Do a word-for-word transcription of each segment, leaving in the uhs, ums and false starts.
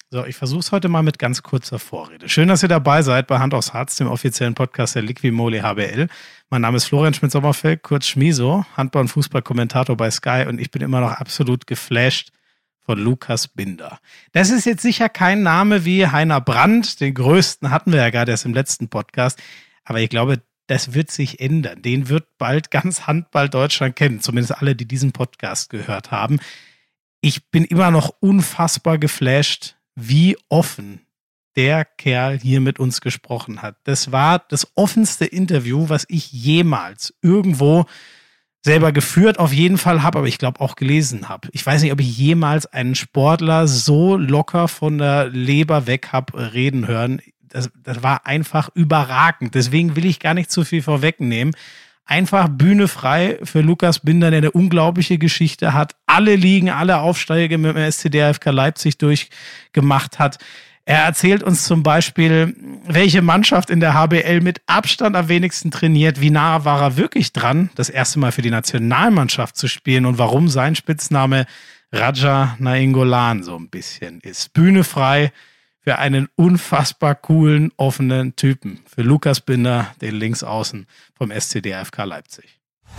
So, ich versuche es heute mal mit ganz kurzer Vorrede. Schön, dass ihr dabei seid bei Hand aufs Harz, dem offiziellen Podcast der Liqui-Moly H B L. Mein Name ist Florian Schmidt-Sommerfeld, kurz Schmiso, Handball- und Fußballkommentator bei Sky und ich bin immer noch absolut geflasht von Lukas Binder. Das ist jetzt sicher kein Name wie Heiner Brandt, den größten hatten wir ja gerade erst im letzten Podcast, aber ich glaube, das wird sich ändern. Den wird bald ganz Handball Deutschland kennen, zumindest alle, die diesen Podcast gehört haben. Ich bin immer noch unfassbar geflasht, wie offen der Kerl hier mit uns gesprochen hat. Das war das offenste Interview, was ich jemals irgendwo selber geführt auf jeden Fall habe, aber ich glaube auch gelesen habe. Ich weiß nicht, ob ich jemals einen Sportler so locker von der Leber weg habe reden hören. Das, das war einfach überragend. Deswegen will ich gar nicht zu viel vorwegnehmen. Einfach Bühne frei für Lukas Binder, der eine unglaubliche Geschichte hat. Alle Ligen, alle Aufstiege mit dem S C D F K Leipzig durchgemacht hat. Er erzählt uns zum Beispiel, welche Mannschaft in der H B L mit Abstand am wenigsten trainiert. Wie nah war er wirklich dran, das erste Mal für die Nationalmannschaft zu spielen und warum sein Spitzname Raja Nainggolan so ein bisschen ist. Bühne frei für einen unfassbar coolen, offenen Typen. Für Lukas Binder, den Linksaußen vom S C D F K Leipzig.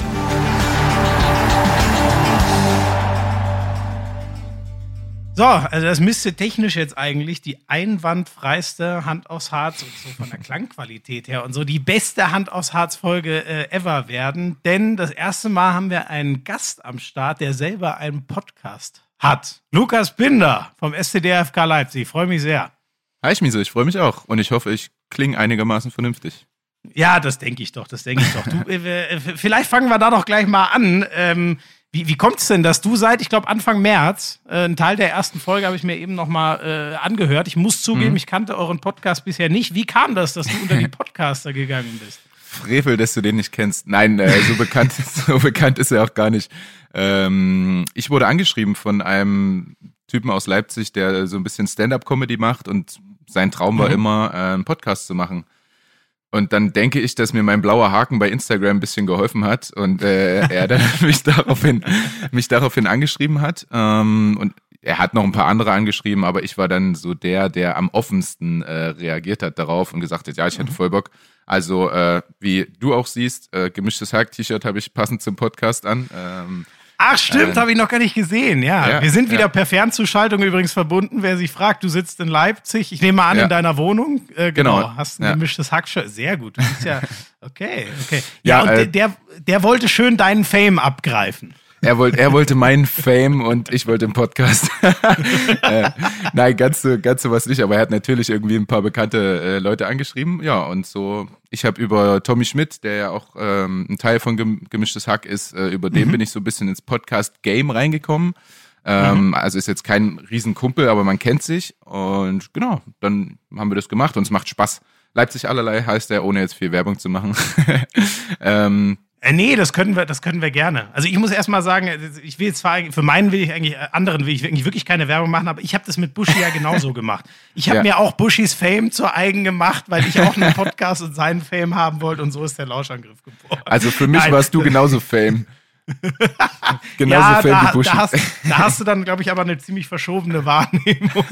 So, also das müsste technisch jetzt eigentlich die einwandfreiste Hand aufs Harz und so von der Klangqualität her und so die beste Hand aufs Harz Folge äh, ever werden. Denn das erste Mal haben wir einen Gast am Start, der selber einen Podcast hat. Lukas Binder vom S C D F K Leipzig. Ich freue mich sehr. Hi Schmiso, ich freue mich auch und ich hoffe, ich klinge einigermaßen vernünftig. Ja, das denke ich doch, das denke ich doch. Du, äh, vielleicht fangen wir da doch gleich mal an. Ähm, wie wie kommt es denn, dass du seit, ich glaube, Anfang März, äh, einen Teil der ersten Folge habe ich mir eben nochmal äh, angehört. Ich muss zugeben, mhm. ich kannte euren Podcast bisher nicht. Wie kam das, dass du unter die Podcaster gegangen bist? Frevel, dass du den nicht kennst. Nein, äh, so bekannt, so bekannt ist er auch gar nicht. Ähm, ich wurde angeschrieben von einem Typen aus Leipzig, der so ein bisschen Stand-up-Comedy macht und sein Traum war mhm. immer, äh, einen Podcast zu machen. Und dann denke ich, dass mir mein blauer Haken bei Instagram ein bisschen geholfen hat und äh, er dann mich daraufhin, mich daraufhin angeschrieben hat. Ähm, und er hat noch ein paar andere angeschrieben, aber ich war dann so der, der am offensten äh, reagiert hat darauf und gesagt hat, ja, ich hätte voll Bock. Also äh, wie du auch siehst, äh, gemischtes Hack-T-Shirt habe ich passend zum Podcast an. Ähm, Ach stimmt, äh, habe ich noch gar nicht gesehen. Ja, ja wir sind wieder ja. per Fernzuschaltung übrigens verbunden. Wer sich fragt, du sitzt in Leipzig. Ich nehme mal an, ja. in deiner Wohnung. Äh, genau. genau. Hast ein ja. gemischtes Hackshirt. Sehr gut. Du bist ja okay, okay. Ja, ja und äh, der, der wollte schön deinen Fame abgreifen. Er wollte, er wollte meinen Fame und ich wollte den Podcast. äh, nein, ganz so, ganz so was nicht, aber er hat natürlich irgendwie ein paar bekannte äh, Leute angeschrieben. Ja, und so, ich habe über Tommy Schmidt, der ja auch ähm, ein Teil von Gem- Gemischtes Hack ist, äh, über den mhm. bin ich so ein bisschen ins Podcast-Game reingekommen. Ähm, mhm. Also ist jetzt kein Riesenkumpel, aber man kennt sich. Und genau, dann haben wir das gemacht und es macht Spaß. Leipzig allerlei heißt er, ohne jetzt viel Werbung zu machen. ähm, Äh, nee, das können wir, das können wir gerne. Also ich muss erst mal sagen, ich will zwar, für meinen will ich eigentlich, anderen will ich eigentlich wirklich keine Werbung machen, aber ich habe das mit Buschi ja genauso gemacht. Ich habe ja. mir auch Buschis Fame zu eigen gemacht, weil ich auch einen Podcast und seinen Fame haben wollte und so ist der Lauschangriff geboren. Also für mich Nein. warst du genauso Fame. genauso ja, Fame da, wie Buschi. Da hast, da hast du dann, glaube ich, aber eine ziemlich verschobene Wahrnehmung.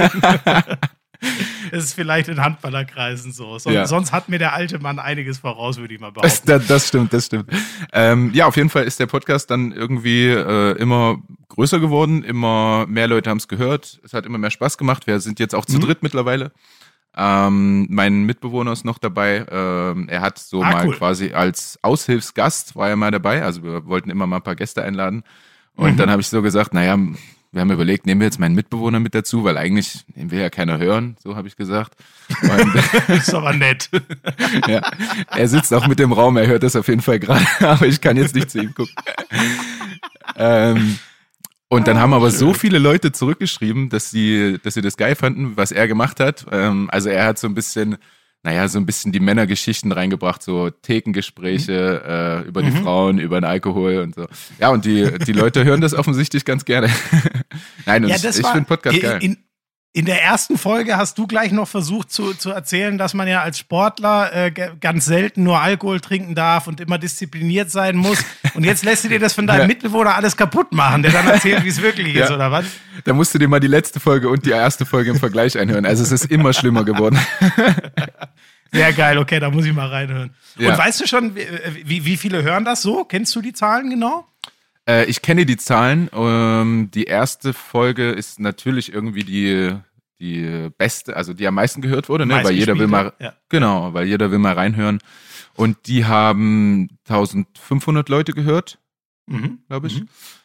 Das ist vielleicht in Handballerkreisen so. so ja. Sonst hat mir der alte Mann einiges voraus, würde ich mal behaupten. Das, das stimmt, das stimmt. Ähm, ja, auf jeden Fall ist der Podcast dann irgendwie äh, immer größer geworden. Immer mehr Leute haben es gehört. Es hat immer mehr Spaß gemacht. Wir sind jetzt auch zu mhm. dritt mittlerweile. Ähm, mein Mitbewohner ist noch dabei. Ähm, er hat so ah, mal cool. quasi als Aushilfsgast war er mal dabei. Also wir wollten immer mal ein paar Gäste einladen. Und mhm. dann habe ich so gesagt, naja, wir haben überlegt, nehmen wir jetzt meinen Mitbewohner mit dazu, weil eigentlich den will ja keiner hören, so habe ich gesagt. Und ist aber nett. Ja, er sitzt auch mit im Raum, er hört das auf jeden Fall gerade, aber ich kann jetzt nicht zu ihm gucken. ähm, und dann haben aber so viele Leute zurückgeschrieben, dass sie, dass sie das geil fanden, was er gemacht hat. Ähm, also er hat so ein bisschen, naja, so ein bisschen die Männergeschichten reingebracht, so Thekengespräche mhm. äh, über die mhm. Frauen, über den Alkohol und so. Ja, und die, die Leute hören das offensichtlich ganz gerne. Nein, und ja, ich, ich finde Podcast geil. In, In der ersten Folge hast du gleich noch versucht zu, zu erzählen, dass man ja als Sportler äh, ganz selten nur Alkohol trinken darf und immer diszipliniert sein muss. Und jetzt lässt du dir das von deinem ja. Mitbewohner alles kaputt machen, der dann erzählt, wie es wirklich ja. ist, oder was? Da musst du dir mal die letzte Folge und die erste Folge im Vergleich einhören. Also es ist immer schlimmer geworden. Sehr geil, okay, da muss ich mal reinhören. Ja. Und weißt du schon, wie, wie viele hören das so? Kennst du die Zahlen genau? Äh, ich kenne die Zahlen. Ähm, die erste Folge ist natürlich irgendwie die, die beste, also die am meisten gehört wurde, ne? Weil jeder will mal, ja. genau, weil jeder will mal reinhören. Und die haben eintausendfünfhundert Leute gehört, mhm. glaube ich. Mhm.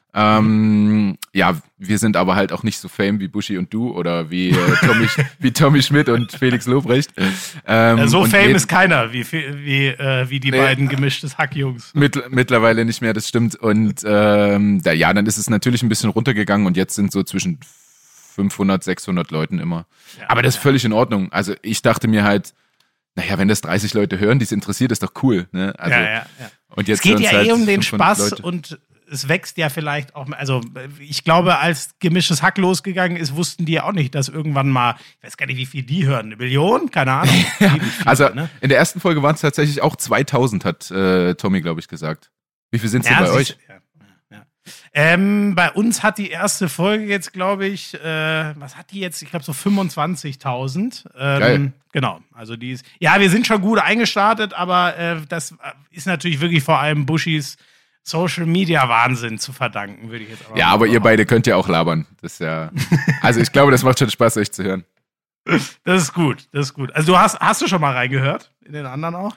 Ähm, ja, wir sind aber halt auch nicht so fame wie Buschi und du oder wie äh, Tommy, wie Tommy Schmidt und Felix Lobrecht. Ähm, ja, so fame ist keiner wie wie äh, wie die nee, beiden gemischtes Hack-Jungs. Mit, mittlerweile nicht mehr, das stimmt. Und ähm, da, ja, dann ist es natürlich ein bisschen runtergegangen und jetzt sind so zwischen fünfhundert, sechshundert Leuten immer. Ja, aber das ist ja. völlig in Ordnung. Also ich dachte mir halt, naja, wenn das dreißig Leute hören, die es interessiert, ist doch cool. Ne? Also, ja, ja, ja. Und jetzt es geht ja halt eh um den Spaß Leute. Und es wächst ja vielleicht auch, also ich glaube, als gemischtes Hack losgegangen ist, wussten die ja auch nicht, dass irgendwann mal, ich weiß gar nicht, wie viel die hören, eine Million? Keine Ahnung. ja, viel, also ne? In der ersten Folge waren es tatsächlich auch zweitausend, hat äh, Tommy, glaube ich, gesagt. Wie viel sind es ja, denn bei euch? Ja, ja. Ähm, bei uns hat die erste Folge jetzt, glaube ich, äh, was hat die jetzt? Ich glaube so fünfundzwanzigtausend. Ähm, Geil. Genau, also die ist, ja, wir sind schon gut eingestartet, aber äh, das ist natürlich wirklich vor allem Buschis Social-Media-Wahnsinn zu verdanken, würde ich jetzt aber Ja, aber ihr beide könnt ja auch labern. Das ist ja, also ich glaube, das macht schon Spaß, euch zu hören. Das ist gut, das ist gut. Also du hast, hast du schon mal reingehört? In den anderen auch?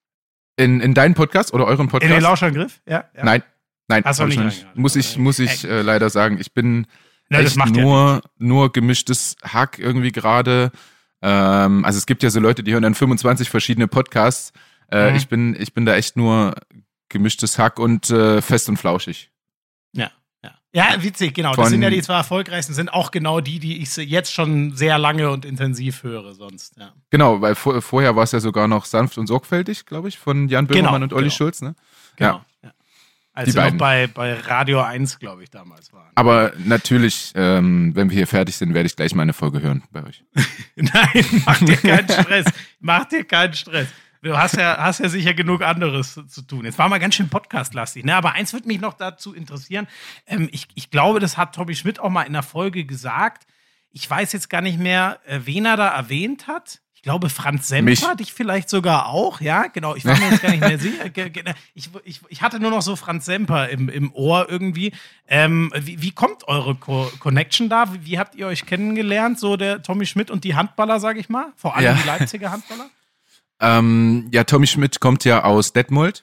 In, in deinen Podcast oder euren Podcast? In den Lauschangriff? Ja, ja. Nein, nein. Hast du nicht nicht. Muss ich, muss ich äh, leider sagen. Ich bin Na, echt nur, ja nur gemischtes Hack irgendwie gerade. Ähm, also es gibt ja so Leute, die hören dann fünfundzwanzig verschiedene Podcasts. Äh, mhm. Ich bin, ich bin da echt nur gemischtes Hack und äh, fest und flauschig. Ja, ja. Ja, witzig, genau. Von, das sind ja die zwei erfolgreichsten, sind auch genau die, die ich jetzt schon sehr lange und intensiv höre sonst. Ja. Genau, weil vor, vorher war es ja sogar noch sanft und sorgfältig, glaube ich, von Jan Böhmermann genau, und Olli genau. Schulz, ne? Genau. Ja. Ja. Als die sie beiden. noch bei, bei Radio eins, glaube ich, damals waren. Aber natürlich, ähm, wenn wir hier fertig sind, werde ich gleich mal eine Folge hören bei euch. Nein, mach dir keinen Stress. Mach dir keinen Stress. Du hast ja, hast ja sicher genug anderes zu tun. Jetzt war mal ganz schön podcastlastig, ne? Aber eins würde mich noch dazu interessieren. Ähm, ich, ich glaube, das hat Tommy Schmidt auch mal in der Folge gesagt. Ich weiß jetzt gar nicht mehr, äh, wen er da erwähnt hat. Ich glaube, Franz Semper, dich vielleicht sogar auch. Ja, genau. Ich war mir jetzt gar nicht mehr sicher. Ich, ich, ich hatte nur noch so Franz Semper im, im Ohr irgendwie. Ähm, wie, wie kommt eure Co- Connection da? Wie, wie habt ihr euch kennengelernt? So der Tommy Schmidt und die Handballer, sage ich mal. Vor allem ja. die Leipziger Handballer. Ähm, ja, Tommy Schmidt kommt ja aus Detmold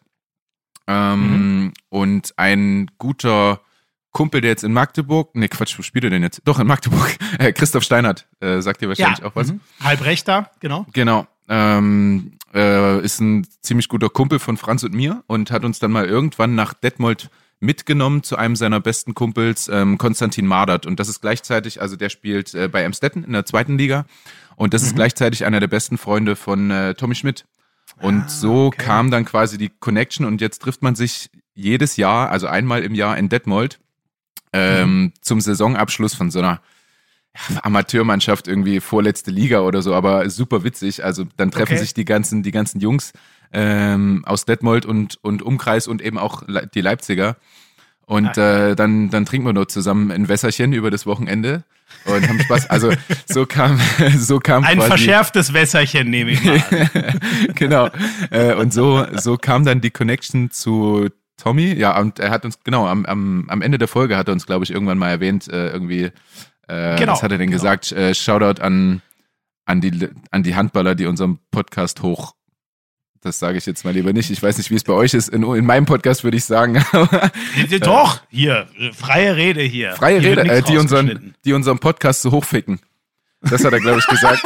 ähm, mhm. und ein guter Kumpel, der jetzt in Magdeburg, ne Quatsch, wo spielt er denn jetzt? Doch, in Magdeburg, äh, Christoph Steinert, äh, sagt ihr wahrscheinlich ja. auch was. Mhm. Halbrechter, genau. Genau, ähm, äh, ist ein ziemlich guter Kumpel von Franz und mir und hat uns dann mal irgendwann nach Detmold mitgenommen zu einem seiner besten Kumpels, ähm, Konstantin Mardert. Und das ist gleichzeitig, also der spielt äh, bei Emstetten in der zweiten Liga. Und das mhm. ist gleichzeitig einer der besten Freunde von äh, Tommy Schmidt. Und ah, so okay. kam dann quasi die Connection und jetzt trifft man sich jedes Jahr, also einmal im Jahr in Detmold, ähm, mhm. zum Saisonabschluss von so einer ja, Amateurmannschaft, irgendwie vorletzte Liga oder so, aber super witzig. Also dann treffen okay. sich die ganzen, die ganzen Jungs ähm, aus Detmold und, und Umkreis und eben auch die Leipziger. Und äh, dann, dann trinken wir nur zusammen ein Wässerchen über das Wochenende und haben Spaß. Also so kam, so kam ein quasi, verschärftes Wässerchen, nehme ich mal an. Genau. Äh, und so, so kam dann die Connection zu Tommy. Ja, und er hat uns, genau, am, am, am Ende der Folge hat er uns, glaube ich, irgendwann mal erwähnt, äh, irgendwie, äh, genau, was hat er denn genau. gesagt? Äh, Shoutout an, an, die, an die Handballer, die unseren Podcast hoch Das sage ich jetzt mal lieber nicht. Ich weiß nicht, wie es bei euch ist. In, in meinem Podcast würde ich sagen. Doch, hier, freie Rede hier. Freie hier Rede, äh, die, unseren, die unseren Podcast so hochficken. Das hat er, glaube ich, gesagt.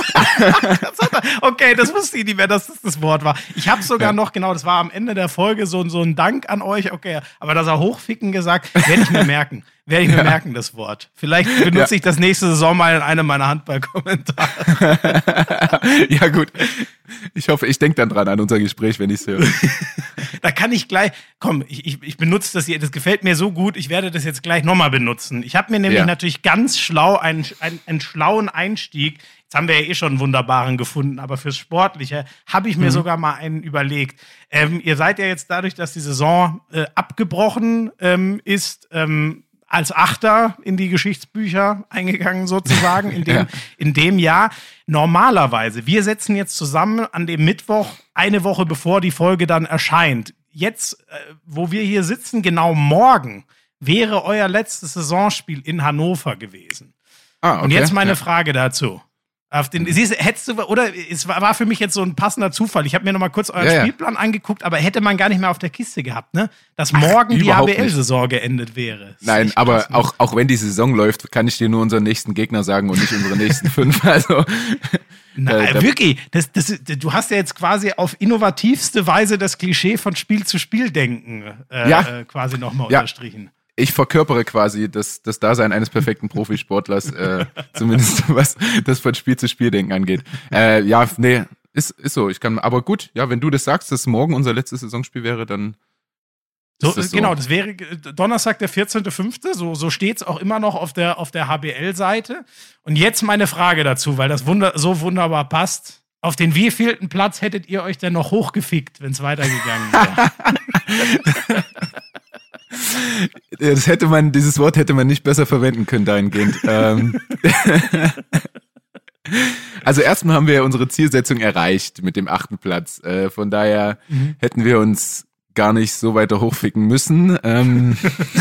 Okay, das wusste ich nicht mehr, dass das das Wort war. Ich habe sogar ja. noch, genau, das war am Ende der Folge so, so ein Dank an euch. Okay, aber dass er hochficken gesagt, werde ich mir merken. Werde ich mir ja. merken, das Wort. Vielleicht benutze ja. ich das nächste Saison mal in einem meiner Handball-Kommentare. Ja, gut. Ich hoffe, ich denke dann dran an unser Gespräch, wenn ich es höre. da kann ich gleich, komm, ich, ich, ich benutze das hier, das gefällt mir so gut, ich werde das jetzt gleich nochmal benutzen. Ich habe mir nämlich ja. natürlich ganz schlau einen, einen, einen schlauen Einstieg, jetzt haben wir ja eh schon einen wunderbaren gefunden, aber fürs Sportliche habe ich mir mhm. sogar mal einen überlegt. Ähm, ihr seid ja jetzt dadurch, dass die Saison äh, abgebrochen ähm, ist, ähm, als Achter in die Geschichtsbücher eingegangen sozusagen in dem, ja. in dem Jahr. Normalerweise, wir setzen jetzt zusammen an dem Mittwoch, eine Woche bevor die Folge dann erscheint. Jetzt, äh, wo wir hier sitzen, genau morgen, wäre euer letztes Saisonspiel in Hannover gewesen. Ah, okay. Und jetzt meine ja. Frage dazu. Auf den, siehst, hättest du, oder es war, war für mich jetzt so ein passender Zufall. Ich habe mir noch mal kurz euren ja, Spielplan ja. angeguckt, aber hätte man gar nicht mehr auf der Kiste gehabt, ne? Dass morgen Ach, die H B L-Saison geendet wäre. Das Nein, aber auch, auch wenn die Saison läuft, kann ich dir nur unseren nächsten Gegner sagen und nicht unsere nächsten fünf. Also, Na, äh, wirklich, das, das, du hast ja jetzt quasi auf innovativste Weise das Klischee von Spiel zu Spiel denken äh, ja. äh, quasi nochmal ja. unterstrichen. Ich verkörpere quasi das, das Dasein eines perfekten Profisportlers, äh, zumindest was das von Spiel zu Spiel denken angeht. Äh, ja, nee, ist, ist so. Ich kann, aber gut, ja, wenn du das sagst, dass morgen unser letztes Saisonspiel wäre, dann so, das so. Genau, das wäre Donnerstag, der vierzehnter fünfte So, so steht es auch immer noch auf der, auf der H B L-Seite. Und jetzt meine Frage dazu, weil das wunder, so wunderbar passt. Auf den wievielten Platz hättet ihr euch denn noch hochgefickt, wenn es weitergegangen wäre? Das hätte man, dieses Wort hätte man nicht besser verwenden können dahingehend. ähm. Also erstmal haben wir ja unsere Zielsetzung erreicht mit dem achten Platz. Äh, von daher mhm. hätten wir uns gar nicht so weiter hochficken müssen. Ähm.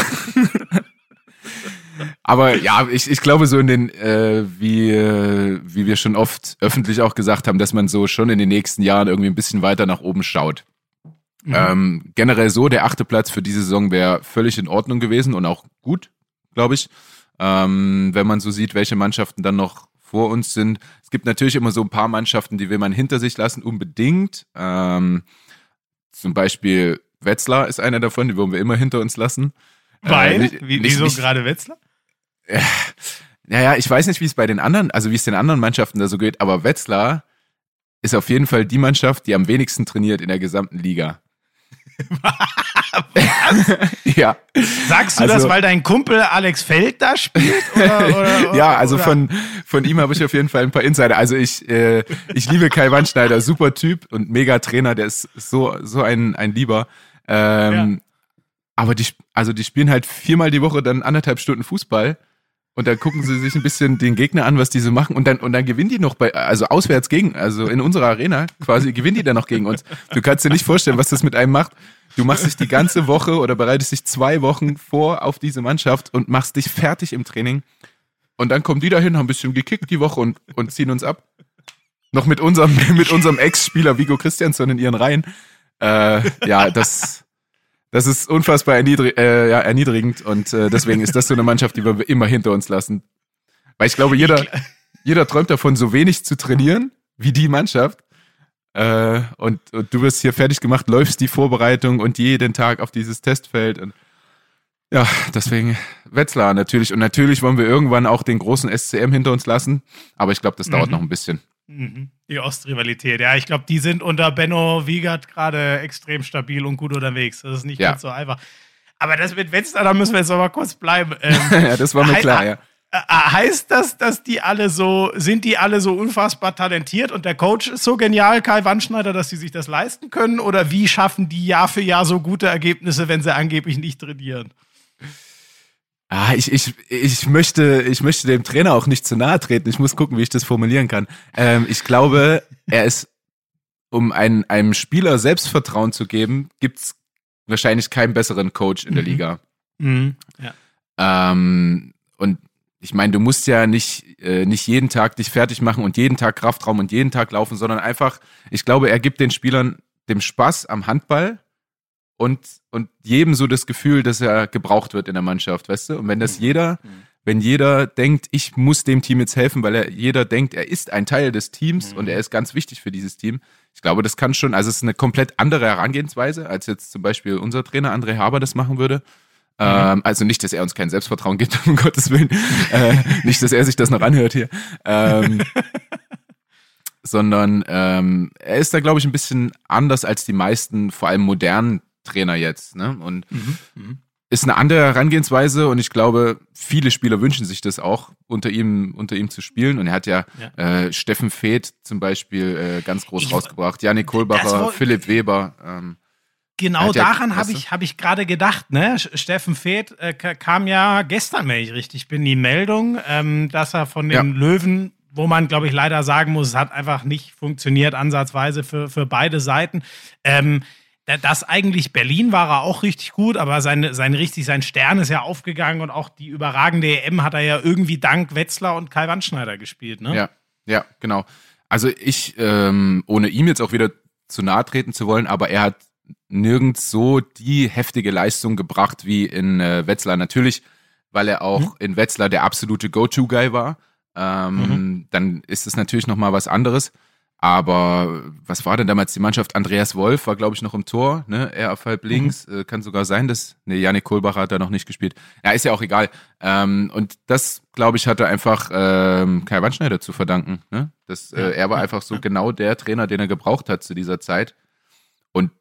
Aber ja, ich, ich glaube so in den, äh, wie, äh, wie wir schon oft öffentlich auch gesagt haben, dass man so schon in den nächsten Jahren irgendwie ein bisschen weiter nach oben schaut. Mhm. Ähm, generell so, der achte Platz für diese Saison wäre völlig in Ordnung gewesen und auch gut, glaube ich. Ähm, wenn man so sieht, welche Mannschaften dann noch vor uns sind. Es gibt natürlich immer so ein paar Mannschaften, die will man hinter sich lassen, unbedingt. Ähm, zum Beispiel Wetzlar ist einer davon, die wollen wir immer hinter uns lassen. Weil? Äh, nicht, Wie, wieso nicht, gerade Wetzlar? Äh, naja, ich weiß nicht, wie es bei den anderen, also wie es den anderen Mannschaften da so geht, aber Wetzlar ist auf jeden Fall die Mannschaft, die am wenigsten trainiert in der gesamten Liga. Was? Ja. Sagst du also, das, weil dein Kumpel Alex Feld da spielt? Oder, oder, ja, also oder? von von ihm habe ich auf jeden Fall ein paar Insider. Also ich äh, ich liebe Kai Wandschneider, super Typ und mega Trainer, der ist so so ein ein Lieber. Ähm, ja. Aber die also die spielen halt viermal die Woche dann anderthalb Stunden Fußball. Und dann gucken sie sich ein bisschen den Gegner an, was die so machen. Und dann, und dann gewinnen die noch bei, also auswärts gegen, also in unserer Arena quasi gewinnen die dann noch gegen uns. Du kannst dir nicht vorstellen, was das mit einem macht. Du machst dich die ganze Woche oder bereitest dich zwei Wochen vor auf diese Mannschaft und machst dich fertig im Training. Und dann kommen die dahin, haben ein bisschen gekickt die Woche und, und ziehen uns ab. Noch mit unserem, mit unserem Ex-Spieler Viggo Christiansson in ihren Reihen. Äh, ja, das, Das ist unfassbar erniedrig, äh, ja, erniedrigend und äh, deswegen ist das so eine Mannschaft, die wir immer hinter uns lassen. Weil ich glaube, jeder, jeder träumt davon, so wenig zu trainieren wie die Mannschaft. Äh, und, und du wirst hier fertig gemacht, läufst die Vorbereitung und jeden Tag auf dieses Testfeld. Und ja, deswegen Wetzlar natürlich. Und natürlich wollen wir irgendwann auch den großen S C M hinter uns lassen. Aber ich glaube, das dauert mhm. noch ein bisschen. Die Ostrivalität, ja, ich glaube, die sind unter Benno Wiegert gerade extrem stabil und gut unterwegs. Das ist nicht ja. ganz so einfach. Aber das mit Wetzlar, da müssen wir jetzt noch mal kurz bleiben. Ähm, ja, das war mir he- klar, ja. Heißt das, dass die alle so, sind die alle so unfassbar talentiert und der Coach ist so genial, Kai Wandschneider, dass sie sich das leisten können? Oder wie schaffen die Jahr für Jahr so gute Ergebnisse, wenn sie angeblich nicht trainieren? Ah, ich, ich, ich möchte, ich möchte dem Trainer auch nicht zu nahe treten. Ich muss gucken, wie ich das formulieren kann. Ähm, ich glaube, er ist, um einen, einem Spieler Selbstvertrauen zu geben, gibt's wahrscheinlich keinen besseren Coach in der Liga. Mhm. Ja. Ähm, und ich meine, du musst ja nicht, äh, nicht jeden Tag dich fertig machen und jeden Tag Kraftraum und jeden Tag laufen, sondern einfach, ich glaube, er gibt den Spielern dem Spaß am Handball und, und jedem so das Gefühl, dass er gebraucht wird in der Mannschaft, weißt du? Und wenn das jeder, wenn jeder denkt, ich muss dem Team jetzt helfen, weil er, jeder denkt, er ist ein Teil des Teams und er ist ganz wichtig für dieses Team. Ich glaube, das kann schon, also es ist eine komplett andere Herangehensweise, als jetzt zum Beispiel unser Trainer André Haber das machen würde. Mhm. Ähm, also nicht, dass er uns kein Selbstvertrauen gibt, um Gottes Willen. äh, nicht, dass er sich das noch anhört hier. Ähm, sondern ähm, er ist da, glaube ich, ein bisschen anders als die meisten, vor allem modernen Trainer jetzt. Ne? Und Mhm. Mhm. ist eine andere Herangehensweise und ich glaube, viele Spieler wünschen sich das auch, unter ihm, unter ihm zu spielen. Und er hat ja, ja. Äh, Steffen Feeth zum Beispiel äh, ganz groß ich, rausgebracht, Yannick Kohlbacher, war, Philipp Weber. Ähm, genau daran ja, habe ich, hab ich gerade gedacht. Ne? Steffen Feeth äh, kam ja gestern, wenn ich richtig bin, die Meldung, ähm, dass er von den ja. Löwen, wo man, glaube ich, leider sagen muss, es hat einfach nicht funktioniert, ansatzweise für, für beide Seiten. Ähm, Das eigentlich Berlin war er auch richtig gut, aber sein, sein richtig, sein Stern ist ja aufgegangen und auch die überragende E M hat er ja irgendwie dank Wetzlar und Kai Wandschneider gespielt, ne? Ja, ja, genau. Also ich, ähm, ohne ihm jetzt auch wieder zu nahe treten zu wollen, aber er hat nirgends so die heftige Leistung gebracht wie in äh, Wetzlar. Natürlich, weil er auch mhm. in Wetzlar der absolute Go-To-Guy war. Ähm, mhm. Dann ist es natürlich nochmal was anderes. Aber was war denn damals die Mannschaft? Andreas Wolf war, glaube ich, noch im Tor, ne? Er auf halb links. Mhm. Äh, kann sogar sein, dass, ne, Yannick Kohlbacher hat da noch nicht gespielt. Ja, ist ja auch egal. Ähm, und das, glaube ich, hatte einfach ähm, Kai Wandschneider zu verdanken, ne? Das, äh, er war einfach so genau der Trainer, den er gebraucht hat zu dieser Zeit. Und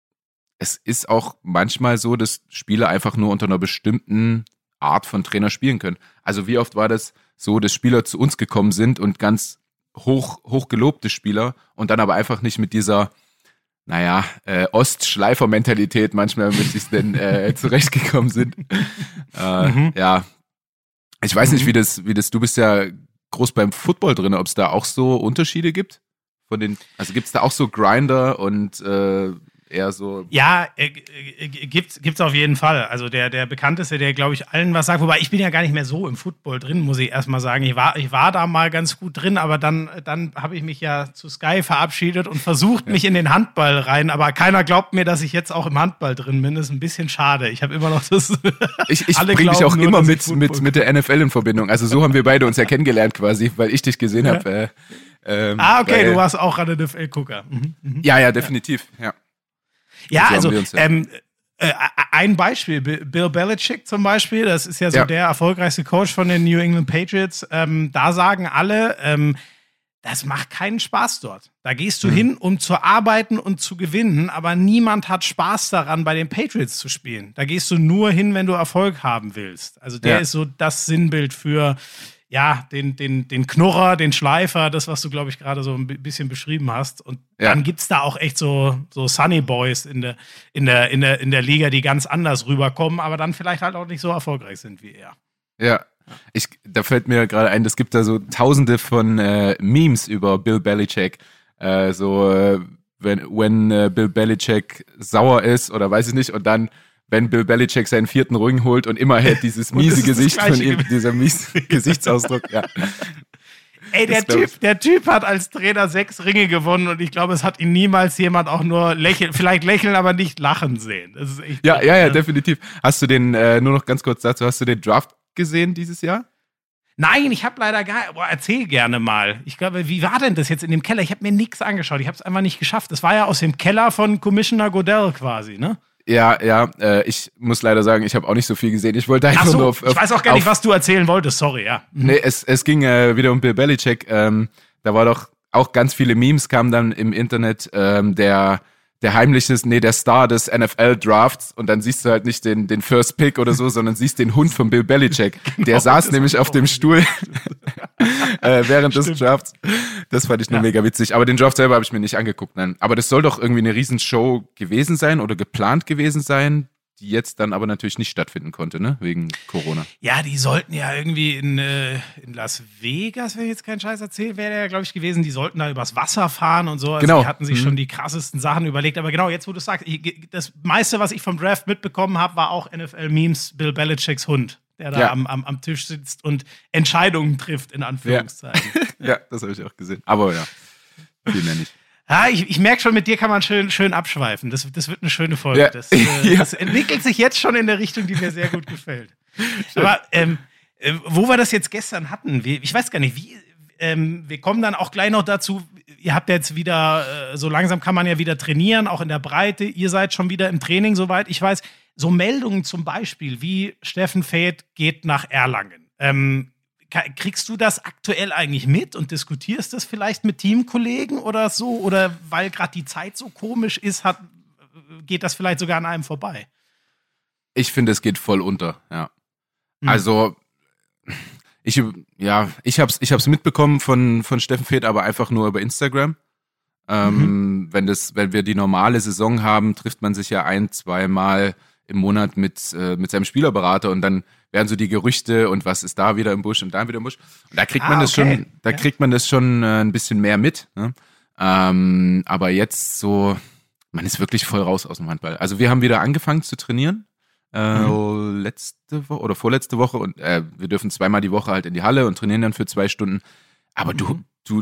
es ist auch manchmal so, dass Spieler einfach nur unter einer bestimmten Art von Trainer spielen können. Also wie oft war das so, dass Spieler zu uns gekommen sind und ganz hoch, hoch gelobte Spieler und dann aber einfach nicht mit dieser, naja, äh, Ostschleifer-Mentalität manchmal mit sich denn äh, zurechtgekommen sind. äh, mhm. Ja, ich weiß mhm. nicht, wie das, wie das, du bist ja groß beim Football drin, ob es da auch so Unterschiede gibt? Von den, also gibt es da auch so Grinder und äh, eher so. Ja, äh, äh, gibt's, gibt's auf jeden Fall. Also der, der bekannteste, der, glaube ich, allen was sagt, wobei ich bin ja gar nicht mehr so im Football drin, muss ich erstmal sagen. Ich war, ich war da mal ganz gut drin, aber dann, dann habe ich mich ja zu Sky verabschiedet und versucht, ja. mich in den Handball rein, aber keiner glaubt mir, dass ich jetzt auch im Handball drin bin. Das ist ein bisschen schade. Ich habe immer noch das. Ich, ich bringe dich auch nur, immer mit, mit, mit der N F L in Verbindung. Also so haben wir beide uns ja kennengelernt quasi, weil ich dich gesehen ja. habe. Äh, ähm, ah, okay, weil, du warst auch an der N F L-Gucker. Mhm, mhm. Ja, ja, definitiv, ja. Ja, also ähm, äh, ein Beispiel, Bill Belichick zum Beispiel, das ist ja so ja. der erfolgreichste Coach von den New England Patriots, ähm, da sagen alle, ähm, das macht keinen Spaß dort. Da gehst du mhm. hin, um zu arbeiten und zu gewinnen, aber niemand hat Spaß daran, bei den Patriots zu spielen. Da gehst du nur hin, wenn du Erfolg haben willst. Also der ja. ist so das Sinnbild für ja, den, den, den Knurrer, den Schleifer, das, was du, glaube ich, gerade so ein bisschen beschrieben hast. Und ja. dann gibt's da auch echt so, so Sunny Boys in der, in der, in der, in der Liga, die ganz anders rüberkommen, aber dann vielleicht halt auch nicht so erfolgreich sind wie er. Ja, ich, da fällt mir gerade ein, es gibt da so tausende von äh, Memes über Bill Belichick. Äh, so, äh, wenn, wenn äh, Bill Belichick sauer ist oder weiß ich nicht, und dann wenn Bill Belichick seinen vierten Ring holt und immer hält dieses miese Gesicht von ihm, dieser miese Gesichtsausdruck, ja. Ey, der Typ, der Typ hat als Trainer sechs Ringe gewonnen und ich glaube, es hat ihn niemals jemand auch nur lächeln, vielleicht lächeln, aber nicht lachen sehen. Das ist echt ja, ja, ja, definitiv. Hast du den, äh, nur noch ganz kurz dazu, hast du den Draft gesehen dieses Jahr? Nein, ich habe leider gar, boah, erzähl gerne mal. Ich glaube, wie war denn das jetzt in dem Keller? Ich habe mir nichts angeschaut, ich habe es einfach nicht geschafft. Das war ja aus dem Keller von Commissioner Goodell quasi, ne? Ja, ja, äh, ich muss leider sagen, ich habe auch nicht so viel gesehen. Ich wollte einfach Ach so, nur auf, auf ich weiß auch gar nicht, was du erzählen wolltest, sorry, ja. Mhm. Nee, es, es ging äh, wieder um Bill Belichick. Ähm, da war doch auch ganz viele Memes kamen dann im Internet, ähm, der der heimliche, nee, der Star des N F L-Drafts und dann siehst du halt nicht den, den First Pick oder so, sondern siehst den Hund von Bill Belichick. Genau, der saß nämlich auf dem Stuhl äh, während Stimmt. des Drafts. Das fand ich nur ja. mega witzig. Aber den Draft selber habe ich mir nicht angeguckt. Nein. Aber das soll doch irgendwie eine Riesenshow gewesen sein oder geplant gewesen sein, die jetzt dann aber natürlich nicht stattfinden konnte, ne? Wegen Corona. Ja, die sollten ja irgendwie in, äh, in Las Vegas, wenn ich jetzt keinen Scheiß erzähle, wäre der ja, glaube ich, gewesen. Die sollten da übers Wasser fahren und so. Also genau. Die hatten sich mhm. schon die krassesten Sachen überlegt. Aber genau, jetzt, wo du sagst, ich, das meiste, was ich vom Draft mitbekommen habe, war auch N F L-Memes Bill Belichicks Hund, der da ja. am, am, am Tisch sitzt und Entscheidungen trifft, in Anführungszeichen. Ja, ja das habe ich auch gesehen. Aber ja, viel mehr nicht. Ja, ich, ich merke schon, mit dir kann man schön, schön abschweifen. Das, das wird eine schöne Folge. Ja. Das, äh, ja. das entwickelt sich jetzt schon in der Richtung, die mir sehr gut gefällt. Aber ähm, äh, wo wir das jetzt gestern hatten, wie, ich weiß gar nicht, wie, ähm, wir kommen dann auch gleich noch dazu, ihr habt jetzt wieder, äh, so langsam kann man ja wieder trainieren, auch in der Breite. Ihr seid schon wieder im Training, soweit ich weiß. So Meldungen zum Beispiel, wie Steffen Feeth geht nach Erlangen. Ähm, Kriegst du das aktuell eigentlich mit und diskutierst das vielleicht mit Teamkollegen oder so? Oder weil gerade die Zeit so komisch ist, hat, geht das vielleicht sogar an einem vorbei? Ich finde, es geht voll unter, ja. Hm. Also, ich, ja, ich hab's, ich hab's mitbekommen von, von Steffen Feeth, aber einfach nur über Instagram. Ähm, mhm. wenn das, wenn wir die normale Saison haben, trifft man sich ja ein, zweimal im Monat mit, äh, mit seinem Spielerberater und dann werden so die Gerüchte und was ist da wieder im Busch und da wieder im Busch. Und da kriegt ah, man das okay. schon, da ja. kriegt man das schon äh, ein bisschen mehr mit. Ne? Ähm, aber jetzt so, man ist wirklich voll raus aus dem Handball. Also wir haben wieder angefangen zu trainieren. Äh, mhm. letzte Woche oder vorletzte Woche und äh, wir dürfen zweimal die Woche halt in die Halle und trainieren dann für zwei Stunden. Aber mhm. du, du,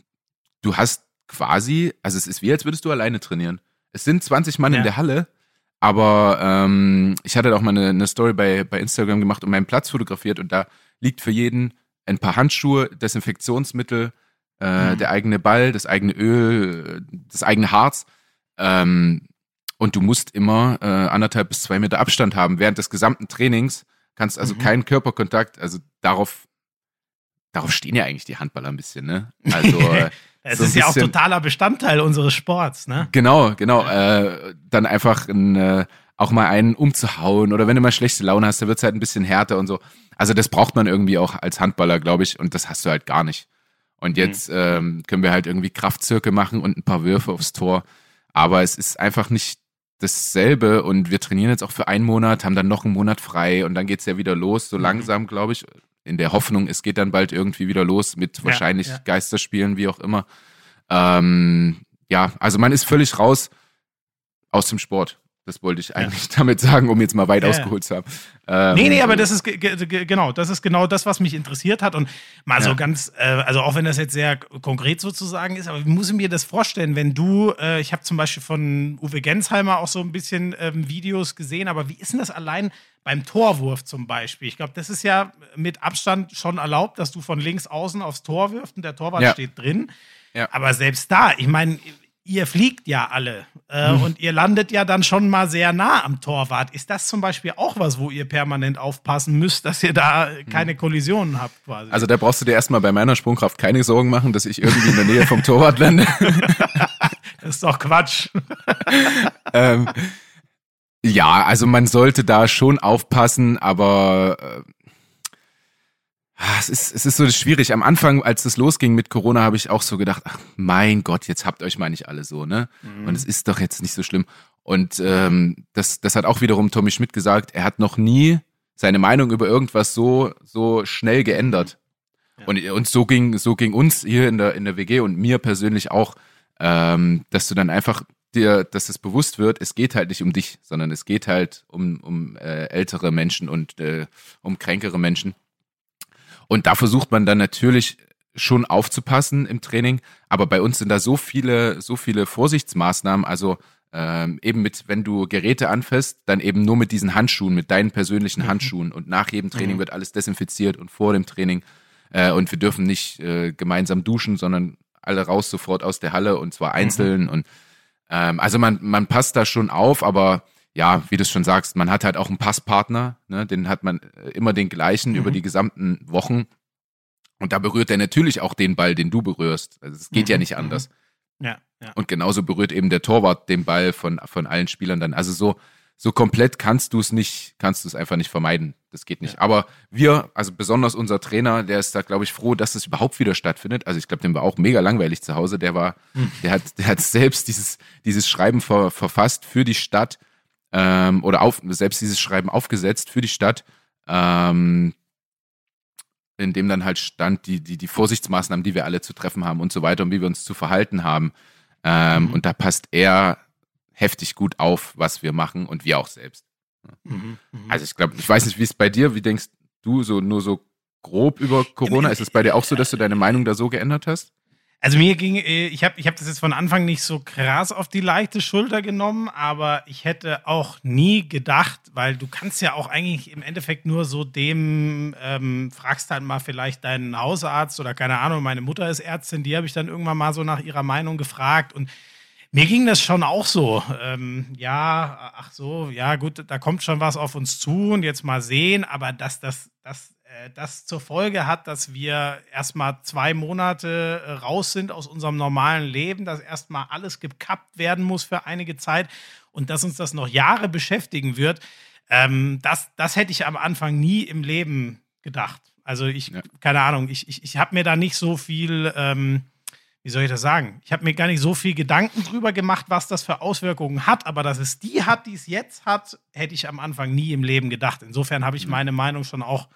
du hast quasi, also es ist wie, als würdest du alleine trainieren. Es sind zwanzig Mann ja. in der Halle, aber ähm, ich hatte auch mal eine, eine Story bei, bei Instagram gemacht und meinen Platz fotografiert und da liegt für jeden ein paar Handschuhe, Desinfektionsmittel, äh, mhm. der eigene Ball, das eigene Öl, das eigene Harz. Ähm, und du musst immer äh, anderthalb bis zwei Meter Abstand haben während des gesamten Trainings. Kannst also mhm. keinen Körperkontakt, also darauf, darauf stehen ja eigentlich die Handballer ein bisschen, ne? Also es so ist ja auch totaler Bestandteil unseres Sports, ne? Genau, genau. Äh, dann einfach ein, äh, auch mal einen umzuhauen oder wenn du mal schlechte Laune hast, dann wird's halt ein bisschen härter und so. Also das braucht man irgendwie auch als Handballer, glaube ich, und das hast du halt gar nicht. Und jetzt mhm. ähm, können wir halt irgendwie Kraftzirkel machen und ein paar Würfe aufs Tor. Aber es ist einfach nicht dasselbe und wir trainieren jetzt auch für einen Monat, haben dann noch einen Monat frei und dann geht's ja wieder los, so langsam, glaube ich. In der Hoffnung, es geht dann bald irgendwie wieder los mit wahrscheinlich ja, ja. Geisterspielen, wie auch immer. Ähm, ja, also man ist völlig raus aus dem Sport. Das wollte ich eigentlich ja. damit sagen, um jetzt mal weit ja, ausgeholt zu haben. Ähm, nee, nee, aber das ist ge- ge- genau, das ist genau das, was mich interessiert hat. Und mal ja. so ganz, äh, also auch wenn das jetzt sehr konkret sozusagen ist, aber ich muss mir das vorstellen, wenn du, äh, ich habe zum Beispiel von Uwe Gensheimer auch so ein bisschen ähm, Videos gesehen, aber wie ist denn das allein beim Torwurf zum Beispiel? Ich glaube, das ist ja mit Abstand schon erlaubt, dass du von links außen aufs Tor wirfst und der Torwart ja. steht drin. Ja. Aber selbst da, ich meine, ihr fliegt ja alle äh, mhm. und ihr landet ja dann schon mal sehr nah am Torwart. Ist das zum Beispiel auch was, wo ihr permanent aufpassen müsst, dass ihr da keine Kollisionen habt quasi? Also da brauchst du dir erstmal bei meiner Sprungkraft keine Sorgen machen, dass ich irgendwie in der Nähe vom Torwart lande. Das ist doch Quatsch. ähm, ja, also man sollte da schon aufpassen, aber äh, Es ist, es ist so schwierig. Am Anfang, als es losging mit Corona, habe ich auch so gedacht, ach mein Gott, jetzt habt euch mal nicht alle so, ne? Mhm. Und es ist doch jetzt nicht so schlimm. Und ähm, das, das hat auch wiederum Tommy Schmidt gesagt, er hat noch nie seine Meinung über irgendwas so, so schnell geändert. Ja. Und, und so ging, so ging uns hier in der, in der W G und mir persönlich auch, ähm, dass du dann einfach dir, dass es bewusst wird, es geht halt nicht um dich, sondern es geht halt um, um äh, ältere Menschen und äh, um kränkere Menschen. Und da versucht man dann natürlich schon aufzupassen im Training, aber bei uns sind da so viele, so viele Vorsichtsmaßnahmen, also ähm, eben mit, wenn du Geräte anfasst, dann eben nur mit diesen Handschuhen, mit deinen persönlichen mhm. Handschuhen und nach jedem Training mhm. wird alles desinfiziert und vor dem Training äh, und wir dürfen nicht äh, gemeinsam duschen, sondern alle raus sofort aus der Halle und zwar einzeln mhm. und ähm, also man, man passt da schon auf, aber ja, wie du es schon sagst, man hat halt auch einen Passpartner, ne, den hat man immer den gleichen mhm. über die gesamten Wochen. Und da berührt er natürlich auch den Ball, den du berührst. Also es geht mhm. ja nicht anders. Ja, ja. Und genauso berührt eben der Torwart den Ball von, von allen Spielern dann. Also so, so komplett kannst du es nicht, kannst du es einfach nicht vermeiden. Das geht nicht. Ja. Aber wir, also besonders unser Trainer, der ist da, glaube ich, froh, dass es überhaupt wieder stattfindet. Also ich glaube, dem war auch mega langweilig zu Hause. Der war, mhm. der hat, der hat selbst dieses, dieses Schreiben ver, verfasst für die Stadt. Ähm, oder auf, selbst dieses Schreiben aufgesetzt für die Stadt, ähm, in dem dann halt stand, die, die, die Vorsichtsmaßnahmen, die wir alle zu treffen haben und so weiter und wie wir uns zu verhalten haben. Ähm, mhm. Und da passt er heftig gut auf, was wir machen und wir auch selbst. Mhm. Mhm. Also ich glaube, ich weiß nicht, wie es bei dir, wie denkst du so nur so grob über Corona? Ist es bei dir auch so, dass du deine Meinung da so geändert hast? Also mir ging, ich habe ich hab das jetzt von Anfang nicht so krass auf die leichte Schulter genommen, aber ich hätte auch nie gedacht, weil du kannst ja auch eigentlich im Endeffekt nur so dem, ähm, fragst dann mal vielleicht deinen Hausarzt oder keine Ahnung, meine Mutter ist Ärztin, die habe ich dann irgendwann mal so nach ihrer Meinung gefragt und mir ging das schon auch so, ähm, ja, ach so, ja gut, da kommt schon was auf uns zu und jetzt mal sehen, aber dass das, das das zur Folge hat, dass wir erstmal zwei Monate raus sind aus unserem normalen Leben, dass erstmal alles gekappt werden muss für einige Zeit und dass uns das noch Jahre beschäftigen wird, ähm, das, das hätte ich am Anfang nie im Leben gedacht. Also ich, ja. keine Ahnung, ich, ich, ich habe mir da nicht so viel, ähm, wie soll ich das sagen? Ich habe mir gar nicht so viel Gedanken drüber gemacht, was das für Auswirkungen hat, aber dass es die hat, die es jetzt hat, hätte ich am Anfang nie im Leben gedacht. Insofern habe ich meine Meinung schon auch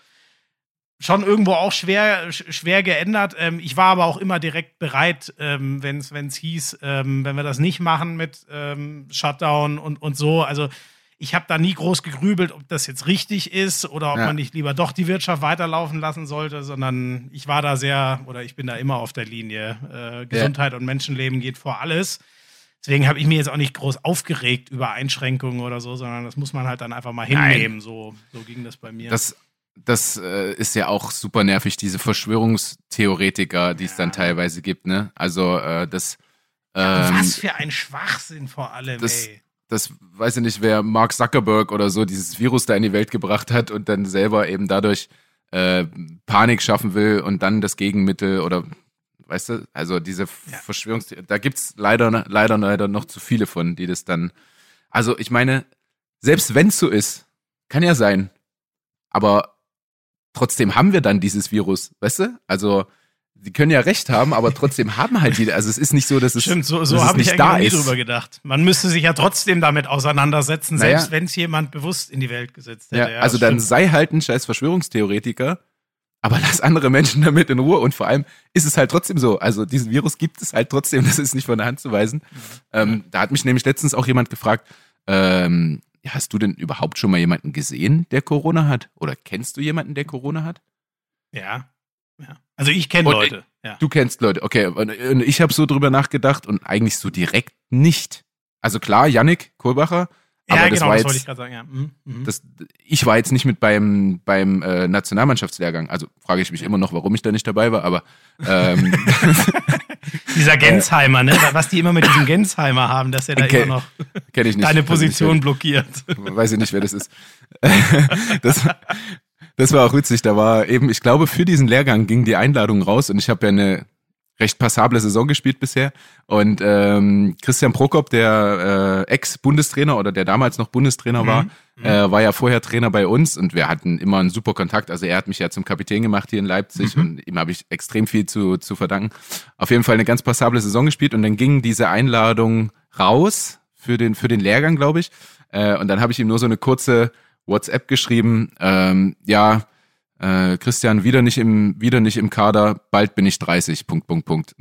schon irgendwo auch schwer, schwer geändert. Ähm, ich war aber auch immer direkt bereit, ähm, wenn es hieß, ähm, wenn wir das nicht machen mit ähm, Shutdown und, und so. Also ich habe da nie groß gegrübelt, ob das jetzt richtig ist oder ob ja. man nicht lieber doch die Wirtschaft weiterlaufen lassen sollte, sondern ich war da sehr, oder ich bin da immer auf der Linie. Äh, Gesundheit ja. und Menschenleben geht vor alles. Deswegen habe ich mir jetzt auch nicht groß aufgeregt über Einschränkungen oder so, sondern das muss man halt dann einfach mal hinnehmen. So, so ging das bei mir. Das Das äh, ist ja auch super nervig, diese Verschwörungstheoretiker, die ja. es dann teilweise gibt, ne? Also äh, das ähm, was für ein Schwachsinn vor allem, das, ey. Das weiß ich nicht, wer Mark Zuckerberg oder so dieses Virus da in die Welt gebracht hat und dann selber eben dadurch äh, Panik schaffen will und dann das Gegenmittel oder weißt du, also diese ja. Verschwörungstheorien, da gibt's leider, leider, leider noch zu viele von, die das dann, also ich meine, selbst wenn es so ist, kann ja sein, aber trotzdem haben wir dann dieses Virus, weißt du? Also, die können ja recht haben, aber trotzdem haben halt die, also es ist nicht so, dass es Stimmt, so, so habe ich eigentlich nie drüber gedacht. Man müsste sich ja trotzdem damit auseinandersetzen, naja. selbst wenn es jemand bewusst in die Welt gesetzt hätte. Ja, ja, also dann stimmt. Sei halt ein scheiß Verschwörungstheoretiker, aber lass andere Menschen damit in Ruhe und vor allem ist es halt trotzdem so, also diesen Virus gibt es halt trotzdem, das ist nicht von der Hand zu weisen. Mhm. Ähm, da hat mich nämlich letztens auch jemand gefragt, ähm, ja, hast du denn überhaupt schon mal jemanden gesehen, der Corona hat? Oder kennst du jemanden, der Corona hat? Ja, ja. Also ich kenne Leute. Ja. Du kennst Leute, okay. Und ich habe so drüber nachgedacht und eigentlich so direkt nicht. Also klar, Yannick Kohlbacher. Ja, aber genau, das, war das jetzt, wollte ich gerade sagen, ja. Mhm. Mhm. Das, ich war jetzt nicht mit beim, beim äh, Nationalmannschaftslehrgang. Also frage ich mich immer noch, warum ich da nicht dabei war, aber ähm, dieser Gensheimer, ne? Was die immer mit diesem Gensheimer haben, dass er da okay. immer noch Kenn ich nicht. deine Position ich blockiert. Weiß ich nicht, wer das ist. das, das war auch witzig. Da war eben, ich glaube, für diesen Lehrgang ging die Einladung raus und ich habe ja eine recht passable Saison gespielt bisher. Und ähm, Christian Prokop, der äh, Ex-Bundestrainer oder der damals noch Bundestrainer war, mhm. äh, war ja vorher Trainer bei uns und wir hatten immer einen super Kontakt. Also er hat mich ja zum Kapitän gemacht hier in Leipzig mhm. und ihm habe ich extrem viel zu, zu verdanken. Auf jeden Fall eine ganz passable Saison gespielt und dann ging diese Einladung raus für den, für den Lehrgang, glaube ich. Äh, und dann habe ich ihm nur so eine kurze WhatsApp geschrieben, ähm, ja, Äh, Christian, wieder nicht im wieder nicht im Kader, bald bin ich dreißig, Punkt, Punkt, Punkt.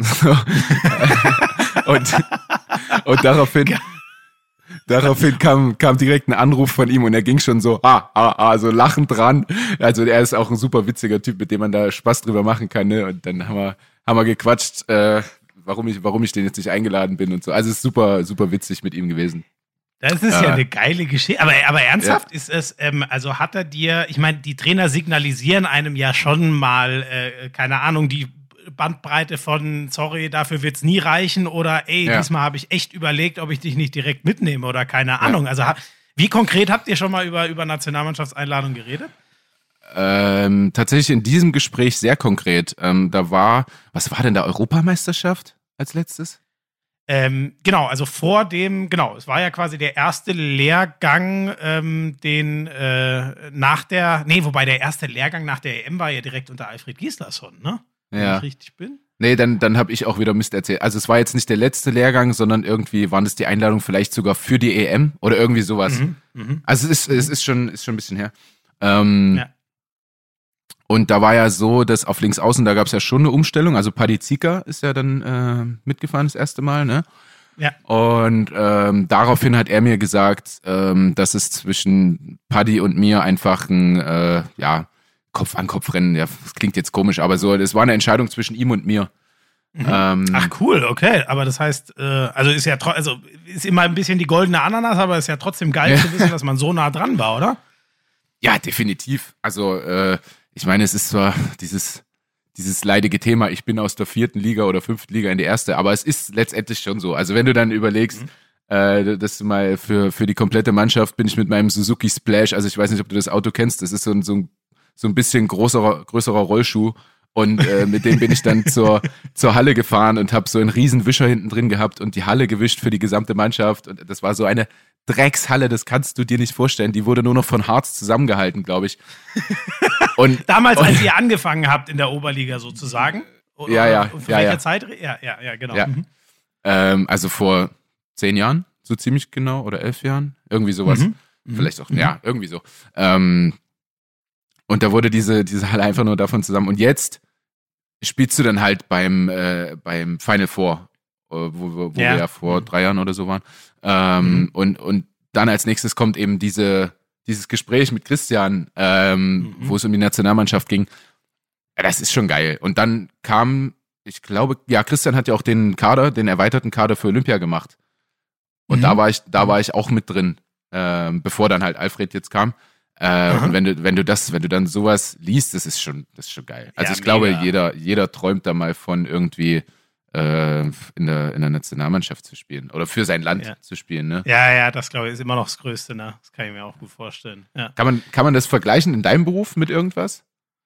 und, und daraufhin, daraufhin kam, kam direkt ein Anruf von ihm und er ging schon so, ah, ah, ah, so lachend dran. Also er ist auch ein super witziger Typ, mit dem man da Spaß drüber machen kann, ne? Und dann haben wir, haben wir gequatscht, äh, warum ich, warum ich den jetzt nicht eingeladen bin und so. Also es ist super, super witzig mit ihm gewesen. Das ist ja, ja eine geile Geschichte. Aber, aber ernsthaft ja. ist es, ähm, also hat er dir, ich meine, die Trainer signalisieren einem ja schon mal, äh, keine Ahnung, die Bandbreite von, sorry, dafür wird's nie reichen oder ey, ja. diesmal habe ich echt überlegt, ob ich dich nicht direkt mitnehme oder keine Ahnung. Ja. Also wie konkret habt ihr schon mal über, über Nationalmannschaftseinladung geredet? Ähm, tatsächlich in diesem Gespräch sehr konkret. Ähm, da war, was war denn da, Europameisterschaft als letztes? Ähm, genau, also vor dem, genau, es war ja quasi der erste Lehrgang, ähm, den äh, nach der, nee, wobei der erste Lehrgang nach der E M war ja direkt unter Alfred Gislason, ne? Wenn ja. ich richtig bin. Nee, dann, dann habe ich auch wieder Mist erzählt. Also es war jetzt nicht der letzte Lehrgang, sondern irgendwie waren das die Einladungen vielleicht sogar für die E M oder irgendwie sowas. Mhm, mh. Also es ist, es ist schon, ist schon ein bisschen her. Ähm, ja. Und da war ja so, dass auf Linksaußen, da gab es ja schon eine Umstellung. Also Paddy Zieker ist ja dann äh, mitgefahren das erste Mal, ne? Ja. Und ähm, daraufhin hat er mir gesagt, ähm, dass es zwischen Paddy und mir einfach ein äh, ja, Kopf-an-Kopf-Rennen, ja, das klingt jetzt komisch, aber so, das war eine Entscheidung zwischen ihm und mir. Mhm. Ähm, Ach cool, okay. Aber das heißt, äh, also ist ja tro- also ist immer ein bisschen die goldene Ananas, aber ist ja trotzdem geil zu wissen, dass man so nah dran war, oder? Ja, definitiv. Also äh, ich meine, es ist zwar dieses, dieses leidige Thema, ich bin aus der vierten Liga oder fünften Liga in die erste, aber es ist letztendlich schon so. Also wenn du dann überlegst, mhm. äh, dass du mal für, für die komplette Mannschaft bin ich mit meinem Suzuki Splash, also ich weiß nicht, ob du das Auto kennst, das ist so ein, so ein, so ein bisschen größerer, größerer Rollschuh und äh, mit dem bin ich dann zur, zur Halle gefahren und habe so einen riesen Wischer hinten drin gehabt und die Halle gewischt für die gesamte Mannschaft und das war so eine, Dreckshalle, das kannst du dir nicht vorstellen. Die wurde nur noch von Harz zusammengehalten, glaube ich. Und damals, und, als ihr angefangen habt in der Oberliga sozusagen? Oder, ja, ja. Und für ja, welche ja. Zeit? Ja, ja, ja, genau. Ja. Mhm. Ähm, also vor zehn Jahren, so ziemlich genau, oder elf Jahren, irgendwie sowas. Mhm. Vielleicht auch, mhm. ja, irgendwie so. Ähm, und da wurde diese, diese Halle einfach nur davon zusammen. Und jetzt spielst du dann halt beim, äh, beim Final Four, wo, wo, wo ja. wir ja vor mhm. drei Jahren oder so waren. Ähm, mhm. und, und dann als nächstes kommt eben diese, dieses Gespräch mit Christian, ähm, mhm. wo es um die Nationalmannschaft ging. Ja, das ist schon geil. Und dann kam, ich glaube, ja, Christian hat ja auch den Kader, den erweiterten Kader für Olympia gemacht. Und mhm. da war ich, da war ich auch mit drin, ähm, bevor dann halt Alfred jetzt kam. Äh, und wenn du, wenn du das, wenn du dann sowas liest, das ist schon, das ist schon geil. Also ja, ich mega. glaube, jeder, jeder träumt da mal von irgendwie äh, in der, in der Nationalmannschaft zu spielen oder für sein Land ja. zu spielen, ne? Ja, ja, das glaube ich ist immer noch das Größte, ne? Das kann ich mir auch gut vorstellen. Ja. Kann man, kann man das vergleichen in deinem Beruf mit irgendwas?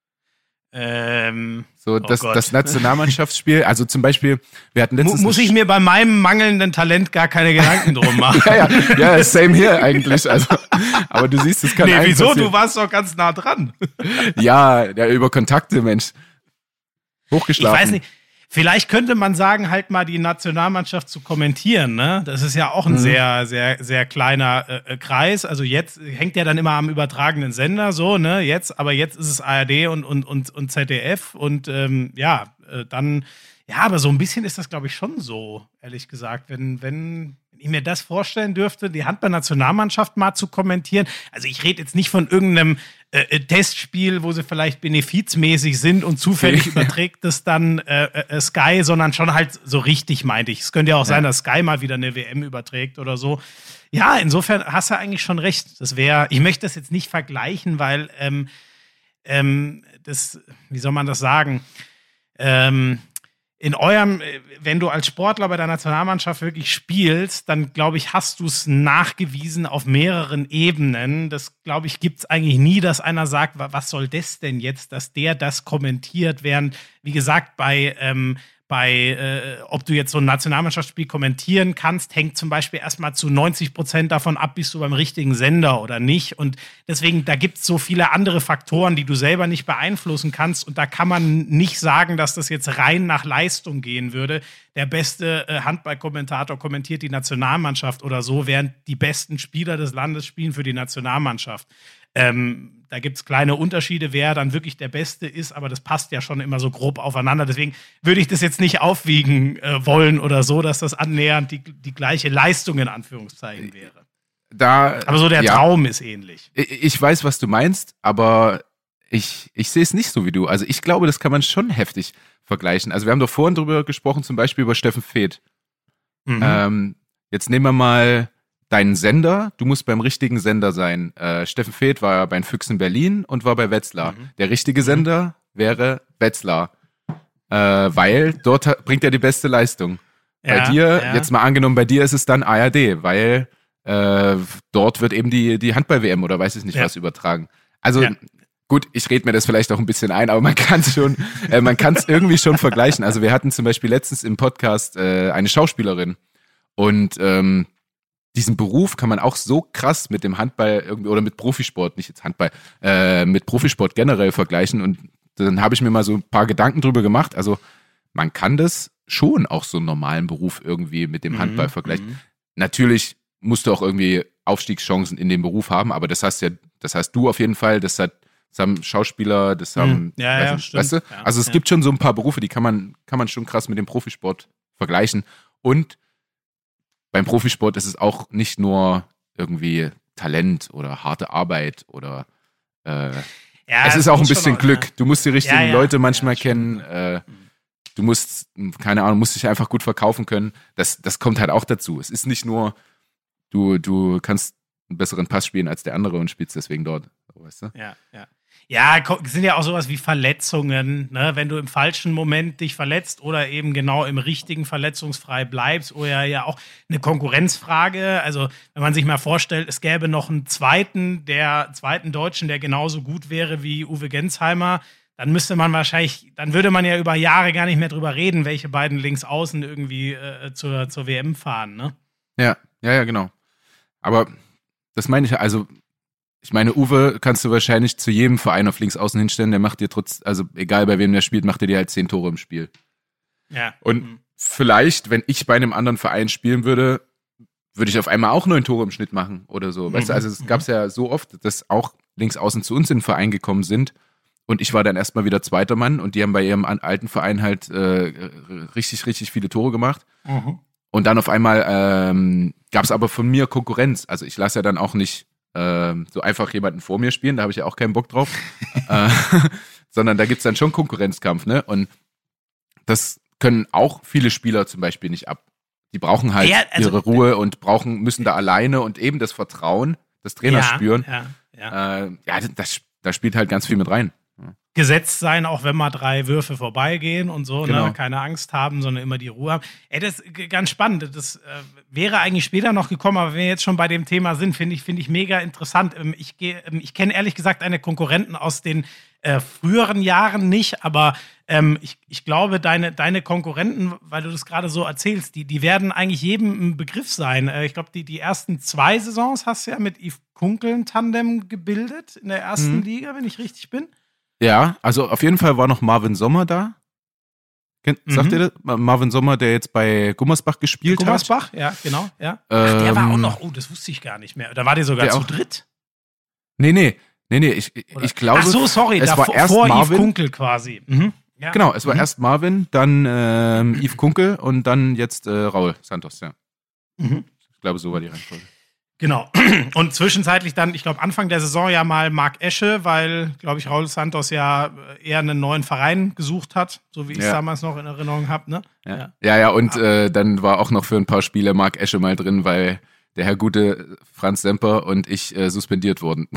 Ähm, so, das, oh das Nationalmannschaftsspiel, also zum Beispiel, wir hatten letztens... Muss ich mir bei meinem mangelnden Talent gar keine Gedanken drum machen? ja, ja, ja, same here eigentlich, also, aber du siehst, es kann Nee, wieso? passieren. Du warst doch ganz nah dran. ja, ja, über Kontakte, Mensch. Hochgeschlafen. Ich weiß nicht, vielleicht könnte man sagen, halt mal die Nationalmannschaft zu kommentieren, ne? Das ist ja auch ein mhm. sehr, sehr, sehr kleiner äh, Kreis. Also jetzt hängt ja dann immer am übertragenen Sender, so, ne? Jetzt, aber jetzt ist es A R D und, und, und, und Z D F und ähm, ja, äh, dann, ja, aber so ein bisschen ist das, glaube ich, schon so, ehrlich gesagt, wenn, wenn ich mir das vorstellen dürfte, die Handball-Nationalmannschaft mal zu kommentieren. Also ich rede jetzt nicht von irgendeinem äh, Testspiel, wo sie vielleicht benefizmäßig sind und zufällig überträgt es dann äh, äh, Sky, sondern schon halt so richtig, meinte ich. Es könnte ja auch ja. sein, dass Sky mal wieder eine W M überträgt oder so. Ja, insofern hast du eigentlich schon recht. Das wäre, ich möchte das jetzt nicht vergleichen, weil ähm, ähm, das, wie soll man das sagen? Ähm, In eurem, wenn du als Sportler bei der Nationalmannschaft wirklich spielst, dann, glaube ich, hast du es nachgewiesen auf mehreren Ebenen. Das, glaube ich, gibt es eigentlich nie, dass einer sagt, was soll das denn jetzt, dass der das kommentiert, während, wie gesagt, bei, ähm, bei äh, ob du jetzt so ein Nationalmannschaftsspiel kommentieren kannst, hängt zum Beispiel erstmal zu neunzig Prozent davon ab, bist du beim richtigen Sender oder nicht. Und deswegen, da gibt es so viele andere Faktoren, die du selber nicht beeinflussen kannst. Und da kann man nicht sagen, dass das jetzt rein nach Leistung gehen würde. Der beste äh, Handballkommentator kommentiert die Nationalmannschaft oder so, während die besten Spieler des Landes spielen für die Nationalmannschaft. Ähm, da gibt es kleine Unterschiede, wer dann wirklich der Beste ist, aber das passt ja schon immer so grob aufeinander. Deswegen würde ich das jetzt nicht aufwiegen äh, wollen oder so, dass das annähernd die, die gleiche Leistung in Anführungszeichen wäre. Da, aber so der ja. Traum ist ähnlich. Ich, ich weiß, was du meinst, aber ich, ich sehe es nicht so wie du. Also ich glaube, das kann man schon heftig vergleichen. Also wir haben doch vorhin drüber gesprochen, zum Beispiel über Steffen Feeth. Mhm. Ähm, jetzt nehmen wir mal deinen Sender, du musst beim richtigen Sender sein. Äh, Steffen Feeth war bei den Füchsen Berlin und war bei Wetzlar. Mhm. Der richtige Sender wäre Wetzlar, äh, weil dort ha- bringt er die beste Leistung. Ja, bei dir, ja. jetzt mal angenommen, bei dir ist es dann A R D, weil äh, dort wird eben die, die Handball-W M oder weiß ich nicht ja. was übertragen. Also ja. gut, ich rede mir das vielleicht auch ein bisschen ein, aber man kann es schon, äh, man kann es irgendwie schon vergleichen. Also wir hatten zum Beispiel letztens im Podcast äh, eine Schauspielerin und ähm, diesen Beruf kann man auch so krass mit dem Handball irgendwie oder mit Profisport, nicht jetzt Handball, äh, mit Profisport generell vergleichen. Und dann habe ich mir mal so ein paar Gedanken drüber gemacht. Also man kann das schon auch so einen normalen Beruf irgendwie mit dem Handball mhm, vergleichen. Mhm. Natürlich musst du auch irgendwie Aufstiegschancen in dem Beruf haben, aber das heißt ja, das heißt du auf jeden Fall, das hat das haben Schauspieler, das haben, mhm. ja, weiß ja, nicht, weißt du? Ja, also es ja. gibt schon so ein paar Berufe, die kann man, kann man schon krass mit dem Profisport vergleichen. Und beim Profisport ist es auch nicht nur irgendwie Talent oder harte Arbeit oder äh, ja, es ist auch ein bisschen auch, Glück. Ja. Du musst die richtigen ja, ja. Leute manchmal ja, kennen. Äh, du musst, keine Ahnung, musst dich einfach gut verkaufen können. Das, das kommt halt auch dazu. Es ist nicht nur, du, du kannst einen besseren Pass spielen als der andere und spielst deswegen dort. Weißt du? Ja, ja. Ja, es sind ja auch sowas wie Verletzungen, ne? Wenn du im falschen Moment dich verletzt oder eben genau im richtigen verletzungsfrei bleibst oder ja auch eine Konkurrenzfrage. Also wenn man sich mal vorstellt, es gäbe noch einen zweiten, der zweiten Deutschen, der genauso gut wäre wie Uwe Gensheimer, dann müsste man wahrscheinlich, dann würde man ja über Jahre gar nicht mehr drüber reden, welche beiden Linksaußen irgendwie äh, zur, zur W M fahren, ne? Ja, ja, ja, genau. aber das meine ich ja, also ich meine, Uwe kannst du wahrscheinlich zu jedem Verein auf links außen hinstellen, der macht dir trotz, also egal bei wem der spielt, macht er dir halt zehn Tore im Spiel. Ja. Und mhm. vielleicht, wenn ich bei einem anderen Verein spielen würde, würde ich auf einmal auch neun Tore im Schnitt machen oder so. Weißt du, also es gab es ja so oft, dass auch links außen zu uns in den Verein gekommen sind und ich war dann erstmal wieder zweiter Mann und die haben bei ihrem alten Verein halt äh, richtig, richtig viele Tore gemacht. Mhm. Und dann auf einmal ähm, gab es aber von mir Konkurrenz. Also ich lasse ja dann auch nicht ähm, so einfach jemanden vor mir spielen, da habe ich ja auch keinen Bock drauf. äh, sondern da gibt es dann schon Konkurrenzkampf, ne? Und das können auch viele Spieler zum Beispiel nicht ab. Die brauchen halt ja, also, ihre Ruhe und brauchen, müssen da alleine und eben das Vertrauen des Trainers ja, spüren. Ja, ja. Äh, ja das, das spielt halt ganz viel mit rein. Gesetzt sein, auch wenn mal drei Würfe vorbeigehen und so, genau. ne? Keine Angst haben, sondern immer die Ruhe haben. Ey, das ist g- ganz spannend. Das äh, wäre eigentlich später noch gekommen, aber wenn wir jetzt schon bei dem Thema sind, finde ich, finde ich mega interessant. Ähm, ich geh, ähm, ich kenne ehrlich gesagt eine Konkurrenten aus den äh, früheren Jahren nicht, aber ähm, ich, ich glaube, deine, deine Konkurrenten, weil du das gerade so erzählst, die, die werden eigentlich jedem ein Begriff sein. Äh, ich glaube, die, die ersten zwei Saisons hast du ja mit Yves Kunkel ein Tandem gebildet in der ersten Mhm. Liga, wenn ich richtig bin. Ja, also auf jeden Fall war noch Marvin Sommer da. Kennt, Mhm. Sagt ihr das? Marvin Sommer, der jetzt bei Gummersbach gespielt Gummersbach, ja, genau, ja. Ach, der war auch Ähm, noch, oh, das wusste ich gar nicht mehr. Da war der sogar der zu auch- dritt? hat. Nee, nee, nee, nee, ich, Oder? ich glaube. Ach so, sorry, es da war vor, erst vor Yves Marvin. Kunkel quasi. Mhm. Ja. Genau, es war Mhm. erst Marvin, dann ähm, Yves Kunkel und dann jetzt äh, Raul Santos, ja. Mhm. Ich glaube, so war die Reihenfolge. Genau. Und zwischenzeitlich dann, ich glaube, Anfang der Saison ja mal Marc Esche, weil, glaube ich, Raul Santos ja eher einen neuen Verein gesucht hat, so wie ich es Ja. damals noch in Erinnerung habe, ne? Ja, Ja. ja, ja und äh, dann war auch noch für ein paar Spiele Marc Esche mal drin, weil der Herr gute Franz Semper und ich äh, suspendiert wurden.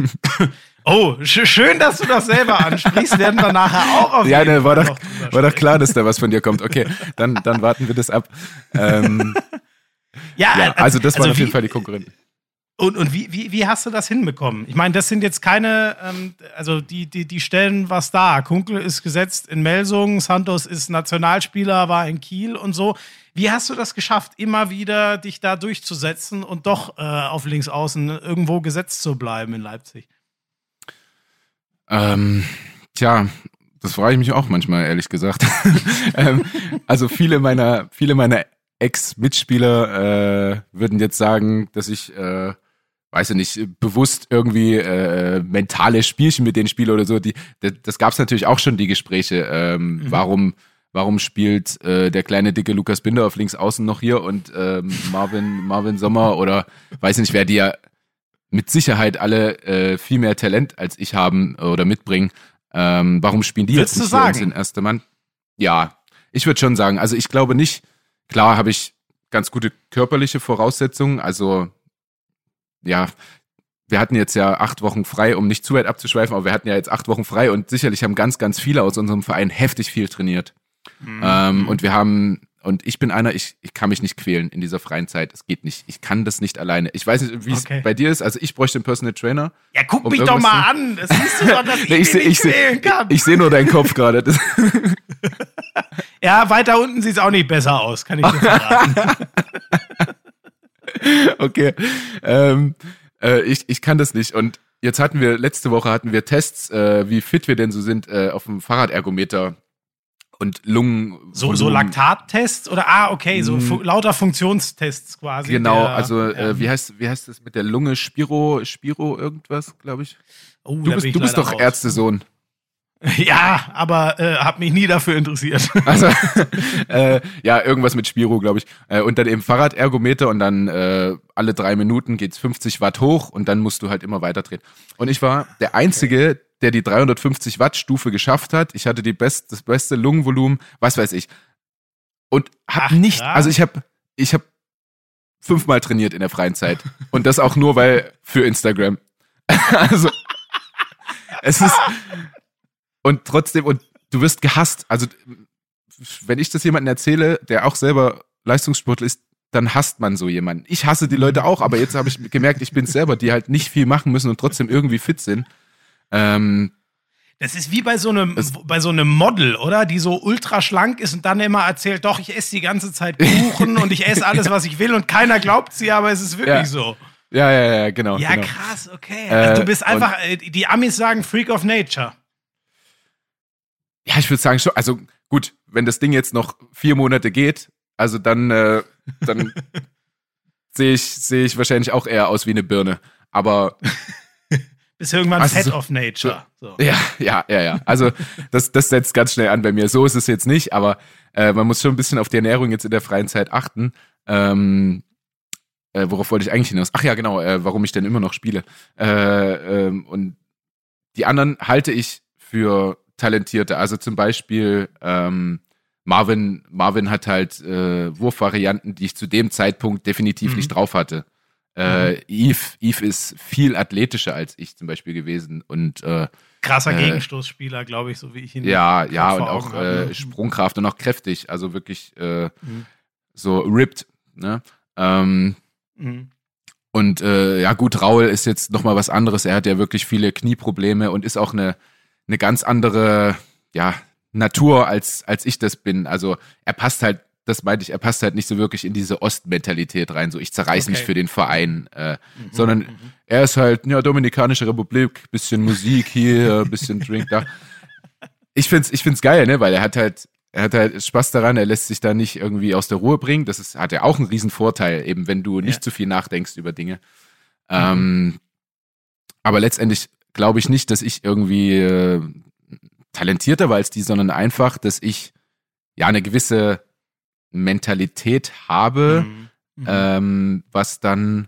Oh, sch- schön, dass du das selber ansprichst. Werden wir nachher auch auf Ja, jeden ne, war Fall doch, noch drüber war doch sprechen. klar, dass da was von dir kommt. Okay, dann, dann warten wir das ab. Ähm, Ja, ja, also das waren also auf jeden wie- Fall die Konkurrenten. Und, und wie, wie, wie hast du das hinbekommen? Ich meine, das sind jetzt keine, ähm, also die, die, die stellen was dar. Kunkel ist gesetzt in Melsungen, Santos ist Nationalspieler, war in Kiel und so. Wie hast du das geschafft, immer wieder dich da durchzusetzen und doch äh, auf Linksaußen irgendwo gesetzt zu bleiben in Leipzig? Ähm, tja, das frage ich mich auch manchmal, ehrlich gesagt. ähm, also viele meiner, viele meiner Ex-Mitspieler äh, würden jetzt sagen, dass ich, äh, weiß ich nicht, bewusst irgendwie äh, mentale Spielchen mit denen spiele oder so. Die, das das gab es natürlich auch schon, die Gespräche. Ähm, Mhm. Warum, warum spielt äh, der kleine, dicke Lukas Binder auf links außen noch hier und ähm, Marvin, Marvin Sommer oder weiß ich nicht, wer die ja mit Sicherheit alle äh, viel mehr Talent als ich haben oder mitbringen. Ähm, warum spielen die Würdest jetzt du nicht für uns sagen? in erster Mann? Ja, ich würde schon sagen. Also ich glaube nicht, klar habe ich ganz gute körperliche Voraussetzungen. Also ja, wir hatten jetzt ja acht Wochen frei, um nicht zu weit abzuschweifen, aber wir hatten ja jetzt acht Wochen frei und sicherlich haben ganz, ganz viele aus unserem Verein heftig viel trainiert. Mhm. Ähm, und wir haben, und ich bin einer, ich, ich kann mich nicht quälen in dieser freien Zeit. Es geht nicht. Ich kann das nicht alleine. Ich weiß nicht, wie es Okay. bei dir ist. Also ich bräuchte einen Personal Trainer. Ja, guck um mich doch irgendwas mal zu- an. Das siehst du doch, dass ich Nee, ich mich sehe nicht ich seh, quälen kann. ich seh nur deinen Kopf gerade. Das- Ja, weiter unten sieht es auch nicht besser aus, kann ich dir verraten. Okay. Ähm, äh, ich, ich kann das nicht. Und jetzt hatten wir, letzte Woche hatten wir Tests, äh, wie fit wir denn so sind äh, auf dem Fahrradergometer und Lungen. So, so Laktattests oder ah, okay, so fu- lauter Funktionstests quasi. Genau, der- also ja. äh, wie heißt wie heißt das mit der Lunge? Spiro, Spiro irgendwas, glaube ich. Oh, Du da bist, bin ich du bist leider doch raus. Ärztesohn. Ja, aber äh, hab mich nie dafür interessiert. Also äh, ja, irgendwas mit Spiro, glaube ich. Äh, und dann eben Fahrradergometer und dann äh, alle drei Minuten geht's fünfzig Watt hoch und dann musst du halt immer weiter drehen. Und ich war der Einzige, der die dreihundertfünfzig Watt Stufe geschafft hat. Ich hatte die best, das beste Lungenvolumen, was weiß ich. Und hab Ach, nicht, krass. also ich habe ich hab fünfmal trainiert in der freien Zeit. Und das auch nur, weil für Instagram. Also es ist und trotzdem, und du wirst gehasst. Also, wenn ich das jemandem erzähle, der auch selber Leistungssportler ist, dann hasst man so jemanden. Ich hasse die Leute auch, aber jetzt habe ich gemerkt, ich bin selber, die halt nicht viel machen müssen und trotzdem irgendwie fit sind. Ähm, Das ist wie bei so einem, Das- bei so einem Model, oder? Die so ultra schlank ist und dann immer erzählt, doch, ich esse die ganze Zeit Kuchen und ich esse alles, was ich will und keiner glaubt sie, aber es ist wirklich Ja. so. Ja, ja, ja, genau. Ja, genau. krass, okay. Also Äh, du bist einfach, äh, die Amis sagen Freak of Nature. Ja, ich würde sagen schon, also gut, wenn das Ding jetzt noch vier Monate geht, also dann, äh, dann sehe ich, sehe ich wahrscheinlich auch eher aus wie eine Birne. Aber Bis irgendwann also Fat so, of Nature. So. Ja, ja, ja, ja. Also das, das setzt ganz schnell an bei mir. So ist es jetzt nicht, aber äh, man muss schon ein bisschen auf die Ernährung jetzt in der freien Zeit achten. Ähm, äh, worauf wollte ich eigentlich hinaus? Ach ja, genau, äh, warum ich denn immer noch spiele. Äh, ähm, und die anderen halte ich für talentierte. Also zum Beispiel ähm, Marvin, Marvin hat halt äh, Wurfvarianten, die ich zu dem Zeitpunkt definitiv Mhm. nicht drauf hatte. Äh, Eve, Eve ist viel athletischer als ich zum Beispiel gewesen und äh, Krasser äh, Gegenstoßspieler, glaube ich, so wie ich ihn ja, ja, vor und auch Augen habe. äh, Sprungkraft und auch kräftig, also wirklich äh, Mhm. so ripped, ne? Ähm, Mhm. und äh, ja gut, Raul ist jetzt nochmal was anderes, er hat ja wirklich viele Knieprobleme und ist auch eine, eine ganz andere, ja, Natur, als, als ich das bin. Also er passt halt, das meinte ich, er passt halt nicht so wirklich in diese Ostmentalität rein, so ich zerreiß Okay. mich für den Verein, äh, Mhm. sondern Mhm. er ist halt, ja, Dominikanische Republik, bisschen Musik hier, bisschen Drink da. Ich find's, ich find's geil, ne, weil er hat halt, er hat halt Spaß daran, er lässt sich da nicht irgendwie aus der Ruhe bringen. Das ist, hat ja auch einen riesen Vorteil, eben wenn du nicht Ja. zu viel nachdenkst über Dinge. Ähm, aber letztendlich glaube ich nicht, dass ich irgendwie äh, talentierter war als die, sondern einfach, dass ich ja eine gewisse Mentalität habe, Mhm. Mhm. ähm, was dann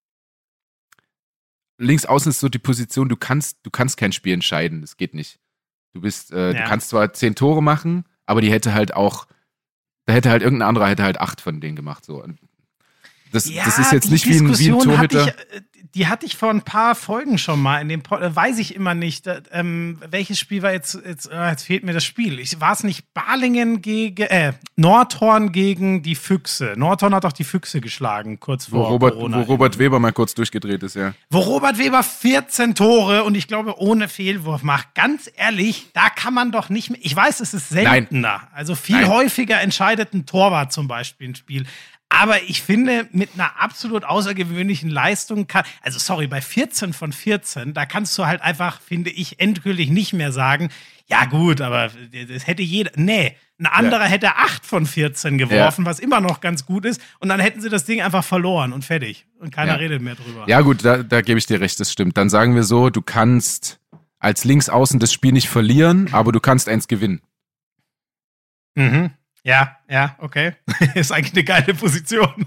links außen ist so die Position, du kannst, du kannst kein Spiel entscheiden, das geht nicht. Du bist, äh, Ja. du kannst zwar zehn Tore machen, aber die hätte halt auch, da hätte halt irgendein anderer hätte halt acht von denen gemacht, so. Und das, Ja, das ist jetzt die nicht wie ein, wie ein Diskussion hatte Torhüter. ich, äh, die hatte ich vor ein paar Folgen schon mal in dem Pod, äh, weiß ich immer nicht. Äh, ähm, welches Spiel war jetzt, jetzt, äh, jetzt fehlt mir das Spiel. Ich, war es nicht Balingen gegen, äh, Nordhorn gegen die Füchse? Nordhorn hat doch die Füchse geschlagen, kurz Wo vor Robert, Corona. wo Robert Weber mal kurz durchgedreht ist, ja. Wo Robert Weber vierzehn Tore und ich glaube ohne Fehlwurf macht. Ganz ehrlich, da kann man doch nicht mehr. Ich weiß, es ist seltener. Also viel Nein. häufiger entscheidet ein Torwart zum Beispiel ein Spiel. Aber ich finde, mit einer absolut außergewöhnlichen Leistung kann, also sorry, bei vierzehn von vierzehn, da kannst du halt einfach, finde ich, endgültig nicht mehr sagen, ja gut, aber das hätte jeder, nee, ein anderer Ja. hätte acht von vierzehn geworfen, was immer noch ganz gut ist, und dann hätten sie das Ding einfach verloren und fertig. Und keiner Ja. redet mehr drüber. Ja gut, da, da gebe ich dir recht, das stimmt. Dann sagen wir so, du kannst als Linksaußen das Spiel nicht verlieren, aber du kannst eins gewinnen. Mhm. Ja, ja, okay. Ist eigentlich eine geile Position.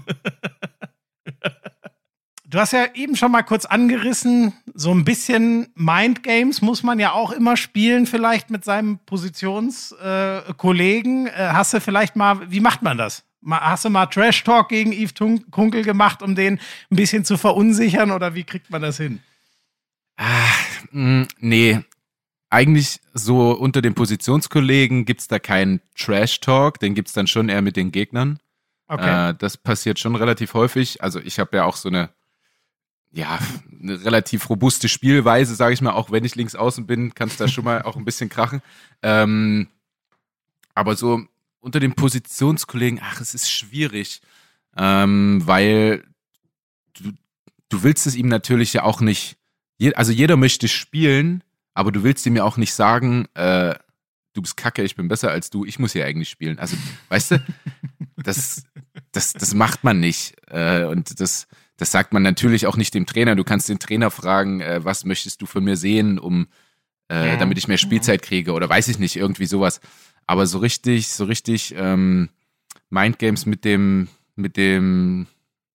Du hast ja eben schon mal kurz angerissen, so ein bisschen Mindgames muss man ja auch immer spielen, vielleicht mit seinem Positionskollegen. Äh, äh, hast du vielleicht mal, wie macht man das? Mal, hast du mal Trash-Talk gegen Yves Tun- Kunkel gemacht, um den ein bisschen zu verunsichern, oder wie kriegt man das hin? Ah, mh, nee. Eigentlich so unter den Positionskollegen gibt's da keinen Trash-Talk, den gibt's dann schon eher mit den Gegnern. Okay. Äh, das passiert schon relativ häufig. Also ich habe ja auch so eine, ja, eine relativ robuste Spielweise, sage ich mal. Auch wenn ich links außen bin, kann es da schon mal auch ein bisschen krachen. Ähm, aber so unter den Positionskollegen, ach, es ist schwierig, ähm, weil du, du willst es ihm natürlich ja auch nicht, je, also jeder möchte spielen, aber du willst ihm ja auch nicht sagen, äh, du bist kacke, ich bin besser als du, ich muss hier eigentlich spielen. Also, weißt du, das, das, das macht man nicht. Äh, und das, das sagt man natürlich auch nicht dem Trainer. Du kannst den Trainer fragen, äh, was möchtest du von mir sehen, um, äh, Mhm. damit ich mehr Spielzeit kriege oder weiß ich nicht, irgendwie sowas. Aber so richtig, so richtig ähm, Mindgames mit dem, mit dem,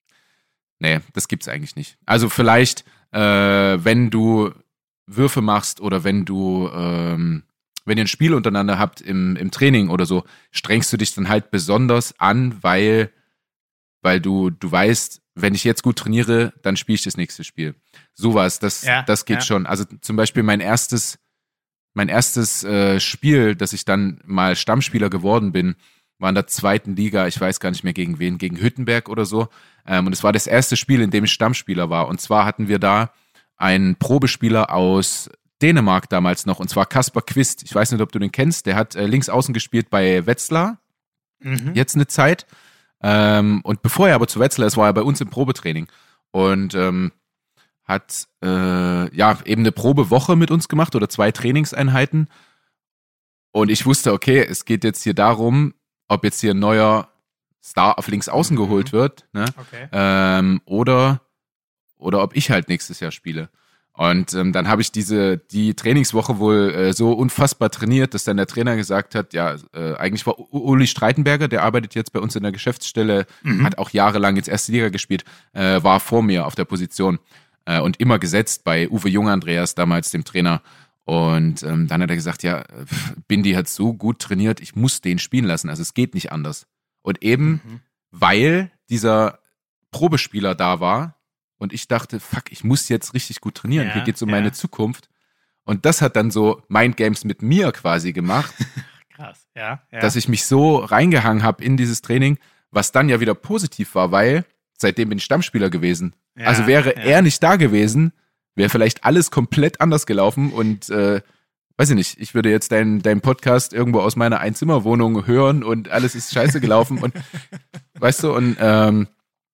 nee, das gibt's eigentlich nicht. Also vielleicht, äh, wenn du Würfe machst oder wenn du, ähm, wenn ihr ein Spiel untereinander habt im, im Training oder so, strengst du dich dann halt besonders an, weil, weil du, du weißt, wenn ich jetzt gut trainiere, dann spiele ich das nächste Spiel. Sowas, das, Ja, das geht ja. schon. Also zum Beispiel mein erstes, mein erstes äh, Spiel, dass ich dann mal Stammspieler geworden bin, war in der zweiten Liga, ich weiß gar nicht mehr gegen wen, gegen Hüttenberg oder so. Ähm, und es war das erste Spiel, in dem ich Stammspieler war. Und zwar hatten wir da einen Probespieler aus Dänemark damals noch, und zwar Kasper Quist. Ich weiß nicht, ob du den kennst. Der hat äh, links außen gespielt bei Wetzlar, Mhm. jetzt eine Zeit. Ähm, und bevor er aber zu Wetzlar ist, war er bei uns im Probetraining. und ähm, hat äh, ja eben eine Probewoche mit uns gemacht oder zwei Trainingseinheiten. Und ich wusste, okay, es geht jetzt hier darum, ob jetzt hier ein neuer Star auf links außen mhm. geholt wird, ne? Okay. Ähm, oder, oder ob ich halt nächstes Jahr spiele. Und ähm, dann habe ich diese die Trainingswoche wohl äh, so unfassbar trainiert, dass dann der Trainer gesagt hat, ja, äh, eigentlich war Uli Streitenberger, der arbeitet jetzt bei uns in der Geschäftsstelle, mhm. hat auch jahrelang jetzt erste Liga gespielt, äh, war vor mir auf der Position äh, und immer gesetzt bei Uwe Jung-Andreas, damals dem Trainer. Und ähm, dann hat er gesagt, ja, Bindi hat so gut trainiert, ich muss den spielen lassen, also es geht nicht anders. Und eben, mhm. weil dieser Probespieler da war und ich dachte, fuck, ich muss jetzt richtig gut trainieren, ja, hier geht's um ja. meine Zukunft. Und das hat dann so Mindgames mit mir quasi gemacht. Krass, ja, ja. Dass ich mich so reingehangen habe in dieses Training, was dann ja wieder positiv war, weil seitdem bin ich Stammspieler gewesen. Ja, also wäre ja. er nicht da gewesen, wäre vielleicht alles komplett anders gelaufen und äh, weiß ich nicht, ich würde jetzt deinen dein Podcast irgendwo aus meiner Einzimmerwohnung hören und alles ist scheiße gelaufen und weißt du, und ähm,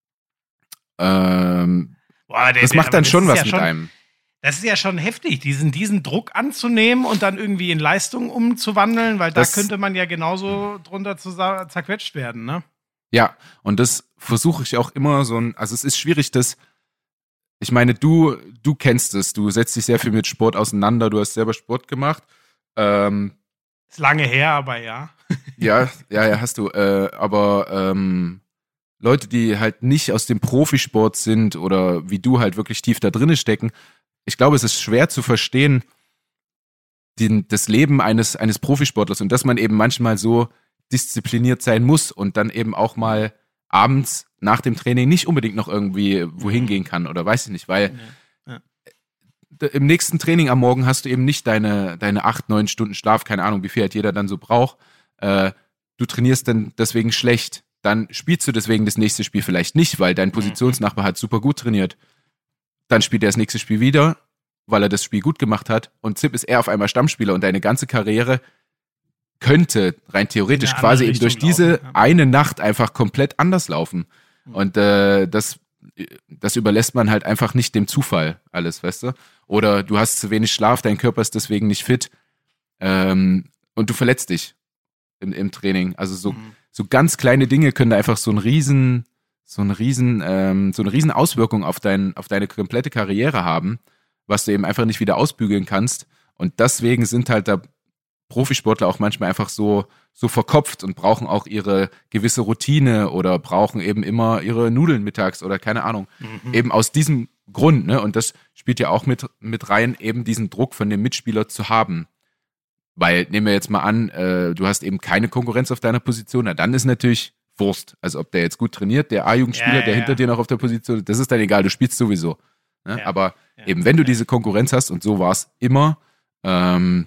ähm, Boah, der, das macht dann schon was ja mit schon, einem. Das ist ja schon heftig, diesen, diesen Druck anzunehmen und dann irgendwie in Leistung umzuwandeln, weil das, da könnte man ja genauso drunter zerquetscht werden, ne? Ja, und das versuche ich auch immer so ein, also es ist schwierig, das ich meine, du, du kennst es, du setzt dich sehr viel mit Sport auseinander, du hast selber Sport gemacht. Ähm, ist lange her, aber ja. ja, ja, ja, hast du. Äh, aber ähm, Leute, die halt nicht aus dem Profisport sind oder wie du halt wirklich tief da drinne stecken, ich glaube, es ist schwer zu verstehen, den, das Leben eines, eines Profisportlers und dass man eben manchmal so diszipliniert sein muss und dann eben auch mal abends nach dem Training nicht unbedingt noch irgendwie wohin gehen kann oder weiß ich nicht, weil ja. Ja. im nächsten Training am Morgen hast du eben nicht deine, deine acht, neun Stunden Schlaf, keine Ahnung, wie viel halt jeder dann so braucht. Äh, du trainierst dann deswegen schlecht. Dann spielst du deswegen das nächste Spiel vielleicht nicht, weil dein Positionsnachbar hat super gut trainiert. Dann spielt er das nächste Spiel wieder, weil er das Spiel gut gemacht hat und Zip ist er auf einmal Stammspieler und deine ganze Karriere könnte rein theoretisch quasi eben durch diese laufen, ja. eine Nacht einfach komplett anders laufen. Und äh, das, das überlässt man halt einfach nicht dem Zufall alles, weißt du? Oder du hast zu wenig Schlaf, dein Körper ist deswegen nicht fit ähm, und du verletzt dich im, im Training. Also so, mhm. so ganz kleine Dinge können da einfach so ein riesen, so ein riesen, ähm, so eine riesen Auswirkung auf, dein, auf deine komplette Karriere haben, was du eben einfach nicht wieder ausbügeln kannst. Und deswegen sind halt da Profisportler auch manchmal einfach so, so verkopft und brauchen auch ihre gewisse Routine oder brauchen eben immer ihre Nudeln mittags oder keine Ahnung. Mhm. Eben aus diesem Grund, ne? Und das spielt ja auch mit, mit rein, eben diesen Druck von dem Mitspieler zu haben. Weil, nehmen wir jetzt mal an, äh, du hast eben keine Konkurrenz auf deiner Position, na dann ist natürlich Wurst. Also ob der jetzt gut trainiert, der A-Jugendspieler, ja, ja, der hinter ja. dir noch auf der Position, das ist dann egal, du spielst sowieso. Ne? Ja. Aber ja. eben wenn du diese Konkurrenz hast, und so war es immer, ähm,